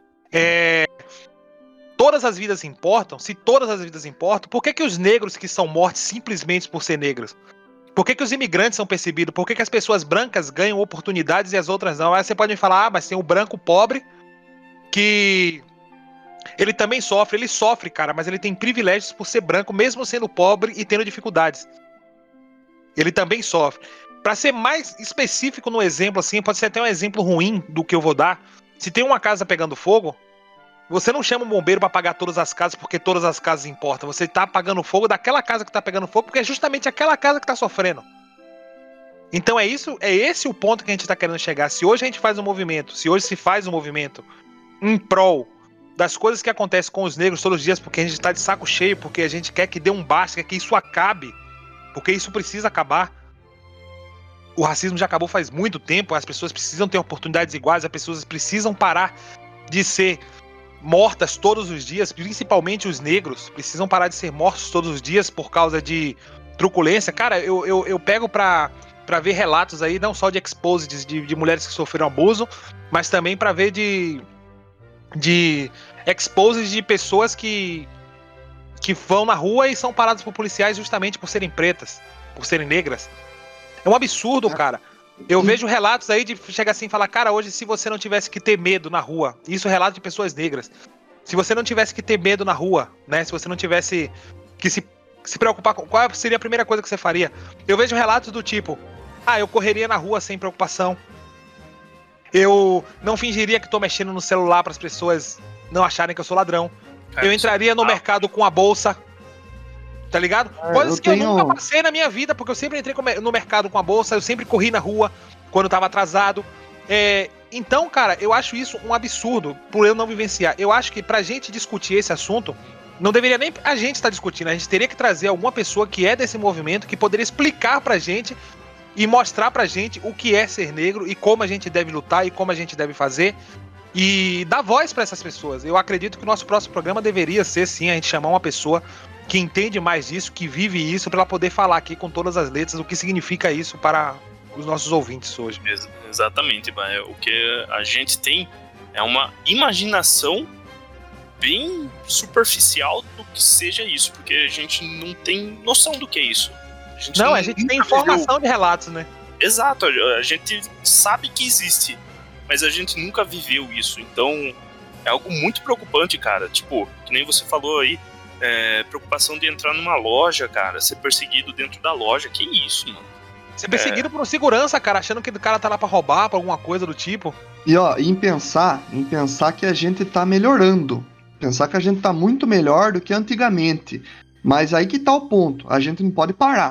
Todas as vidas importam, se todas as vidas importam, por que os negros que são mortos simplesmente por ser negros? Por que os imigrantes são percebidos? Por que as pessoas brancas ganham oportunidades e as outras não? Aí você pode me falar, mas tem o branco pobre que ele também sofre. Ele sofre, cara, mas ele tem privilégios por ser branco, mesmo sendo pobre e tendo dificuldades. Ele também sofre. Para ser mais específico no exemplo, assim, pode ser até um exemplo ruim do que eu vou dar. Se tem uma casa pegando fogo, você não chama um bombeiro para apagar todas as casas porque todas as casas importam. Você tá apagando fogo daquela casa que tá pegando fogo porque é justamente aquela casa que tá sofrendo. Então é esse o ponto que a gente tá querendo chegar. Se hoje a gente faz um movimento, se hoje se faz um movimento em prol das coisas que acontecem com os negros todos os dias, porque a gente tá de saco cheio, porque a gente quer que dê um basta, quer que isso acabe, porque isso precisa acabar. O racismo já acabou faz muito tempo, as pessoas precisam ter oportunidades iguais, as pessoas precisam parar de ser mortas todos os dias, principalmente os negros, precisam parar de ser mortos todos os dias por causa de truculência. Cara, eu pego pra ver relatos aí, não só de exposed de mulheres que sofreram abuso, mas também pra ver de exposed de pessoas que vão na rua e são paradas por policiais justamente por serem pretas, por serem negras. É um absurdo, cara. Eu vejo relatos aí de chegar assim e falar, cara, hoje se você não tivesse que ter medo na rua, isso é relato de pessoas negras, se você não tivesse que ter medo na rua, né, se você não tivesse que se preocupar com qual seria a primeira coisa que você faria, eu vejo relatos do tipo, eu correria na rua sem preocupação, eu não fingiria que tô mexendo no celular para as pessoas não acharem que eu sou ladrão, Cara, eu entraria no mercado com a bolsa, tá ligado? Coisas que eu nunca passei na minha vida, porque eu sempre entrei no mercado com a bolsa, eu sempre corri na rua quando eu tava atrasado. Então, cara, eu acho isso um absurdo por eu não vivenciar. Eu acho que pra gente discutir esse assunto, não deveria nem a gente estar discutindo, a gente teria que trazer alguma pessoa que é desse movimento, que poderia explicar pra gente e mostrar pra gente o que é ser negro e como a gente deve lutar e como a gente deve fazer. E dar voz pra essas pessoas. Eu acredito que o nosso próximo programa deveria ser, sim, a gente chamar uma pessoa que entende mais disso, que vive isso, para ela poder falar aqui com todas as letras o que significa isso para os nossos ouvintes hoje. Exatamente, o que a gente tem é uma imaginação bem superficial do que seja isso, porque a gente não tem noção do que é isso. A gente tem informação de relatos, né? Exato, a gente sabe que existe, mas a gente nunca viveu isso, então é algo muito preocupante, cara. Tipo, que nem você falou aí, preocupação de entrar numa loja, cara, ser perseguido dentro da loja, que isso, mano? Ser perseguido por um segurança, cara, achando que o cara tá lá pra roubar, pra alguma coisa do tipo. E ó, em pensar que a gente tá melhorando, pensar que a gente tá muito melhor do que antigamente, mas aí que tá o ponto, a gente não pode parar.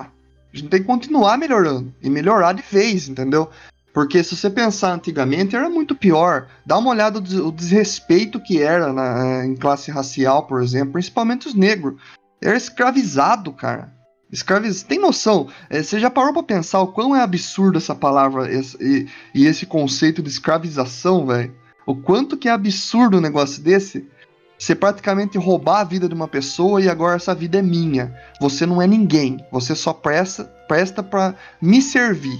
A gente tem que continuar melhorando. E melhorar de vez, entendeu? Porque se você pensar antigamente, era muito pior. Dá uma olhada no desrespeito que era em classe racial, por exemplo, principalmente os negros. Era escravizado, cara. Tem noção? Você já parou pra pensar o quão é absurdo essa palavra e esse conceito de escravização, velho? O quanto que é absurdo um negócio desse? Você praticamente roubar a vida de uma pessoa e agora essa vida é minha. Você não é ninguém. Você só presta pra me servir.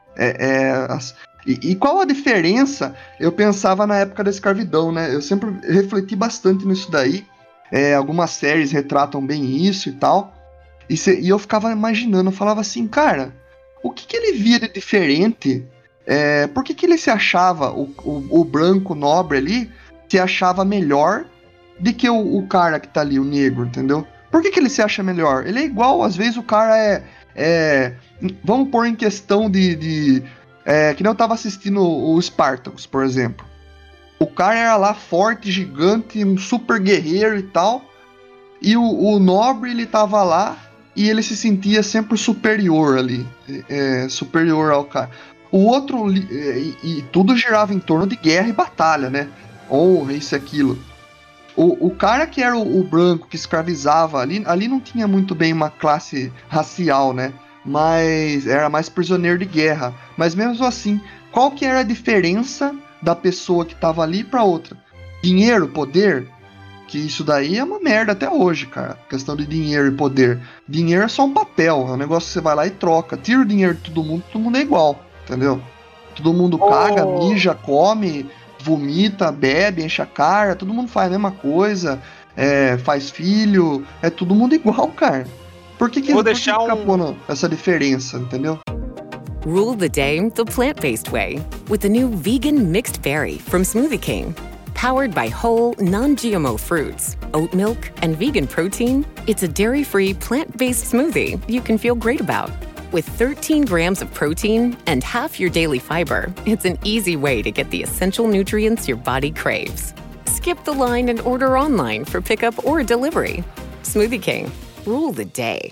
E qual a diferença? Eu pensava na época da escravidão, né? Eu sempre refleti bastante nisso daí. Algumas séries retratam bem isso e tal. E eu ficava imaginando, eu falava assim, cara, o que ele via de diferente? Por que ele se achava, o branco nobre ali, se achava melhor do que o cara que tá ali, o negro, entendeu? Por que ele se acha melhor? Ele é igual, às vezes o cara vamos pôr em questão que nem eu tava assistindo o Spartacus, por exemplo. O cara era lá forte, gigante, um super guerreiro e tal. E o nobre, ele tava lá e ele se sentia sempre superior ali. Superior ao cara. O outro, e tudo girava em torno de guerra e batalha, né? Honra, isso e aquilo. O cara que era o branco, que escravizava ali não tinha muito bem uma classe racial, né? Mas era mais prisioneiro de guerra. Mas mesmo assim, qual que era a diferença da pessoa que tava ali pra outra? Dinheiro, poder? Que isso daí é uma merda até hoje, cara. Questão de dinheiro e poder. Dinheiro é só um papel, é um negócio que você vai lá e troca. Tira o dinheiro de todo mundo é igual, entendeu? Todo mundo caga, mija, come, vomita, bebe, enche a cara, todo mundo faz a mesma coisa, faz filho, é todo mundo igual, cara. Por que fica pondo essa diferença, entendeu? Rule the day the plant-based way with the new Vegan Mixed Berry from Smoothie King. Powered by whole, non-GMO fruits, oat milk, and vegan protein, it's a dairy-free, plant-based smoothie you can feel great about. With 13 grams of protein and half your daily fiber, it's an easy way to get the essential nutrients your body craves. Skip the line and order online for pickup or delivery. Smoothie King. Rule the day.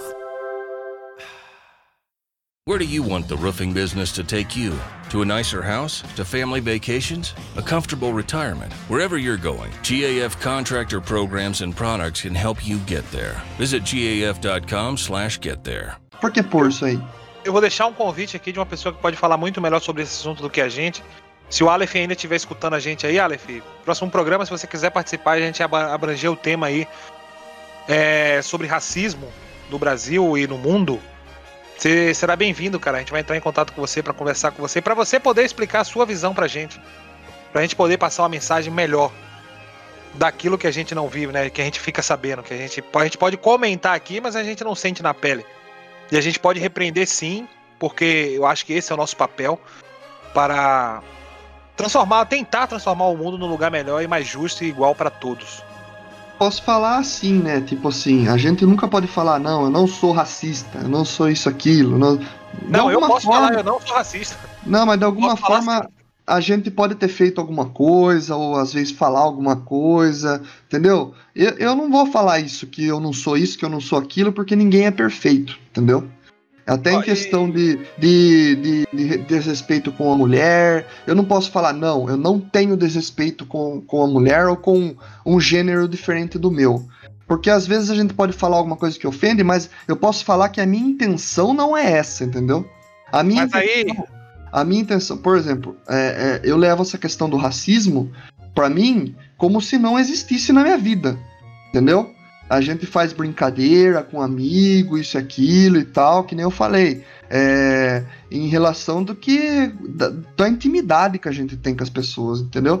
Where do you want the roofing business to take you? To a nicer house? To family vacations? A comfortable retirement? Wherever you're going, GAF contractor programs and products can help you get there. Visit gaf.com/get there. Por que pôr isso aí? Eu vou deixar um convite aqui de uma pessoa que pode falar muito melhor sobre esse assunto do que a gente. Se o Aleph ainda estiver escutando a gente aí, Aleph, próximo programa, se você quiser participar, a gente abranger o tema aí sobre racismo no Brasil e no mundo. Você será bem-vindo, cara. A gente vai entrar em contato com você para conversar com você, para você poder explicar a sua visão pra gente poder passar uma mensagem melhor daquilo que a gente não vive, né? Que a gente fica sabendo, que a gente pode comentar aqui, mas a gente não sente na pele. E a gente pode repreender sim, porque eu acho que esse é o nosso papel para tentar transformar o mundo num lugar melhor e mais justo e igual para todos. Posso falar assim, né? Tipo assim, a gente nunca pode falar, não, eu não sou racista, eu não sou isso, aquilo. Não, eu posso falar, eu não sou racista. Não, mas de alguma forma assim, a gente pode ter feito alguma coisa, ou às vezes falar alguma coisa, entendeu? Eu não vou falar isso, que eu não sou isso, que eu não sou aquilo, porque ninguém é perfeito, entendeu? Até em questão de desrespeito com a mulher, eu não posso falar, não, eu não tenho desrespeito com a mulher ou com um gênero diferente do meu. Porque às vezes a gente pode falar alguma coisa que ofende, mas eu posso falar que a minha intenção não é essa, entendeu? A minha intenção, por exemplo, eu levo essa questão do racismo, pra mim, como se não existisse na minha vida, entendeu? A gente faz brincadeira com amigo, isso e aquilo e tal, que nem eu falei. Em relação da intimidade que a gente tem com as pessoas, entendeu?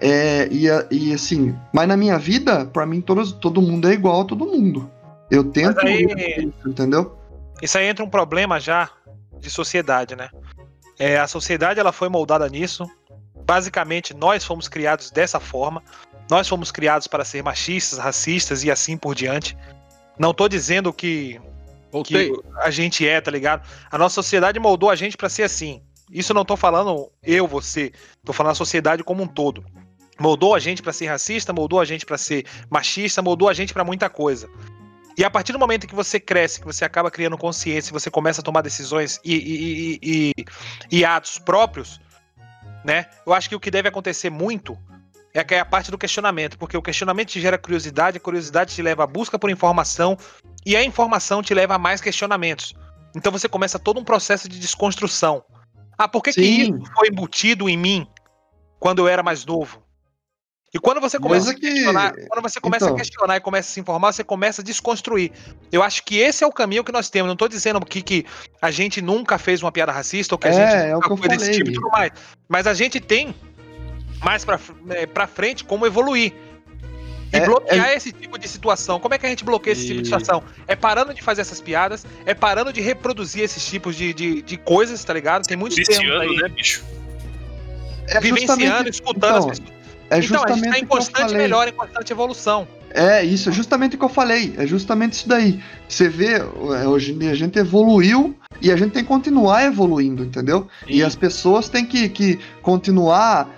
E assim, mas na minha vida, pra mim, todo mundo é igual a todo mundo. Eu tento isso, entendeu? Isso aí entra um problema já de sociedade, né? A sociedade, ela foi moldada nisso. Basicamente, nós fomos criados dessa forma. Nós fomos criados para ser machistas, racistas e assim por diante. Não tô dizendo que a gente tá ligado? A nossa sociedade moldou a gente para ser assim. Isso não tô falando você. Tô falando a sociedade como um todo. Moldou a gente para ser racista, moldou a gente para ser machista, moldou a gente para muita coisa. E a partir do momento que você cresce, que você acaba criando consciência, você começa a tomar decisões e atos próprios, né? Eu acho que o que deve acontecer muito é a parte do questionamento, porque o questionamento te gera curiosidade, a curiosidade te leva à busca por informação, e a informação te leva a mais questionamentos. Então você começa todo um processo de desconstrução. Por que isso foi embutido em mim quando eu era mais novo? E quando você começa a questionar, a questionar e começa a se informar, você começa a desconstruir. Eu acho que esse é o caminho que nós temos. Não estou dizendo que a gente nunca fez uma piada racista ou que a gente nunca foi desse tipo e tudo mais. Mas a gente tem mais pra frente como evoluir. E bloquear esse tipo de situação. Como é que a gente bloqueia esse tipo de situação? É parando de fazer essas piadas, é parando de reproduzir esses tipos de coisas, tá ligado? Tem muitos termos aí. Né, bicho? Vivenciando, escutando as pessoas. Então, a gente tá em constante melhora, em constante evolução. É isso, é justamente o que eu falei. É justamente isso daí. Você vê, hoje em dia a gente evoluiu e a gente tem que continuar evoluindo, entendeu? Sim. E as pessoas têm que continuar.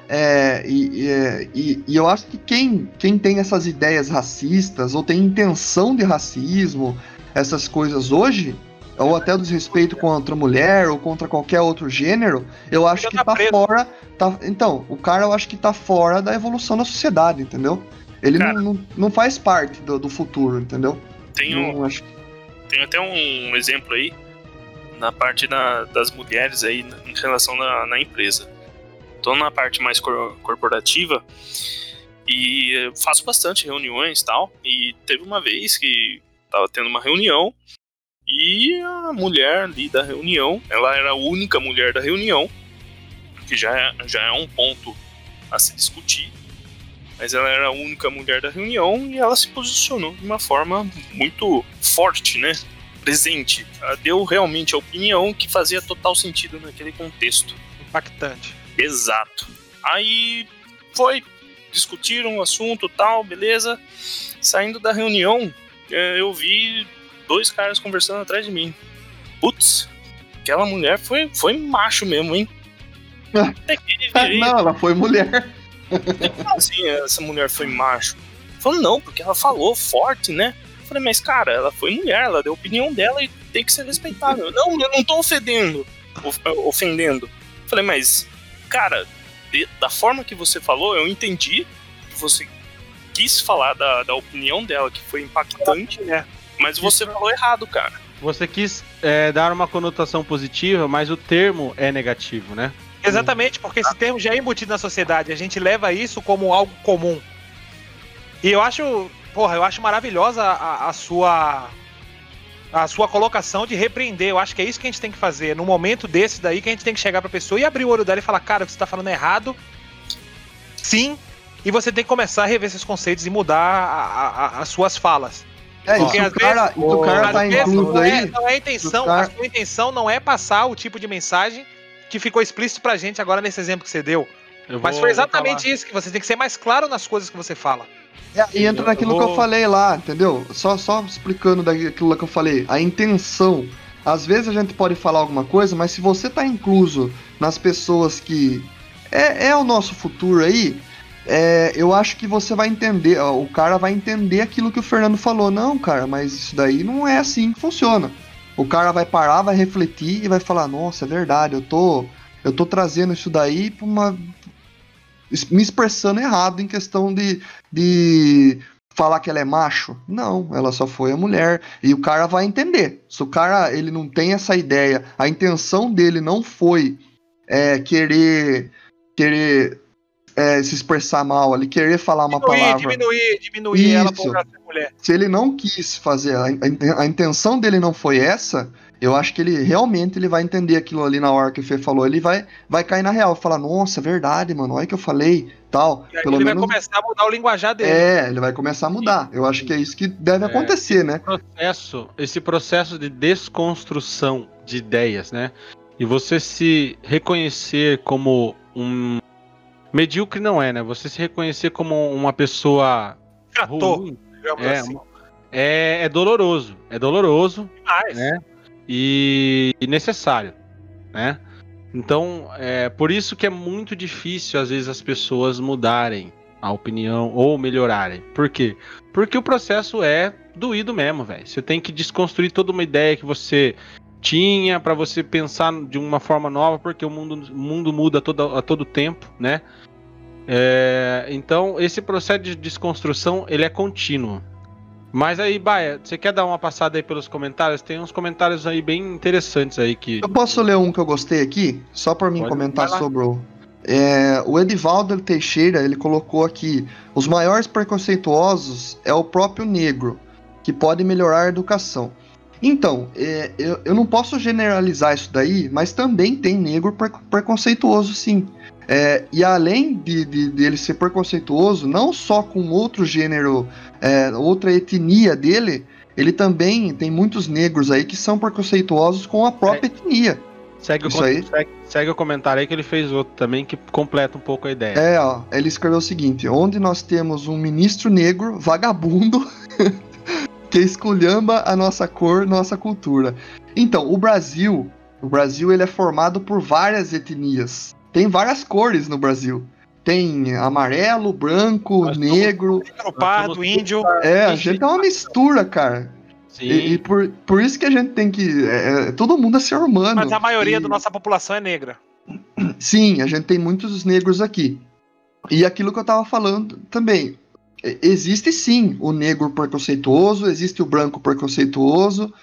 E eu acho que quem tem essas ideias racistas ou tem intenção de racismo, essas coisas hoje, ou até o desrespeito contra a mulher ou contra qualquer outro gênero, eu acho que tá fora. Então, o cara eu acho que tá fora da evolução da sociedade, entendeu? Ele não faz parte do futuro, entendeu? Tem até um exemplo aí na parte das mulheres aí em relação na empresa. Tô na parte mais corporativa e eu faço bastante reuniões e tal. E teve uma vez que tava tendo uma reunião e a mulher ali da reunião, ela era a única mulher da reunião, que já é um ponto a se discutir. Mas ela era a única mulher da reunião e ela se posicionou de uma forma muito forte, né? Presente. Ela deu realmente a opinião que fazia total sentido naquele contexto. Impactante. Exato. Aí discutiram o assunto tal, beleza. Saindo da reunião, eu vi 2 caras conversando atrás de mim. Putz, aquela mulher foi macho mesmo, hein? Não, ela foi mulher. Assim, essa mulher foi macho. Falou, não, porque ela falou forte, né? Eu falei, mas cara, ela foi mulher, ela deu a opinião dela e tem que ser respeitada. Não, eu não tô ofendendo. Eu falei, mas, cara, da forma que você falou, eu entendi que você quis falar da opinião dela, que foi impactante, né? Mas você falou errado, cara. Você quis dar uma conotação positiva, mas o termo é negativo, né? Exatamente, porque esse termo já é embutido na sociedade. A gente leva isso como algo comum. E eu acho maravilhosa a sua colocação de repreender. Eu acho que é isso que a gente tem que fazer. Num momento desse daí, que a gente tem que chegar pra pessoa e abrir o olho dela e falar, cara, você tá falando errado. Sim. E você tem que começar a rever esses conceitos e mudar as suas falas. Porque às vezes o cara tá incluso aí. Não é a intenção. A sua intenção não é passar o tipo de mensagem que ficou explícito pra gente agora nesse exemplo que você deu. Mas foi exatamente isso, que você tem que ser mais claro nas coisas que você fala. E entra naquilo que eu falei lá, entendeu? Só explicando daquilo que eu falei. A intenção. Às vezes a gente pode falar alguma coisa, mas se você tá incluso nas pessoas que é o nosso futuro aí, eu acho que você vai entender, o cara vai entender aquilo que o Fernando falou. Não, cara, mas isso daí não é assim que funciona. O cara vai parar, vai refletir e vai falar, nossa, é verdade, eu tô trazendo isso daí pra me expressando errado em questão de falar que ela é macho. Não, ela só foi a mulher. E o cara vai entender. Se o cara ele não tem essa ideia, a intenção dele não foi querer se expressar mal, ele querer falar uma palavra. Diminuir ela por ser mulher. Se ele não quis fazer, a intenção dele não foi essa, eu acho que ele realmente vai entender aquilo ali na hora que o Fê falou, ele vai cair na real, falar, nossa, é verdade, mano, olha que eu falei, tal. E aí ele vai começar a mudar o linguajar dele. Ele vai começar a mudar. Eu acho que é isso que deve acontecer, né? Esse processo de desconstrução de ideias, né? E você se reconhecer como um medíocre não é, né? Você se reconhecer como uma pessoa ruim, assim. É doloroso. É doloroso. Demais. Né? E necessário, né? Então, por isso que é muito difícil, às vezes, as pessoas mudarem a opinião ou melhorarem. Por quê? Porque o processo é doído mesmo, velho. Você tem que desconstruir toda uma ideia que você tinha para você pensar de uma forma nova, porque o mundo muda a todo tempo, né? Então, esse processo de desconstrução, ele é contínuo. Mas aí, Baia, você quer dar uma passada aí pelos comentários? Tem uns comentários aí bem interessantes aí que... Eu posso ler um que eu gostei aqui? Só para mim comentar sobre o Edivaldo Teixeira, ele colocou aqui: os maiores preconceituosos é o próprio negro, que pode melhorar a educação. Então, eu não posso generalizar isso daí, mas também tem negro preconceituoso, sim. E além de ele ser preconceituoso, não só com outro gênero, outra etnia dele, ele também tem muitos negros aí que são preconceituosos com a própria etnia. Segue o comentário aí que ele fez outro também que completa um pouco a ideia. Ele escreveu o seguinte: onde nós temos um ministro negro, vagabundo, que esculhamba a nossa cor, nossa cultura. Então, o Brasil ele é formado por várias etnias. Tem várias cores no Brasil. Tem amarelo, branco, negro, pardo, índio. A gente é uma mistura, cara. Sim. E por isso que a gente tem que... todo mundo é ser humano. Mas a maioria da nossa população é negra. Sim, a gente tem muitos negros aqui. E aquilo que eu tava falando também. Existe sim o negro preconceituoso, existe o branco preconceituoso,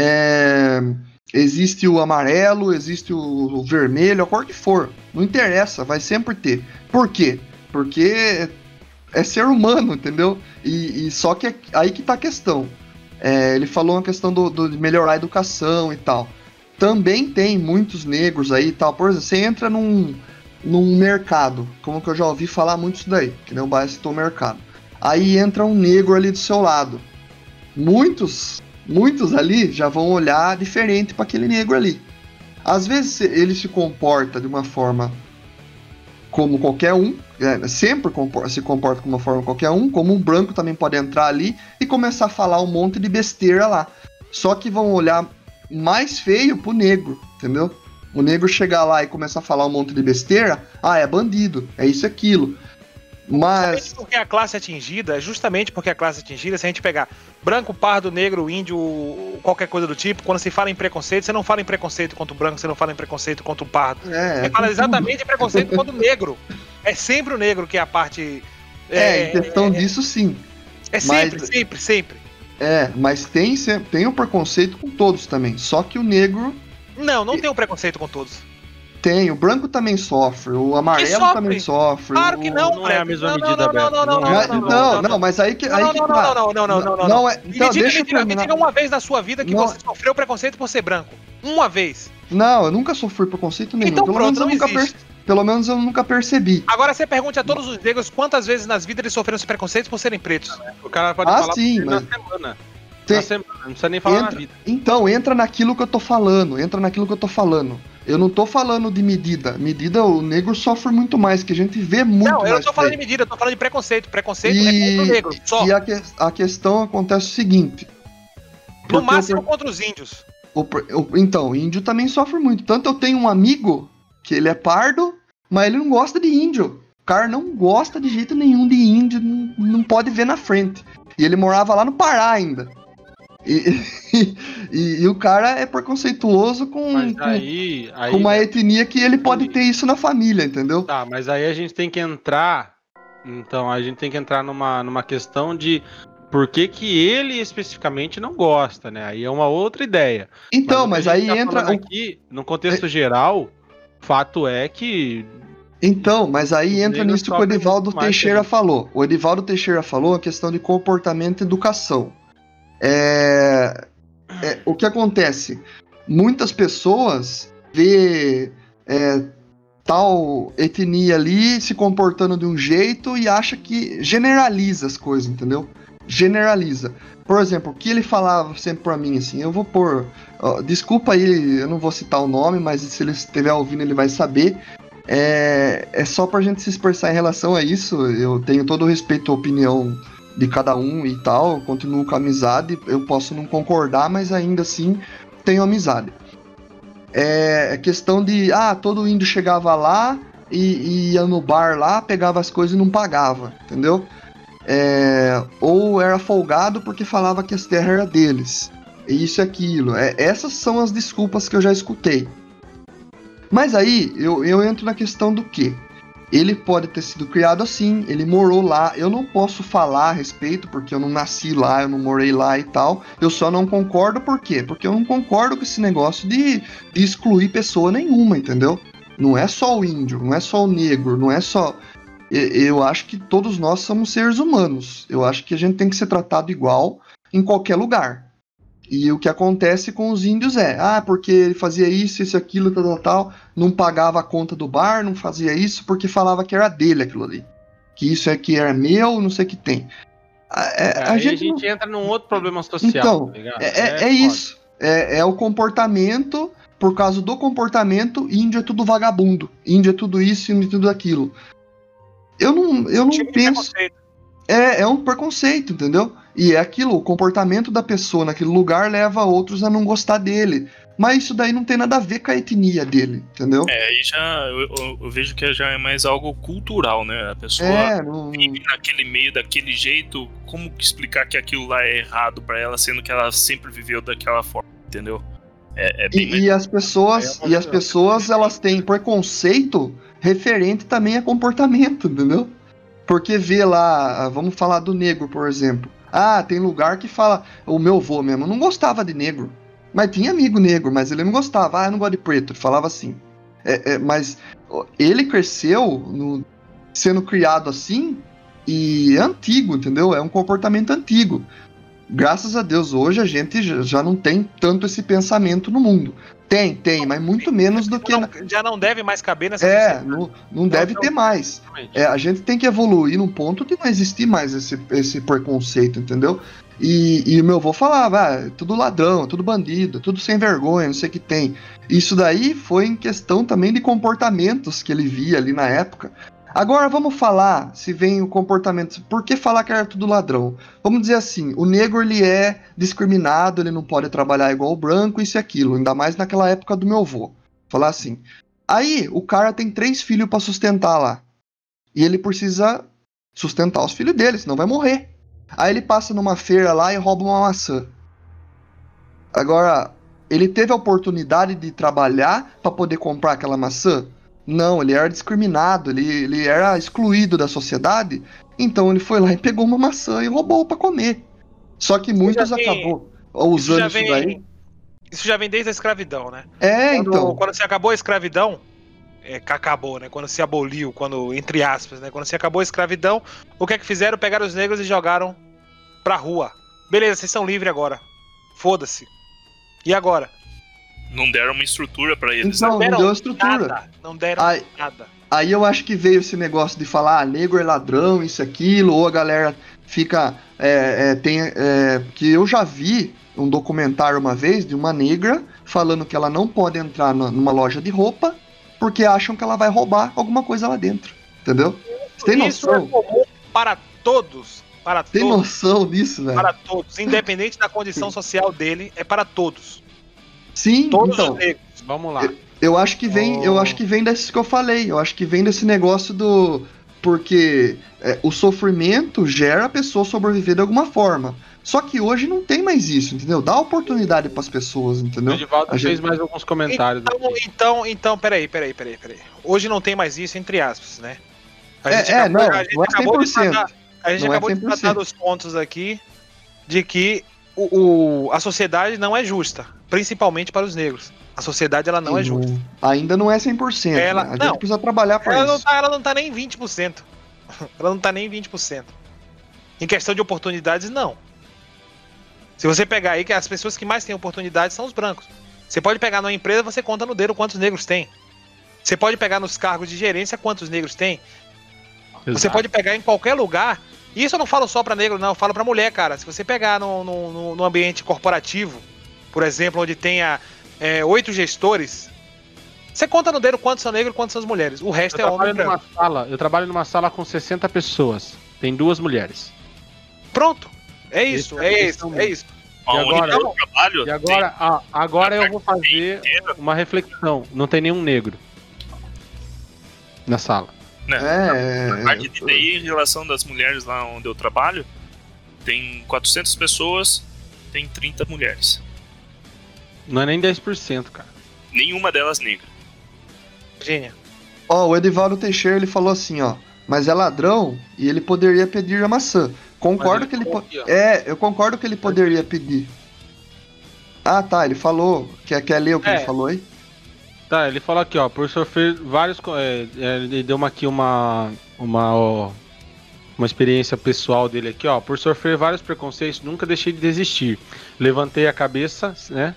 existe o amarelo, existe o vermelho, a cor que for. Não interessa, vai sempre ter. Por quê? Porque é ser humano, entendeu? E só que aí que tá a questão. Ele falou uma questão de melhorar a educação e tal. Também tem muitos negros aí e tal. Por exemplo, você entra num mercado, como que eu já ouvi falar muito isso daí, que nem o Baia citou o mercado. Aí entra um negro ali do seu lado. Muitos ali já vão olhar diferente para aquele negro ali. Às vezes ele se comporta de uma forma como qualquer um, sempre se comporta como uma forma qualquer um, como um branco também pode entrar ali e começar a falar um monte de besteira lá. Só que vão olhar mais feio pro negro, entendeu? O negro chegar lá e começar a falar um monte de besteira, é bandido, é isso e aquilo. Mas... Justamente porque a classe atingida, se a gente pegar branco, pardo, negro, índio, qualquer coisa do tipo, quando se fala em preconceito, você não fala em preconceito contra o branco, você não fala em preconceito contra o pardo. Você fala exatamente em preconceito contra o negro. É sempre o negro que é a parte... em questão disso, sim. Sempre. Mas tem o preconceito com todos também, só que o negro... Não tem um preconceito com todos. Tem, o branco também sofre, o amarelo também sofre. Claro que não, não é a mesma medida, Beto. Não, mas aí que... Não. Então, deixa eu terminar. Me diga uma vez na sua vida que você sofreu preconceito por ser branco. Uma vez. Não, eu nunca sofri preconceito nenhum. Então Pelo menos eu nunca percebi. Agora você pergunte a todos os negros quantas vezes nas vidas eles sofreram esse preconceito por serem pretos. O cara pode falar sim, na semana. Na semana, não precisa nem falar na vida. Então, entra naquilo que eu tô falando. Eu não tô falando de medida. Medida, o negro sofre muito mais, que a gente vê muito mais. Não, eu não tô falando de medida, eu tô falando de preconceito. Preconceito é contra o negro, só. E a questão acontece o seguinte. No máximo contra os índios. Então, o índio também sofre muito. Tanto eu tenho um amigo que ele é pardo, mas ele não gosta de índio. O cara não gosta de jeito nenhum de índio, não pode ver na frente. E ele morava lá no Pará ainda. E o cara é preconceituoso com uma etnia que ele pode ter isso na família, entendeu? Tá, mas aí a gente tem que entrar. Então, a gente tem que entrar numa questão de por que ele especificamente não gosta, né? Aí é uma outra ideia. Então, mas aí entra. Aqui, no contexto geral, fato é que. Então, mas aí entra nisso que o Edivaldo Teixeira falou. O Edivaldo Teixeira falou a questão de comportamento e educação. O que acontece? Muitas pessoas vê tal etnia ali se comportando de um jeito e acha que generaliza as coisas, entendeu? Generaliza. Por exemplo, o que ele falava sempre pra mim, assim, eu vou pôr... desculpa aí, eu não vou citar o nome, mas se ele estiver ouvindo ele vai saber. É só pra gente se expressar em relação a isso. Eu tenho todo o respeito à opinião de cada um e tal, continuo com a amizade, eu posso não concordar, mas ainda assim tenho amizade. É questão de, todo índio chegava lá e ia no bar lá, pegava as coisas e não pagava, entendeu? Ou era folgado porque falava que as terras eram deles. Isso e aquilo. Essas são as desculpas que eu já escutei. Mas aí eu entro na questão do quê? Ele pode ter sido criado assim, ele morou lá. Eu não posso falar a respeito, porque eu não nasci lá, eu não morei lá e tal. Eu só não concordo, por quê? Porque eu não concordo com esse negócio de excluir pessoa nenhuma, entendeu? Não é só o índio, não é só o negro, não é só... Eu acho que todos nós somos seres humanos. Eu acho que a gente tem que ser tratado igual em qualquer lugar. E o que acontece com os índios porque ele fazia isso, aquilo, tal, não pagava a conta do bar, não fazia isso porque falava que era dele aquilo ali. Que isso aqui era meu, não sei o que tem. A gente entra num outro problema social, então, tá ligado? Isso. É o comportamento, por causa do comportamento, índio é tudo vagabundo. Índio é tudo isso, índio é tudo aquilo. Eu não penso... É um preconceito, entendeu? E é aquilo, o comportamento da pessoa naquele lugar leva outros a não gostar dele. Mas isso daí não tem nada a ver com a etnia dele, entendeu? Aí eu vejo que já é mais algo cultural, né? A pessoa vive naquele meio, daquele jeito, como explicar que aquilo lá é errado pra ela, sendo que ela sempre viveu daquela forma, entendeu? E as pessoas, elas têm preconceito referente também a comportamento, entendeu? Porque vê lá, vamos falar do negro, por exemplo. Tem lugar que fala, o meu avô mesmo não gostava de negro. Mas tinha amigo negro, mas ele não gostava. Eu não gosto de preto, ele falava assim. Mas ele cresceu sendo criado assim e é antigo, entendeu? É um comportamento antigo. Graças a Deus, hoje a gente já não tem tanto esse pensamento no mundo. Tem, mas muito menos do que... Já não deve mais caber nessa sociedade. Não deve ter mais. A gente tem que evoluir num ponto de não existir mais esse preconceito, entendeu? E o meu avô falava, tudo ladrão, tudo bandido, tudo sem vergonha, não sei o que tem. Isso daí foi em questão também de comportamentos que ele via ali na época. Agora vamos falar, se vem o comportamento, por que falar que era tudo ladrão? Vamos dizer assim, o negro ele é discriminado, ele não pode trabalhar igual o branco, isso e aquilo, ainda mais naquela época do meu avô. Falar assim. Aí o cara tem 3 filhos para sustentar lá. E ele precisa sustentar os filhos dele, senão vai morrer. Aí ele passa numa feira lá e rouba uma maçã. Agora, ele teve a oportunidade de trabalhar para poder comprar aquela maçã? Não, ele era discriminado, ele era excluído da sociedade, então ele foi lá e pegou uma maçã e roubou para comer. Só que muitos acabou usando isso daí. Isso já vem desde a escravidão, né? Quando se acabou a escravidão, acabou, né? Quando se aboliu, entre aspas, né? Quando se acabou a escravidão, o que é que fizeram? Pegaram os negros e jogaram pra rua. Beleza, vocês são livres agora. Foda-se. E agora? Não deram uma estrutura pra eles. Não deu estrutura. Não deram nada. Aí eu acho que veio esse negócio de falar negro é ladrão, isso, aquilo, ou a galera fica... que eu já vi um documentário uma vez de uma negra falando que ela não pode entrar numa loja de roupa porque acham que ela vai roubar alguma coisa lá dentro. Entendeu? Você tem noção? Isso é comum para todos. Tem noção disso, velho? Para todos. Independente da condição social dele, é para todos. Sim, todos então. Os negros. Vamos lá. Eu acho que vem desse que eu falei. Eu acho que vem desse negócio do... Porque o sofrimento gera a pessoa sobreviver de alguma forma. Só que hoje não tem mais isso, entendeu? Dá oportunidade pras pessoas, entendeu? O Edivaldo fez mais alguns comentários. Então, peraí. Hoje não tem mais isso, entre aspas, né? Não é 100%. A gente acabou de tratar dos pontos aqui de que a sociedade não é justa, principalmente para os negros. A sociedade ela não é justa. Ainda não é 100%. A gente precisa trabalhar para isso. Ela não tá nem 20%. Ela não tá nem 20%. Em questão de oportunidades, não. Se você pegar aí que as pessoas que mais têm oportunidades são os brancos. Você pode pegar numa empresa, você conta no dedo quantos negros tem. Você pode pegar nos cargos de gerência quantos negros tem. Exato. Você pode pegar em qualquer lugar. E isso eu não falo só para negro, não. Eu falo para mulher, cara. Se você pegar no ambiente corporativo, por exemplo, onde tenha 8 gestores, você conta no dedo quantos são negros e quantos são as mulheres. O resto é homem branco. Eu trabalho numa sala com 60 pessoas. Tem 2 mulheres. Pronto. É isso. Agora eu vou fazer uma reflexão. Não tem nenhum negro. na sala. A parte de TI, em relação das mulheres lá onde eu trabalho, tem 400 pessoas, tem 30 mulheres. Não é nem 10%, cara. Nenhuma delas negra. Virgínia. O Edivaldo Teixeira, ele falou assim, ó, mas é ladrão e ele poderia pedir a maçã. Concordo que ele eu concordo que ele poderia pedir. Ah, tá, ele falou. Quer ler o que ele falou aí? Tá, ele falou aqui, ó, por sofrer vários... ele deu uma experiência pessoal dele aqui, ó. Por sofrer vários preconceitos, nunca deixei de desistir. Levantei a cabeça, né?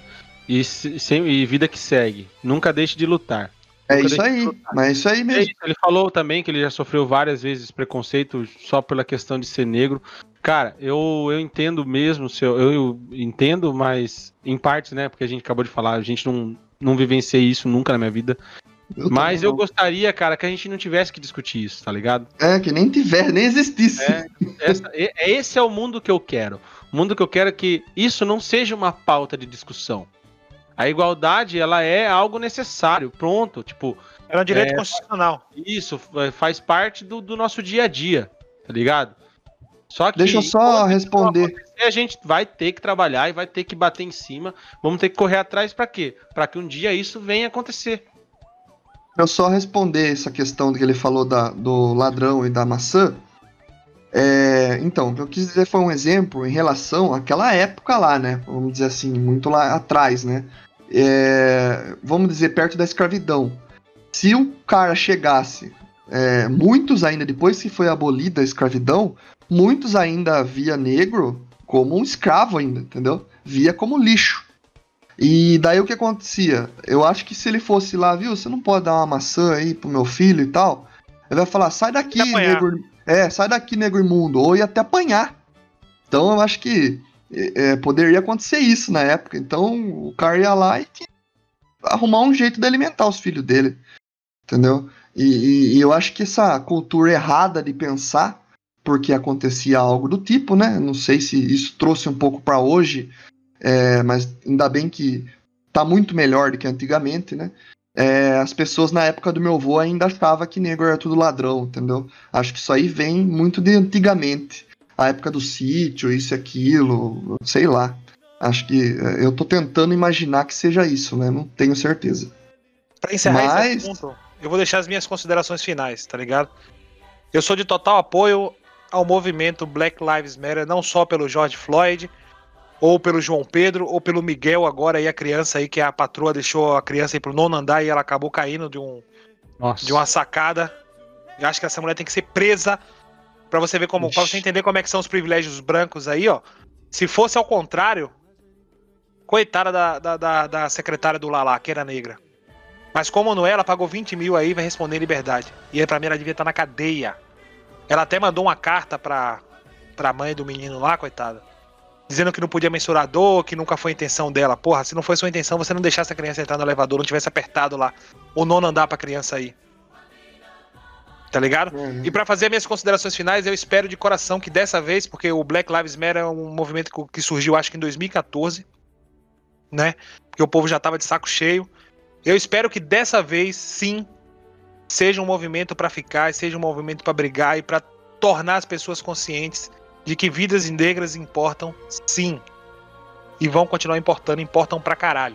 E vida que segue. Nunca deixe de lutar. É isso aí, mas é isso aí mesmo. Ele falou também que ele já sofreu várias vezes preconceito só pela questão de ser negro. Cara, eu entendo mesmo, eu entendo, mas em partes, né? Porque a gente acabou de falar, a gente não vivenciei isso nunca na minha vida. Mas eu gostaria, cara, que a gente não tivesse que discutir isso, tá ligado? Que nem existisse. Esse é o mundo que eu quero. O mundo que eu quero é que isso não seja uma pauta de discussão. A igualdade, ela é algo necessário, pronto, tipo... É um direito constitucional. Isso, faz parte do nosso dia a dia, tá ligado? Só que... Deixa eu só responder. A gente vai ter que trabalhar e vai ter que bater em cima, vamos ter que correr atrás pra quê? Pra que um dia isso venha acontecer. Eu só responder essa questão que ele falou do ladrão e da maçã. Então, o que eu quis dizer foi um exemplo em relação àquela época lá, né? Vamos dizer assim, muito lá atrás, né? Vamos dizer, perto da escravidão. Se o cara chegasse, muitos ainda, depois que foi abolida a escravidão, muitos ainda via negro como um escravo ainda, entendeu? Via como lixo. E daí o que acontecia? Eu acho que se ele fosse lá, viu, você não pode dar uma maçã aí pro meu filho e tal, ele vai falar, sai daqui, negro... sai daqui, negro imundo, ou ia até apanhar. Então eu acho que poderia acontecer isso na época. Então o cara ia lá e tinha que arrumar um jeito de alimentar os filhos dele, entendeu? E eu acho que essa cultura errada de pensar, porque acontecia algo do tipo, né? Não sei se isso trouxe um pouco para hoje, mas ainda bem que tá muito melhor do que antigamente, né? As pessoas na época do meu avô ainda achavam que negro era tudo ladrão, entendeu? Acho que isso aí vem muito de antigamente. A época do sítio, isso e aquilo, sei lá. Acho que eu tô tentando imaginar que seja isso, né? Não tenho certeza. Pra encerrar esse assunto, eu vou deixar as minhas considerações finais, tá ligado? Eu sou de total apoio ao movimento Black Lives Matter, não só pelo George Floyd, ou pelo João Pedro, ou pelo Miguel agora, aí a criança aí, que a patroa deixou a criança aí pro 9º andar e ela acabou caindo de uma sacada. Eu acho que essa mulher tem que ser presa pra você ver como, pra você entender como é que são os privilégios brancos aí, ó. Se fosse ao contrário, coitada da secretária do Lala, que era negra. Mas como não é, ela pagou 20 mil aí e vai responder em liberdade. E aí pra mim ela devia estar na cadeia. Ela até mandou uma carta pra mãe do menino lá, coitada, dizendo que não podia mensurar dor, que nunca foi a intenção dela. Porra, se não foi sua intenção, você não deixasse a criança entrar no elevador, não tivesse apertado lá o 9º andar pra criança aí. Tá ligado? E pra fazer minhas considerações finais, eu espero de coração que dessa vez, porque o Black Lives Matter é um movimento que surgiu acho que em 2014, né? Porque o povo já tava de saco cheio. Eu espero que dessa vez, sim, seja um movimento pra ficar, seja um movimento pra brigar e pra tornar as pessoas conscientes de que vidas negras importam, sim. E vão continuar importando, importam pra caralho.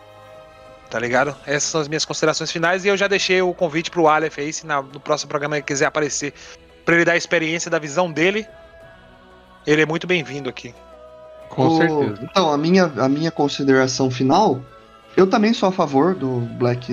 Tá ligado? Essas são as minhas considerações finais e eu já deixei o convite pro Aleph aí, se no próximo programa ele quiser aparecer, pra ele dar a experiência da visão dele. Ele é muito bem-vindo aqui. Com certeza. Então, a minha consideração final, eu também sou a favor do Black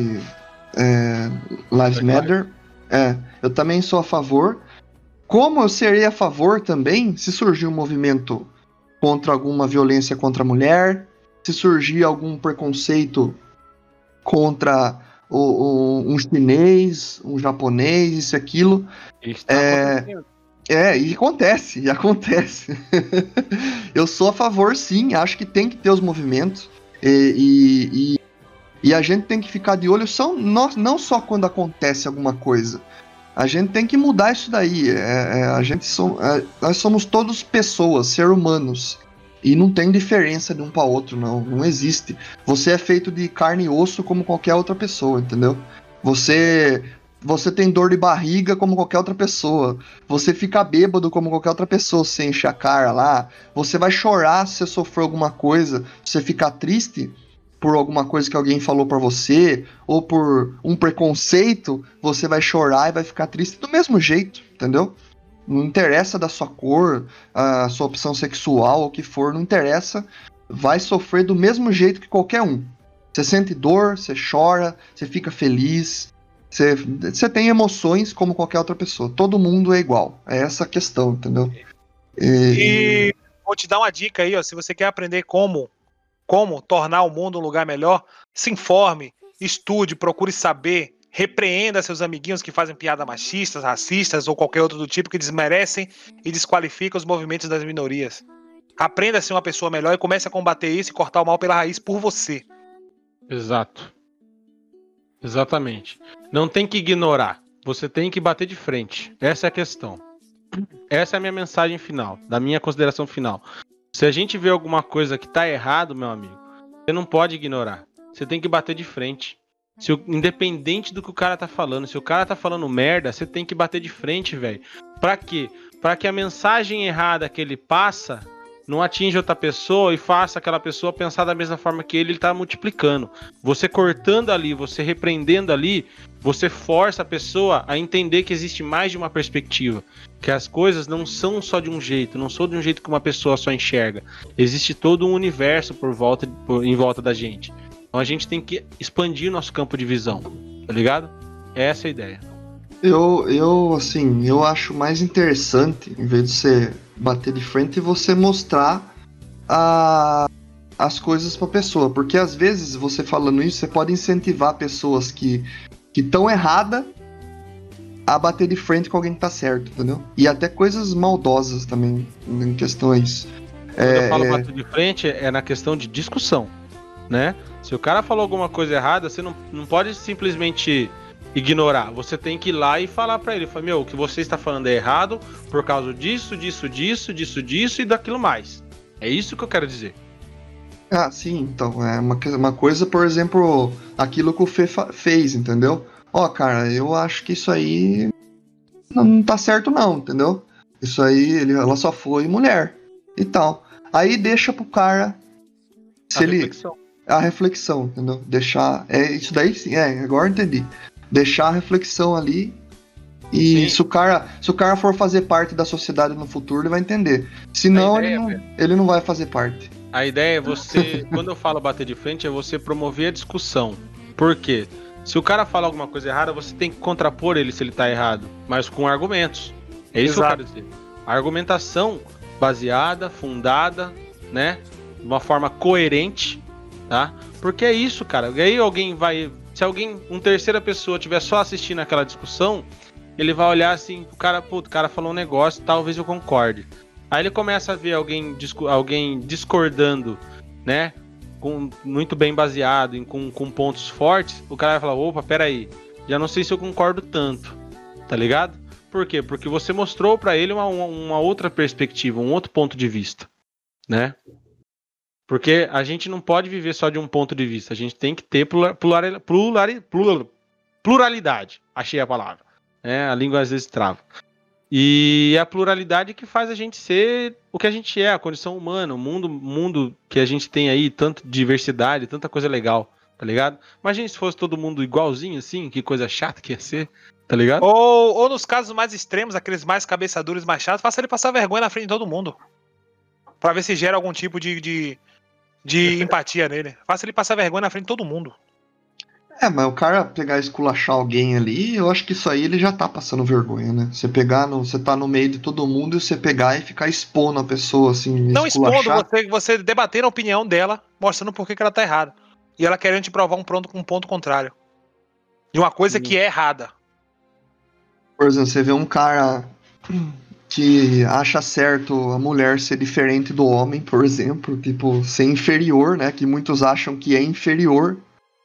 Lives Matter. Eu também sou a favor. Como eu serei a favor também se surgir um movimento contra alguma violência contra a mulher, se surgir algum preconceito contra um chinês, um japonês, isso e aquilo. E acontece. Eu sou a favor, sim, acho que tem que ter os movimentos e a gente tem que ficar de olho não só quando acontece alguma coisa. A gente tem que mudar isso daí. Nós somos todos pessoas, seres humanos. E não tem diferença de um para outro, não existe. Você é feito de carne e osso como qualquer outra pessoa, entendeu? Você Você tem dor de barriga como qualquer outra pessoa. Você fica bêbado como qualquer outra pessoa, se você enche a cara lá. Você vai chorar se você sofreu alguma coisa, se você ficar triste por alguma coisa que alguém falou pra você, ou por um preconceito, você vai chorar e vai ficar triste do mesmo jeito, entendeu? Não interessa da sua cor, a sua opção sexual, o que for, não interessa. Vai sofrer do mesmo jeito que qualquer um. Você sente dor, você chora, você fica feliz. Você tem emoções como qualquer outra pessoa. Todo mundo é igual. É essa a questão, entendeu? E vou te dar uma dica aí, ó. Se você quer aprender como tornar o mundo um lugar melhor, se informe, estude, procure saber, repreenda seus amiguinhos que fazem piada machistas, racistas ou qualquer outro do tipo que desmerecem e desqualificam os movimentos das minorias. Aprenda a ser uma pessoa melhor e comece a combater isso e cortar o mal pela raiz por você. Exato. Exatamente. Não tem que ignorar. Você tem que bater de frente. Essa é a questão. Essa é a minha mensagem final, da minha consideração final. Se a gente vê alguma coisa que tá errado, meu amigo, você não pode ignorar. Você tem que bater de frente. Independente do que o cara tá falando. Se o cara tá falando merda, você tem que bater de frente, velho. Pra quê? Pra que a mensagem errada que ele passa não atinja outra pessoa e faça aquela pessoa pensar da mesma forma que ele tá multiplicando. Você cortando ali, você repreendendo ali, você força a pessoa a entender que existe mais de uma perspectiva. Que as coisas não são só de um jeito, não são de um jeito que uma pessoa só enxerga. Existe todo um universo em volta da gente. Então a gente tem que expandir nosso campo de visão, tá ligado? Essa é a ideia. Eu acho mais interessante, em vez de você bater de frente, você mostrar as coisas pra pessoa. Porque às vezes, você falando isso, você pode incentivar pessoas que estão erradas a bater de frente com alguém que tá certo, entendeu? E até coisas maldosas também, em questão a isso. Quando eu falo bater de frente, é na questão de discussão, né? Se o cara falou alguma coisa errada, você não pode simplesmente ignorar. Você tem que ir lá e falar pra ele, meu, o que você está falando é errado por causa disso e daquilo mais. É isso que eu quero dizer. Ah, sim, então, é uma coisa, por exemplo, aquilo que o Fê fez, entendeu? Ó, cara, eu acho que isso aí não tá certo não, entendeu? Isso aí, ela só foi mulher e tal. Aí deixa pro cara a reflexão, entendeu? Deixar, isso daí sim, agora eu entendi. Deixar a reflexão ali e se o cara for fazer parte da sociedade no futuro, ele vai entender. Senão, ele não vai fazer parte. A ideia é você, quando eu falo bater de frente, é você promover a discussão. Por quê? Se o cara fala alguma coisa errada, você tem que contrapor ele se ele tá errado, mas com argumentos. É isso que eu quero dizer. A argumentação baseada, fundada, né? De uma forma coerente, tá? Porque é isso, cara. E aí se uma terceira pessoa estiver só assistindo aquela discussão, ele vai olhar assim, o cara falou um negócio, talvez eu concorde. Aí ele começa a ver alguém discordando, né? Muito bem baseado, com pontos fortes, o cara vai falar, opa, peraí, já não sei se eu concordo tanto, tá ligado? Por quê? Porque você mostrou pra ele uma outra perspectiva, um outro ponto de vista, né? Porque a gente não pode viver só de um ponto de vista, a gente tem que ter pluralidade, achei a palavra, né? A língua às vezes trava. E é a pluralidade que faz a gente ser o que a gente é, a condição humana, o mundo que a gente tem aí, tanta diversidade, tanta coisa legal, tá ligado? Imagina se fosse todo mundo igualzinho assim, que coisa chata que ia ser, tá ligado? Ou nos casos mais extremos, aqueles mais cabeçadores, mais chatos, faça ele passar vergonha na frente de todo mundo. Pra ver se gera algum tipo de empatia nele. Faça ele passar vergonha na frente de todo mundo. Mas o cara pegar e esculachar alguém ali, eu acho que isso aí ele já tá passando vergonha, né? Você tá no meio de todo mundo e você pegar e ficar expondo a pessoa, assim, não esculachar. expondo, você debater a opinião dela, mostrando por que ela tá errada. E ela querendo te provar um ponto contrário. De uma coisa que é errada. Por exemplo, você vê um cara que acha certo a mulher ser diferente do homem, por exemplo, tipo, ser inferior, né? Que muitos acham que é inferior.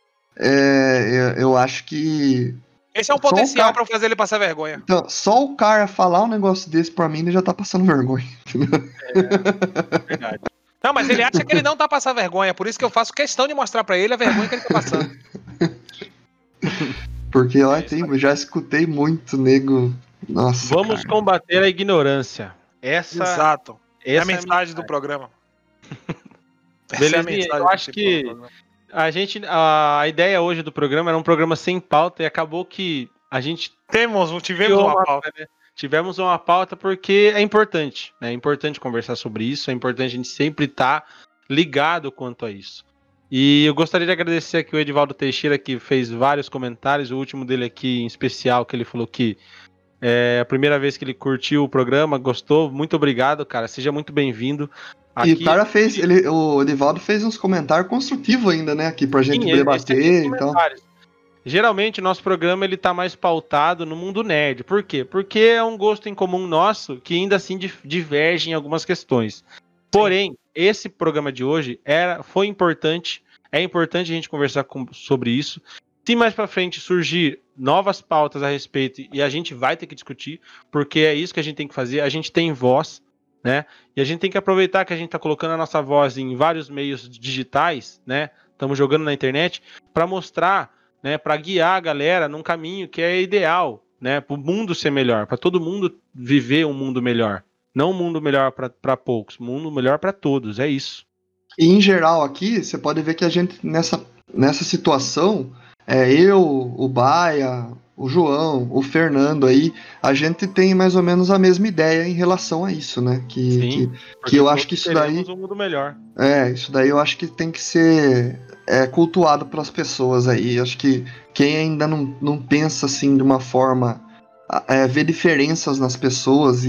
Eu acho que... Esse é um potencial pra fazer ele passar vergonha. Então, só o cara falar um negócio desse pra mim, ele já tá passando vergonha. Verdade. Não, mas ele acha que ele não tá passando vergonha, por isso que eu faço questão de mostrar pra ele a vergonha que ele tá passando. Porque ó, já escutei muito nego. Nossa. Vamos cara. combater a ignorância. Exato. É a Essa mensagem do programa. Belezinha, eu acho que a ideia hoje do programa era um programa sem pauta e acabou que a gente tivemos uma pauta. Né? Tivemos uma pauta porque é importante, né? É importante conversar sobre isso, é importante a gente sempre estar ligado quanto a isso. E eu gostaria de agradecer aqui o Edivaldo Teixeira, que fez vários comentários, o último dele aqui em especial, que ele falou que é a primeira vez que ele curtiu o programa, gostou. Muito obrigado, cara. Seja muito bem-vindo. Aqui, e o cara fez, o Edivaldo fez uns comentários construtivos ainda, né? Aqui pra gente debater e tal. Geralmente, nosso programa ele tá mais pautado no mundo nerd. Por quê? Porque é um gosto em comum nosso que ainda assim diverge em algumas questões. Porém, esse programa de hoje foi importante. É importante a gente conversar sobre isso. Se mais pra frente surgir novas pautas a respeito, e a gente vai ter que discutir, porque é isso que a gente tem que fazer. A gente tem voz, né? E a gente tem que aproveitar que a gente tá colocando a nossa voz em vários meios digitais, né? Estamos jogando na internet para mostrar, né? Para guiar a galera num caminho que é ideal, né? Para o mundo ser melhor, para todo mundo viver um mundo melhor. Não um mundo melhor para poucos, um mundo melhor para todos, é isso. E em geral aqui, você pode ver que a gente, nessa situação, eu, o Baia, o João, o Fernando aí, a gente tem mais ou menos a mesma ideia em relação a isso, né? Que eu acho que isso daí... um mundo melhor. Isso daí eu acho que tem que ser cultuado pelas pessoas aí. Acho que quem ainda não pensa assim de uma forma... vê diferenças nas pessoas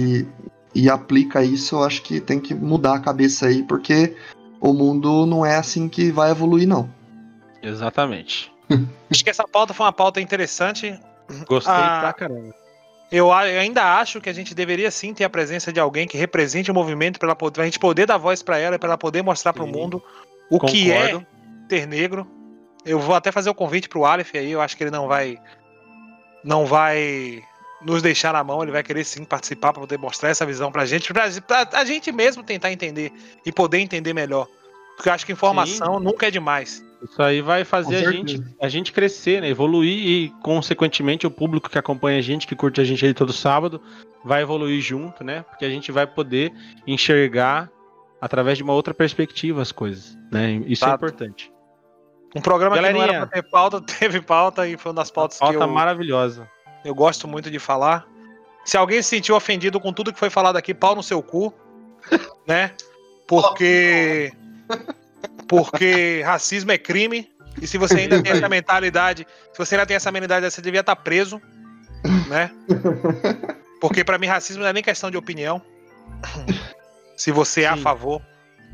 e aplica isso, eu acho que tem que mudar a cabeça aí, porque o mundo não é assim que vai evoluir, não. Exatamente. Acho que essa pauta foi uma pauta interessante. Gostei pra caramba. Eu ainda acho que a gente deveria sim ter a presença de alguém que represente o movimento pra a gente poder dar voz pra ela, pra ela poder mostrar pro mundo o que é ter negro. Eu vou até fazer o convite pro Aleph aí, eu acho que ele não vai nos deixar na mão, ele vai querer sim participar pra poder mostrar essa visão pra gente, pra a gente mesmo tentar entender e poder entender melhor. Porque eu acho que informação nunca é demais. Isso aí vai fazer a gente crescer, né? Evoluir e, consequentemente, o público que acompanha a gente, que curte a gente aí todo sábado, vai evoluir junto, né? Porque a gente vai poder enxergar através de uma outra perspectiva as coisas, né? Isso é importante. Um programa que não era pra ter pauta, teve pauta e foi uma das pautas que maravilhosa. Eu gosto muito de falar. Se alguém se sentiu ofendido com tudo que foi falado aqui, pau no seu cu, né? Porque racismo é crime. E se você ainda tem essa mentalidade, você devia estar preso, né? Porque pra mim racismo não é nem questão de opinião. Se você é a favor.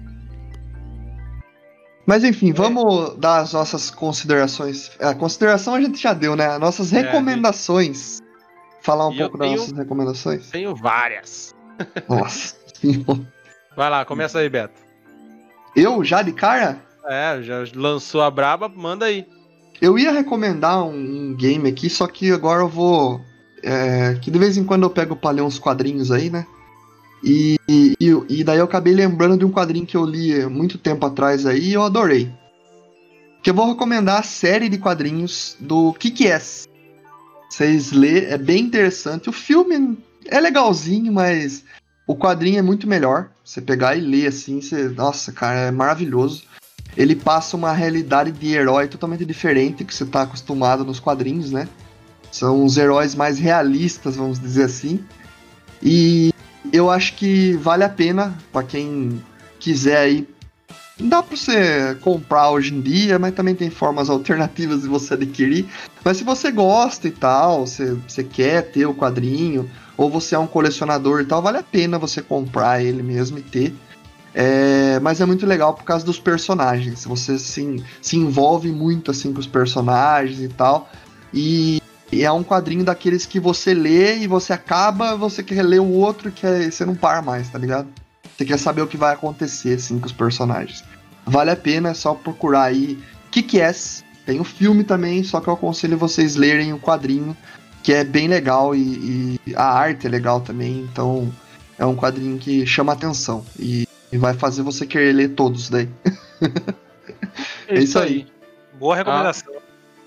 Mas enfim, vamos dar as nossas considerações. A consideração a gente já deu, né? Nossas recomendações. Falar um pouco das nossas recomendações? Tenho várias. Nossa. Vai lá, começa aí, Beto. Eu? Já de cara? Já lançou a braba, manda aí. Eu ia recomendar um game aqui, só que agora eu vou... que de vez em quando eu pego pra ler uns quadrinhos aí, né? E daí eu acabei lembrando de um quadrinho que eu li muito tempo atrás aí e eu adorei. Que eu vou recomendar a série de quadrinhos do Kick-Ass. Vocês lê, é bem interessante. O filme é legalzinho, mas o quadrinho é muito melhor. Você pegar e ler assim, nossa, cara, é maravilhoso. Ele passa uma realidade de herói totalmente diferente que você tá acostumado nos quadrinhos, né? São os heróis mais realistas, vamos dizer assim. E eu acho que vale a pena pra quem quiser aí. Dá pra você comprar hoje em dia, mas também tem formas alternativas de você adquirir. Mas se você gosta e tal, você quer ter o quadrinho, ou você é um colecionador e tal, vale a pena você comprar ele mesmo e ter. Mas é muito legal por causa dos personagens. Você se envolve muito assim com os personagens e tal. E é um quadrinho daqueles que você lê e você acaba, você quer ler o outro que você não para mais, tá ligado? Você quer saber o que vai acontecer assim com os personagens. Vale a pena, é só procurar aí Kick-Ass. Tem o filme também, só que eu aconselho vocês lerem o quadrinho, que é bem legal e a arte é legal também. Então é um quadrinho que chama atenção e vai fazer você querer ler todos daí. É isso aí. Boa recomendação.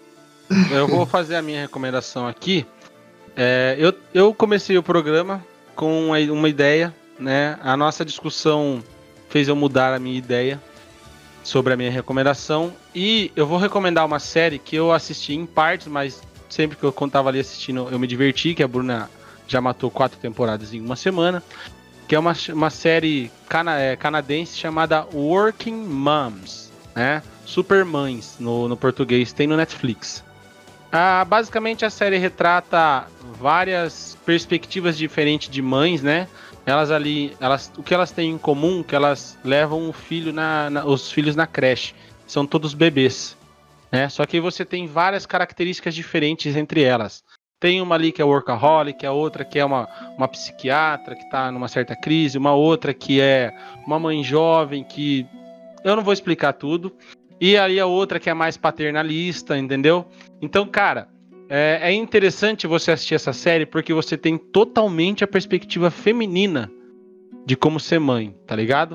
Eu vou fazer a minha recomendação aqui. Eu comecei o programa com uma ideia, né? A nossa discussão fez eu mudar a minha ideia sobre a minha recomendação. E eu vou recomendar uma série que eu assisti em partes, mas sempre que eu estava ali assistindo eu me diverti, que a Bruna já matou 4 temporadas em uma semana. Que é uma série canadense chamada Working Moms, né? Supermães no português, tem no Netflix. Basicamente a série retrata várias perspectivas diferentes de mães, né? O que elas têm em comum, que elas levam os filhos na creche. São todos bebês, né? Só que você tem várias características diferentes entre elas. Tem uma ali que é workaholic, a outra que é uma psiquiatra que tá numa certa crise, uma outra que é uma mãe jovem que... Eu não vou explicar tudo. E aí a outra que é mais paternalista, entendeu? Então, cara, é interessante você assistir essa série porque você tem totalmente a perspectiva feminina de como ser mãe, tá ligado?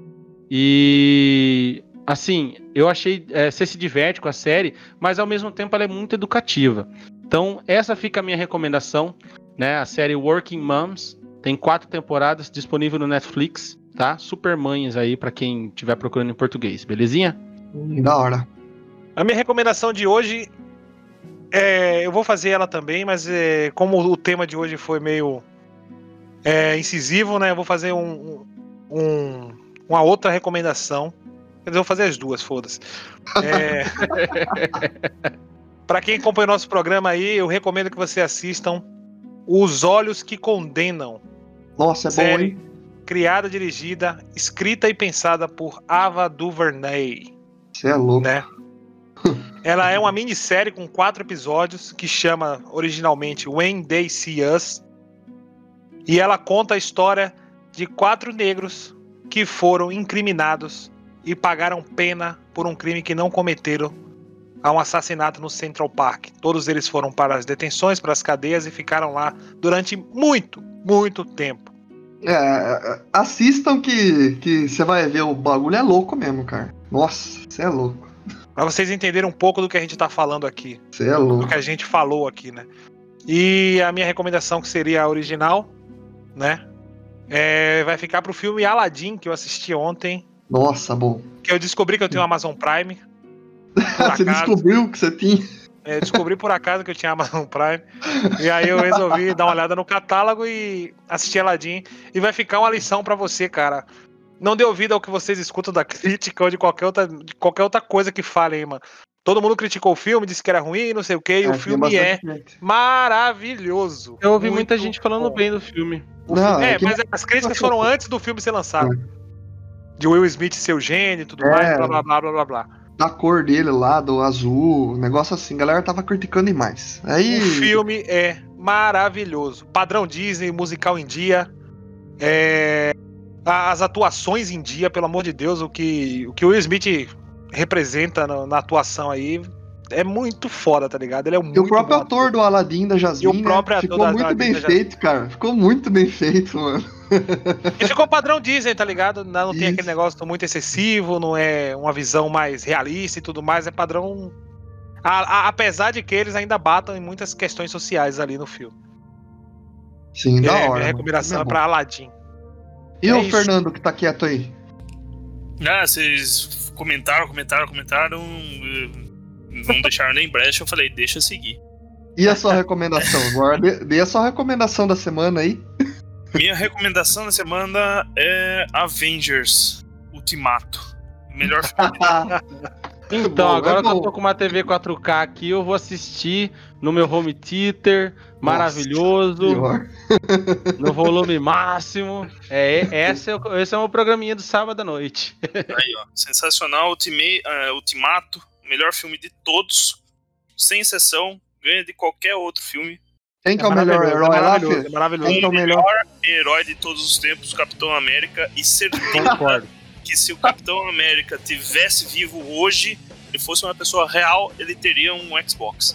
E... assim, eu achei... você se diverte com a série, mas ao mesmo tempo ela é muito educativa. Então, essa fica a minha recomendação, né? A série Working Moms, tem 4 temporadas, disponível no Netflix, tá? Supermães aí, pra quem estiver procurando em português, belezinha? Da hora. A minha recomendação de hoje, eu vou fazer ela também, mas como o tema de hoje foi meio incisivo, né? Eu vou fazer uma outra recomendação. Quer dizer, eu vou fazer as duas, foda-se. Para quem acompanha o nosso programa aí, eu recomendo que você assistam Os Olhos que Condenam. Nossa, é bom, hein? Criada, dirigida, escrita e pensada por Ava DuVernay. Você é louco. Né? Ela é uma minissérie com 4 episódios que chama originalmente When They See Us. E ela conta a história de 4 negros que foram incriminados e pagaram pena por um crime que não cometeram, a um assassinato no Central Park. Todos eles foram para as detenções, para as cadeias e ficaram lá durante muito, muito tempo. Assistam que você vai ver, o bagulho é louco mesmo, cara. Nossa, você é louco. Pra vocês entenderem um pouco do que a gente tá falando aqui. Você é louco. Do que a gente falou aqui, né? E a minha recomendação, que seria a original, né? Vai ficar pro filme Aladdin, que eu assisti ontem. Nossa, bom. Que eu descobri que eu tenho Amazon Prime. Você descobriu que você tinha? Descobri por acaso que eu tinha Amazon Prime. E aí eu resolvi dar uma olhada no catálogo e assistir Aladdin. E vai ficar uma lição pra você, cara. Não dê ouvido ao que vocês escutam da crítica ou de qualquer outra coisa que falem, mano. Todo mundo criticou o filme, disse que era ruim, não sei o que. E o filme é maravilhoso. Eu ouvi muita gente falando bem do filme. Mas as críticas foram antes do filme ser lançado. De Will Smith ser o gênio e tudo mais, blá blá blá blá blá blá. Da cor dele lá, do azul, negócio assim, a galera tava criticando demais. Aí... O filme é maravilhoso. Padrão Disney, musical em dia. As atuações em dia, pelo amor de Deus, o que o Will Smith representa na atuação aí é muito foda, tá ligado? Ele é muito E o próprio ator do Aladdin, da Jasmine, ficou muito bem feito, cara. Ficou muito bem feito, mano. E ficou padrão Disney, tá ligado? Não tem aquele negócio muito excessivo, não é uma visão mais realista e tudo mais, é padrão... Apesar de que eles ainda batam em muitas questões sociais ali no filme. Sim, da hora. Minha recomendação é pra Aladdin. E o Fernando, que tá quieto aí? Vocês comentaram, não deixaram nem brecha, eu falei, deixa eu seguir. E a sua recomendação? Agora, dê a sua recomendação da semana aí. Minha recomendação da semana é Avengers Ultimato. Melhor filme. Então, agora que eu tô com uma TV 4K aqui, eu vou assistir no meu home theater, maravilhoso, no volume máximo. Esse é o meu programinha do sábado à noite. Aí, ó, sensacional, Ultimato, melhor filme de todos, sem exceção, ganha de qualquer outro filme. Quem que é o melhor herói lá, filho? É maravilhoso. O melhor herói de todos os tempos, Capitão América, e certeza que se o Capitão América tivesse vivo hoje, ele fosse uma pessoa real, ele teria um Xbox.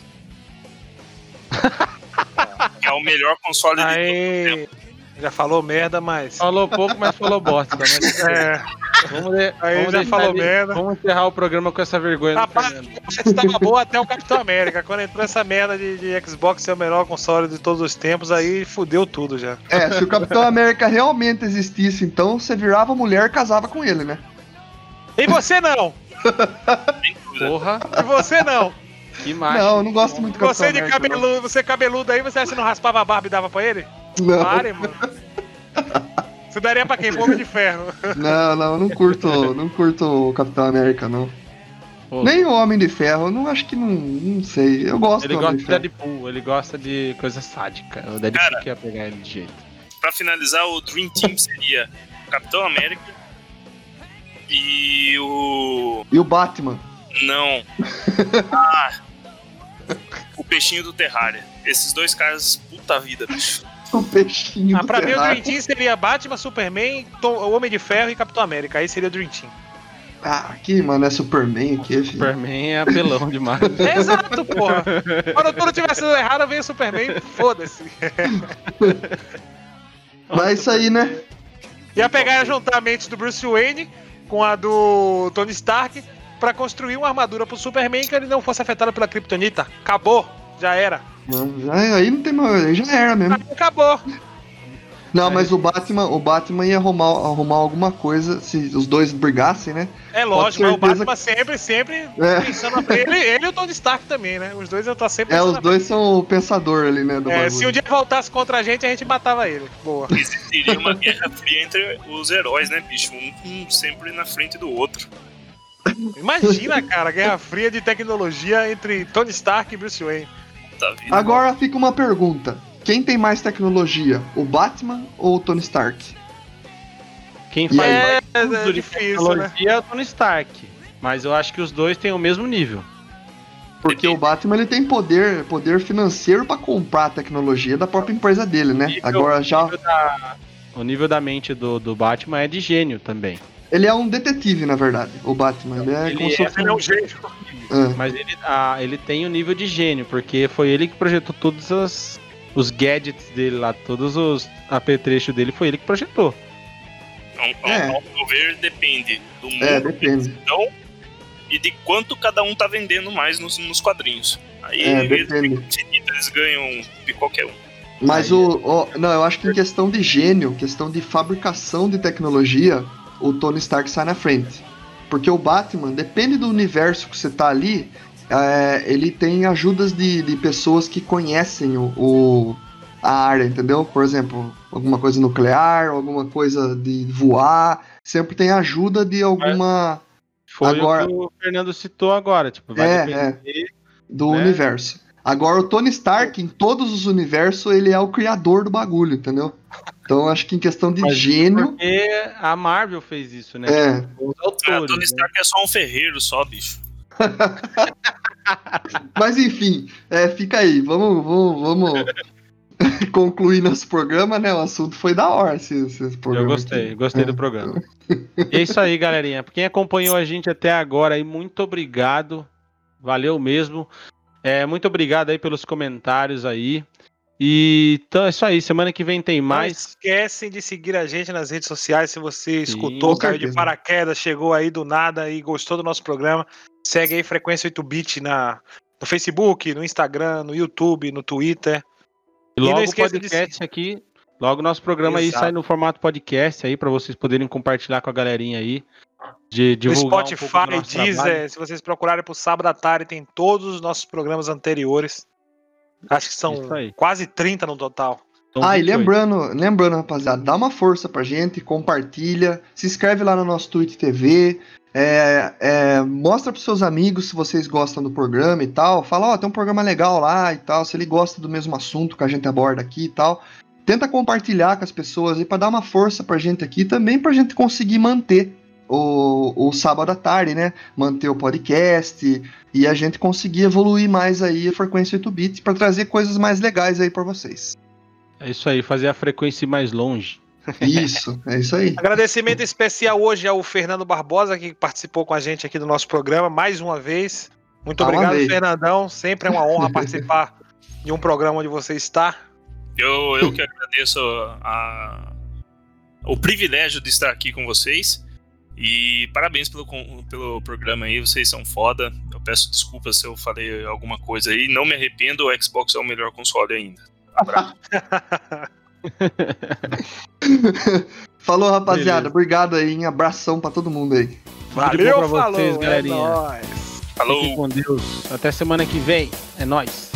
Que é o melhor console de todos os tempos. Já falou merda, mas... Falou pouco, mas falou bosta. Mas... Aí já falou merda. Vamos encerrar o programa com essa vergonha. Rapaz, estava boa até o Capitão América. Quando entrou essa merda de Xbox ser o melhor console de todos os tempos, aí fudeu tudo já. Se o Capitão América realmente existisse, então você virava mulher e casava com ele, né? E você não? Porra. E você não? Que macho. Não, eu não gosto muito do Capitão Você de América. cabeludo, você cabeludo aí, você acha que não raspava a barba e dava pra ele? Não. Pare, mano. Você daria pra quem? Homem de Ferro. Não, não curto o Capitão América, não. Pô. Nem o Homem de Ferro, eu não acho que não sei. Eu gosto Ele do gosta Homem de de Ferro. Deadpool, ele gosta de coisa sádica. O Deadpool que ia pegar ele de jeito. Pra finalizar, o Dream Team seria o Capitão América e o... E o Batman. Não. O peixinho do Terraria. Esses dois caras, puta vida, bicho. O peixinho do Pra mim o Terraria. Dream Team seria Batman, Superman, o Homem de Ferro e Capitão América. Aí seria o Dream Team. Aqui, mano, é Superman aqui, filho. Superman é apelão demais. Exato, porra. Quando tudo tivesse dado errado, veio o Superman, foda-se. Mas é isso aí, né? Ia pegar e ia juntar a mente do Bruce Wayne com a do Tony Stark pra construir uma armadura pro Superman que ele não fosse afetado pela Kryptonita. Acabou, já era. Aí não tem mais. Aí já era mesmo. Acabou. Não, mas o Batman ia arrumar alguma coisa se os dois brigassem, né? É lógico, mas o certeza Batman sempre pensando na ele e o Tony Stark também, né? Os dois eu tô sempre pensando os dois são o pensador ali, né? Do bagulho. se um dia voltasse contra a gente matava ele. Boa. Existiria uma guerra fria entre os heróis, né, bicho? Um sempre na frente do outro. Imagina, cara, Guerra Fria de tecnologia entre Tony Stark e Bruce Wayne. Tá vendo? Agora fica uma pergunta. Quem tem mais tecnologia, o Batman ou o Tony Stark? Quem E faz aí? mais uso de difícil, tecnologia é o Tony Stark. Mas eu acho que os dois têm o mesmo nível. Porque o Batman ele tem poder financeiro pra comprar a tecnologia da própria empresa dele, né? Agora já O nível da mente do Batman é de gênio também. ele é um detetive, na verdade. O Batman, ele é como se fosse Ele é um gênio. Mas ele tem o nível de gênio, porque foi ele que projetou todos os gadgets dele lá, todos os apetrechos dele, foi ele que projetou. Ao meu ver, depende do mundo depende. então, e de quanto cada um tá vendendo mais nos quadrinhos. Aí depende. eles ganham de qualquer um. Mas não, eu acho que em questão de gênio, questão de fabricação de tecnologia, o Tony Stark sai na frente. Porque o Batman, depende do universo que você tá ali, ele tem ajudas de pessoas que conhecem a área, entendeu? Por exemplo, alguma coisa nuclear, alguma coisa de voar, sempre tem ajuda de alguma... Foi Agora, o que o Fernando citou agora, tipo, vai depender do universo. Agora, o Tony Stark, em todos os universos, ele é o criador do bagulho, entendeu? Então, acho que em questão de gênio... Porque a Marvel fez isso, né? Os autores, Tony Stark é só um ferreiro, só, bicho. Mas, enfim, fica aí. Vamos concluir nosso programa, né? O assunto foi da hora esse programa. Eu gostei do programa. E é isso aí, galerinha. Pra quem acompanhou a gente até agora, aí, muito obrigado. Valeu mesmo. Muito obrigado aí pelos comentários aí. E então é isso aí, semana que vem tem mais. Não esquecem de seguir a gente nas redes sociais. Se você escutou, com caiu de certeza. paraquedas, chegou aí do nada e gostou do nosso programa, segue aí Frequência 8-Bit no Facebook, no Instagram, no YouTube, no Twitter. E não logo o esqueça de podcast aqui, logo nosso programa aí Exato. sai no formato podcast aí, pra vocês poderem compartilhar com a galerinha aí. De No divulgar um pouco do Spotify, nosso Deezer, trabalho. se vocês procurarem por Sábado à Tarde, tem todos os nossos programas anteriores. Acho que são Isso aí. quase 30 no total. Então, E 28. lembrando, rapaziada, dá uma força pra gente, compartilha, se inscreve lá no nosso Twitch TV, mostra pros seus amigos se vocês gostam do programa e tal, fala, tem um programa legal lá e tal, se ele gosta do mesmo assunto que a gente aborda aqui e tal, tenta compartilhar com as pessoas aí pra dar uma força pra gente aqui, também pra gente conseguir manter o Sábado à Tarde, né, manter o podcast e a gente conseguir evoluir mais aí a Frequência 8-Bit pra trazer coisas mais legais aí pra vocês. É isso aí, fazer a frequência ir mais longe. Isso, é isso aí. Agradecimento especial hoje ao Fernando Barbosa, que participou com a gente aqui do nosso programa, mais uma vez. Muito obrigado, Fernandão. Sempre é uma honra participar de um programa onde você está. Eu que agradeço o privilégio de estar aqui com vocês. E parabéns pelo programa aí, vocês são foda. Eu peço desculpas se eu falei alguma coisa aí. Não me arrependo, o Xbox é o melhor console ainda. Abraço. Falou, rapaziada. Beleza. Obrigado aí, hein? Abração pra todo mundo aí. Valeu, pra falou, vocês, é galerinha. nóis. Falou. Fiquem com Deus. Até semana que vem. É nóis.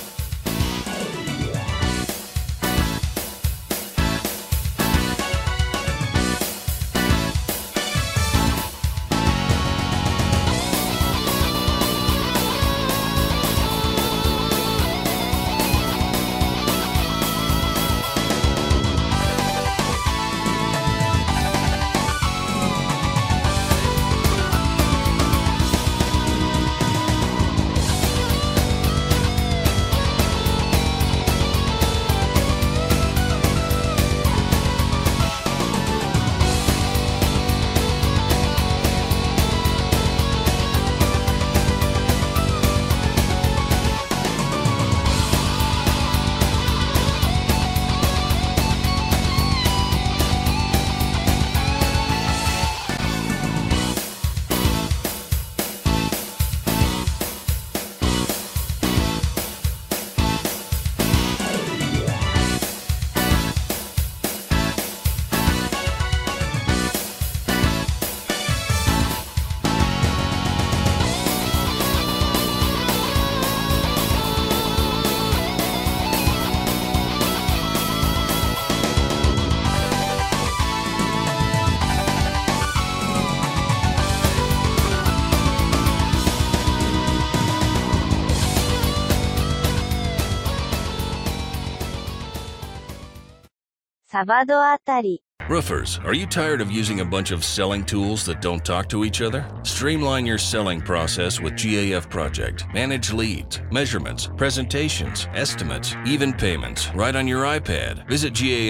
Roofers, are you tired of using a bunch of selling tools that don't talk to each other? Streamline your selling process with GAF Project. Manage leads, measurements, presentations, estimates, even payments, right on your iPad. Visit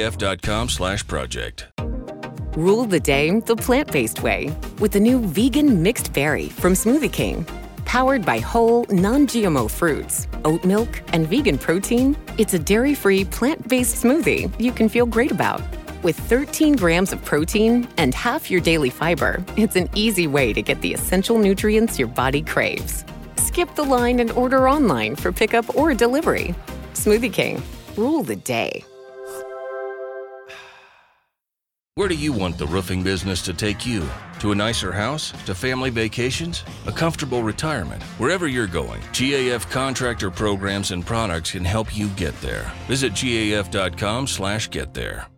gaf.com/project. Rule the day the plant-based way with the new vegan mixed berry from Smoothie King. Powered by whole, non-GMO fruits, oat milk, and vegan protein, it's a dairy-free, plant-based smoothie you can feel great about. With 13 grams of protein and half your daily fiber, it's an easy way to get the essential nutrients your body craves. Skip the line and order online for pickup or delivery. Smoothie King. Rule the day. Where do you want the roofing business to take you? To a nicer house? To family vacations? A comfortable retirement? Wherever you're going, GAF contractor programs and products can help you get there. Visit gaf.com/get there.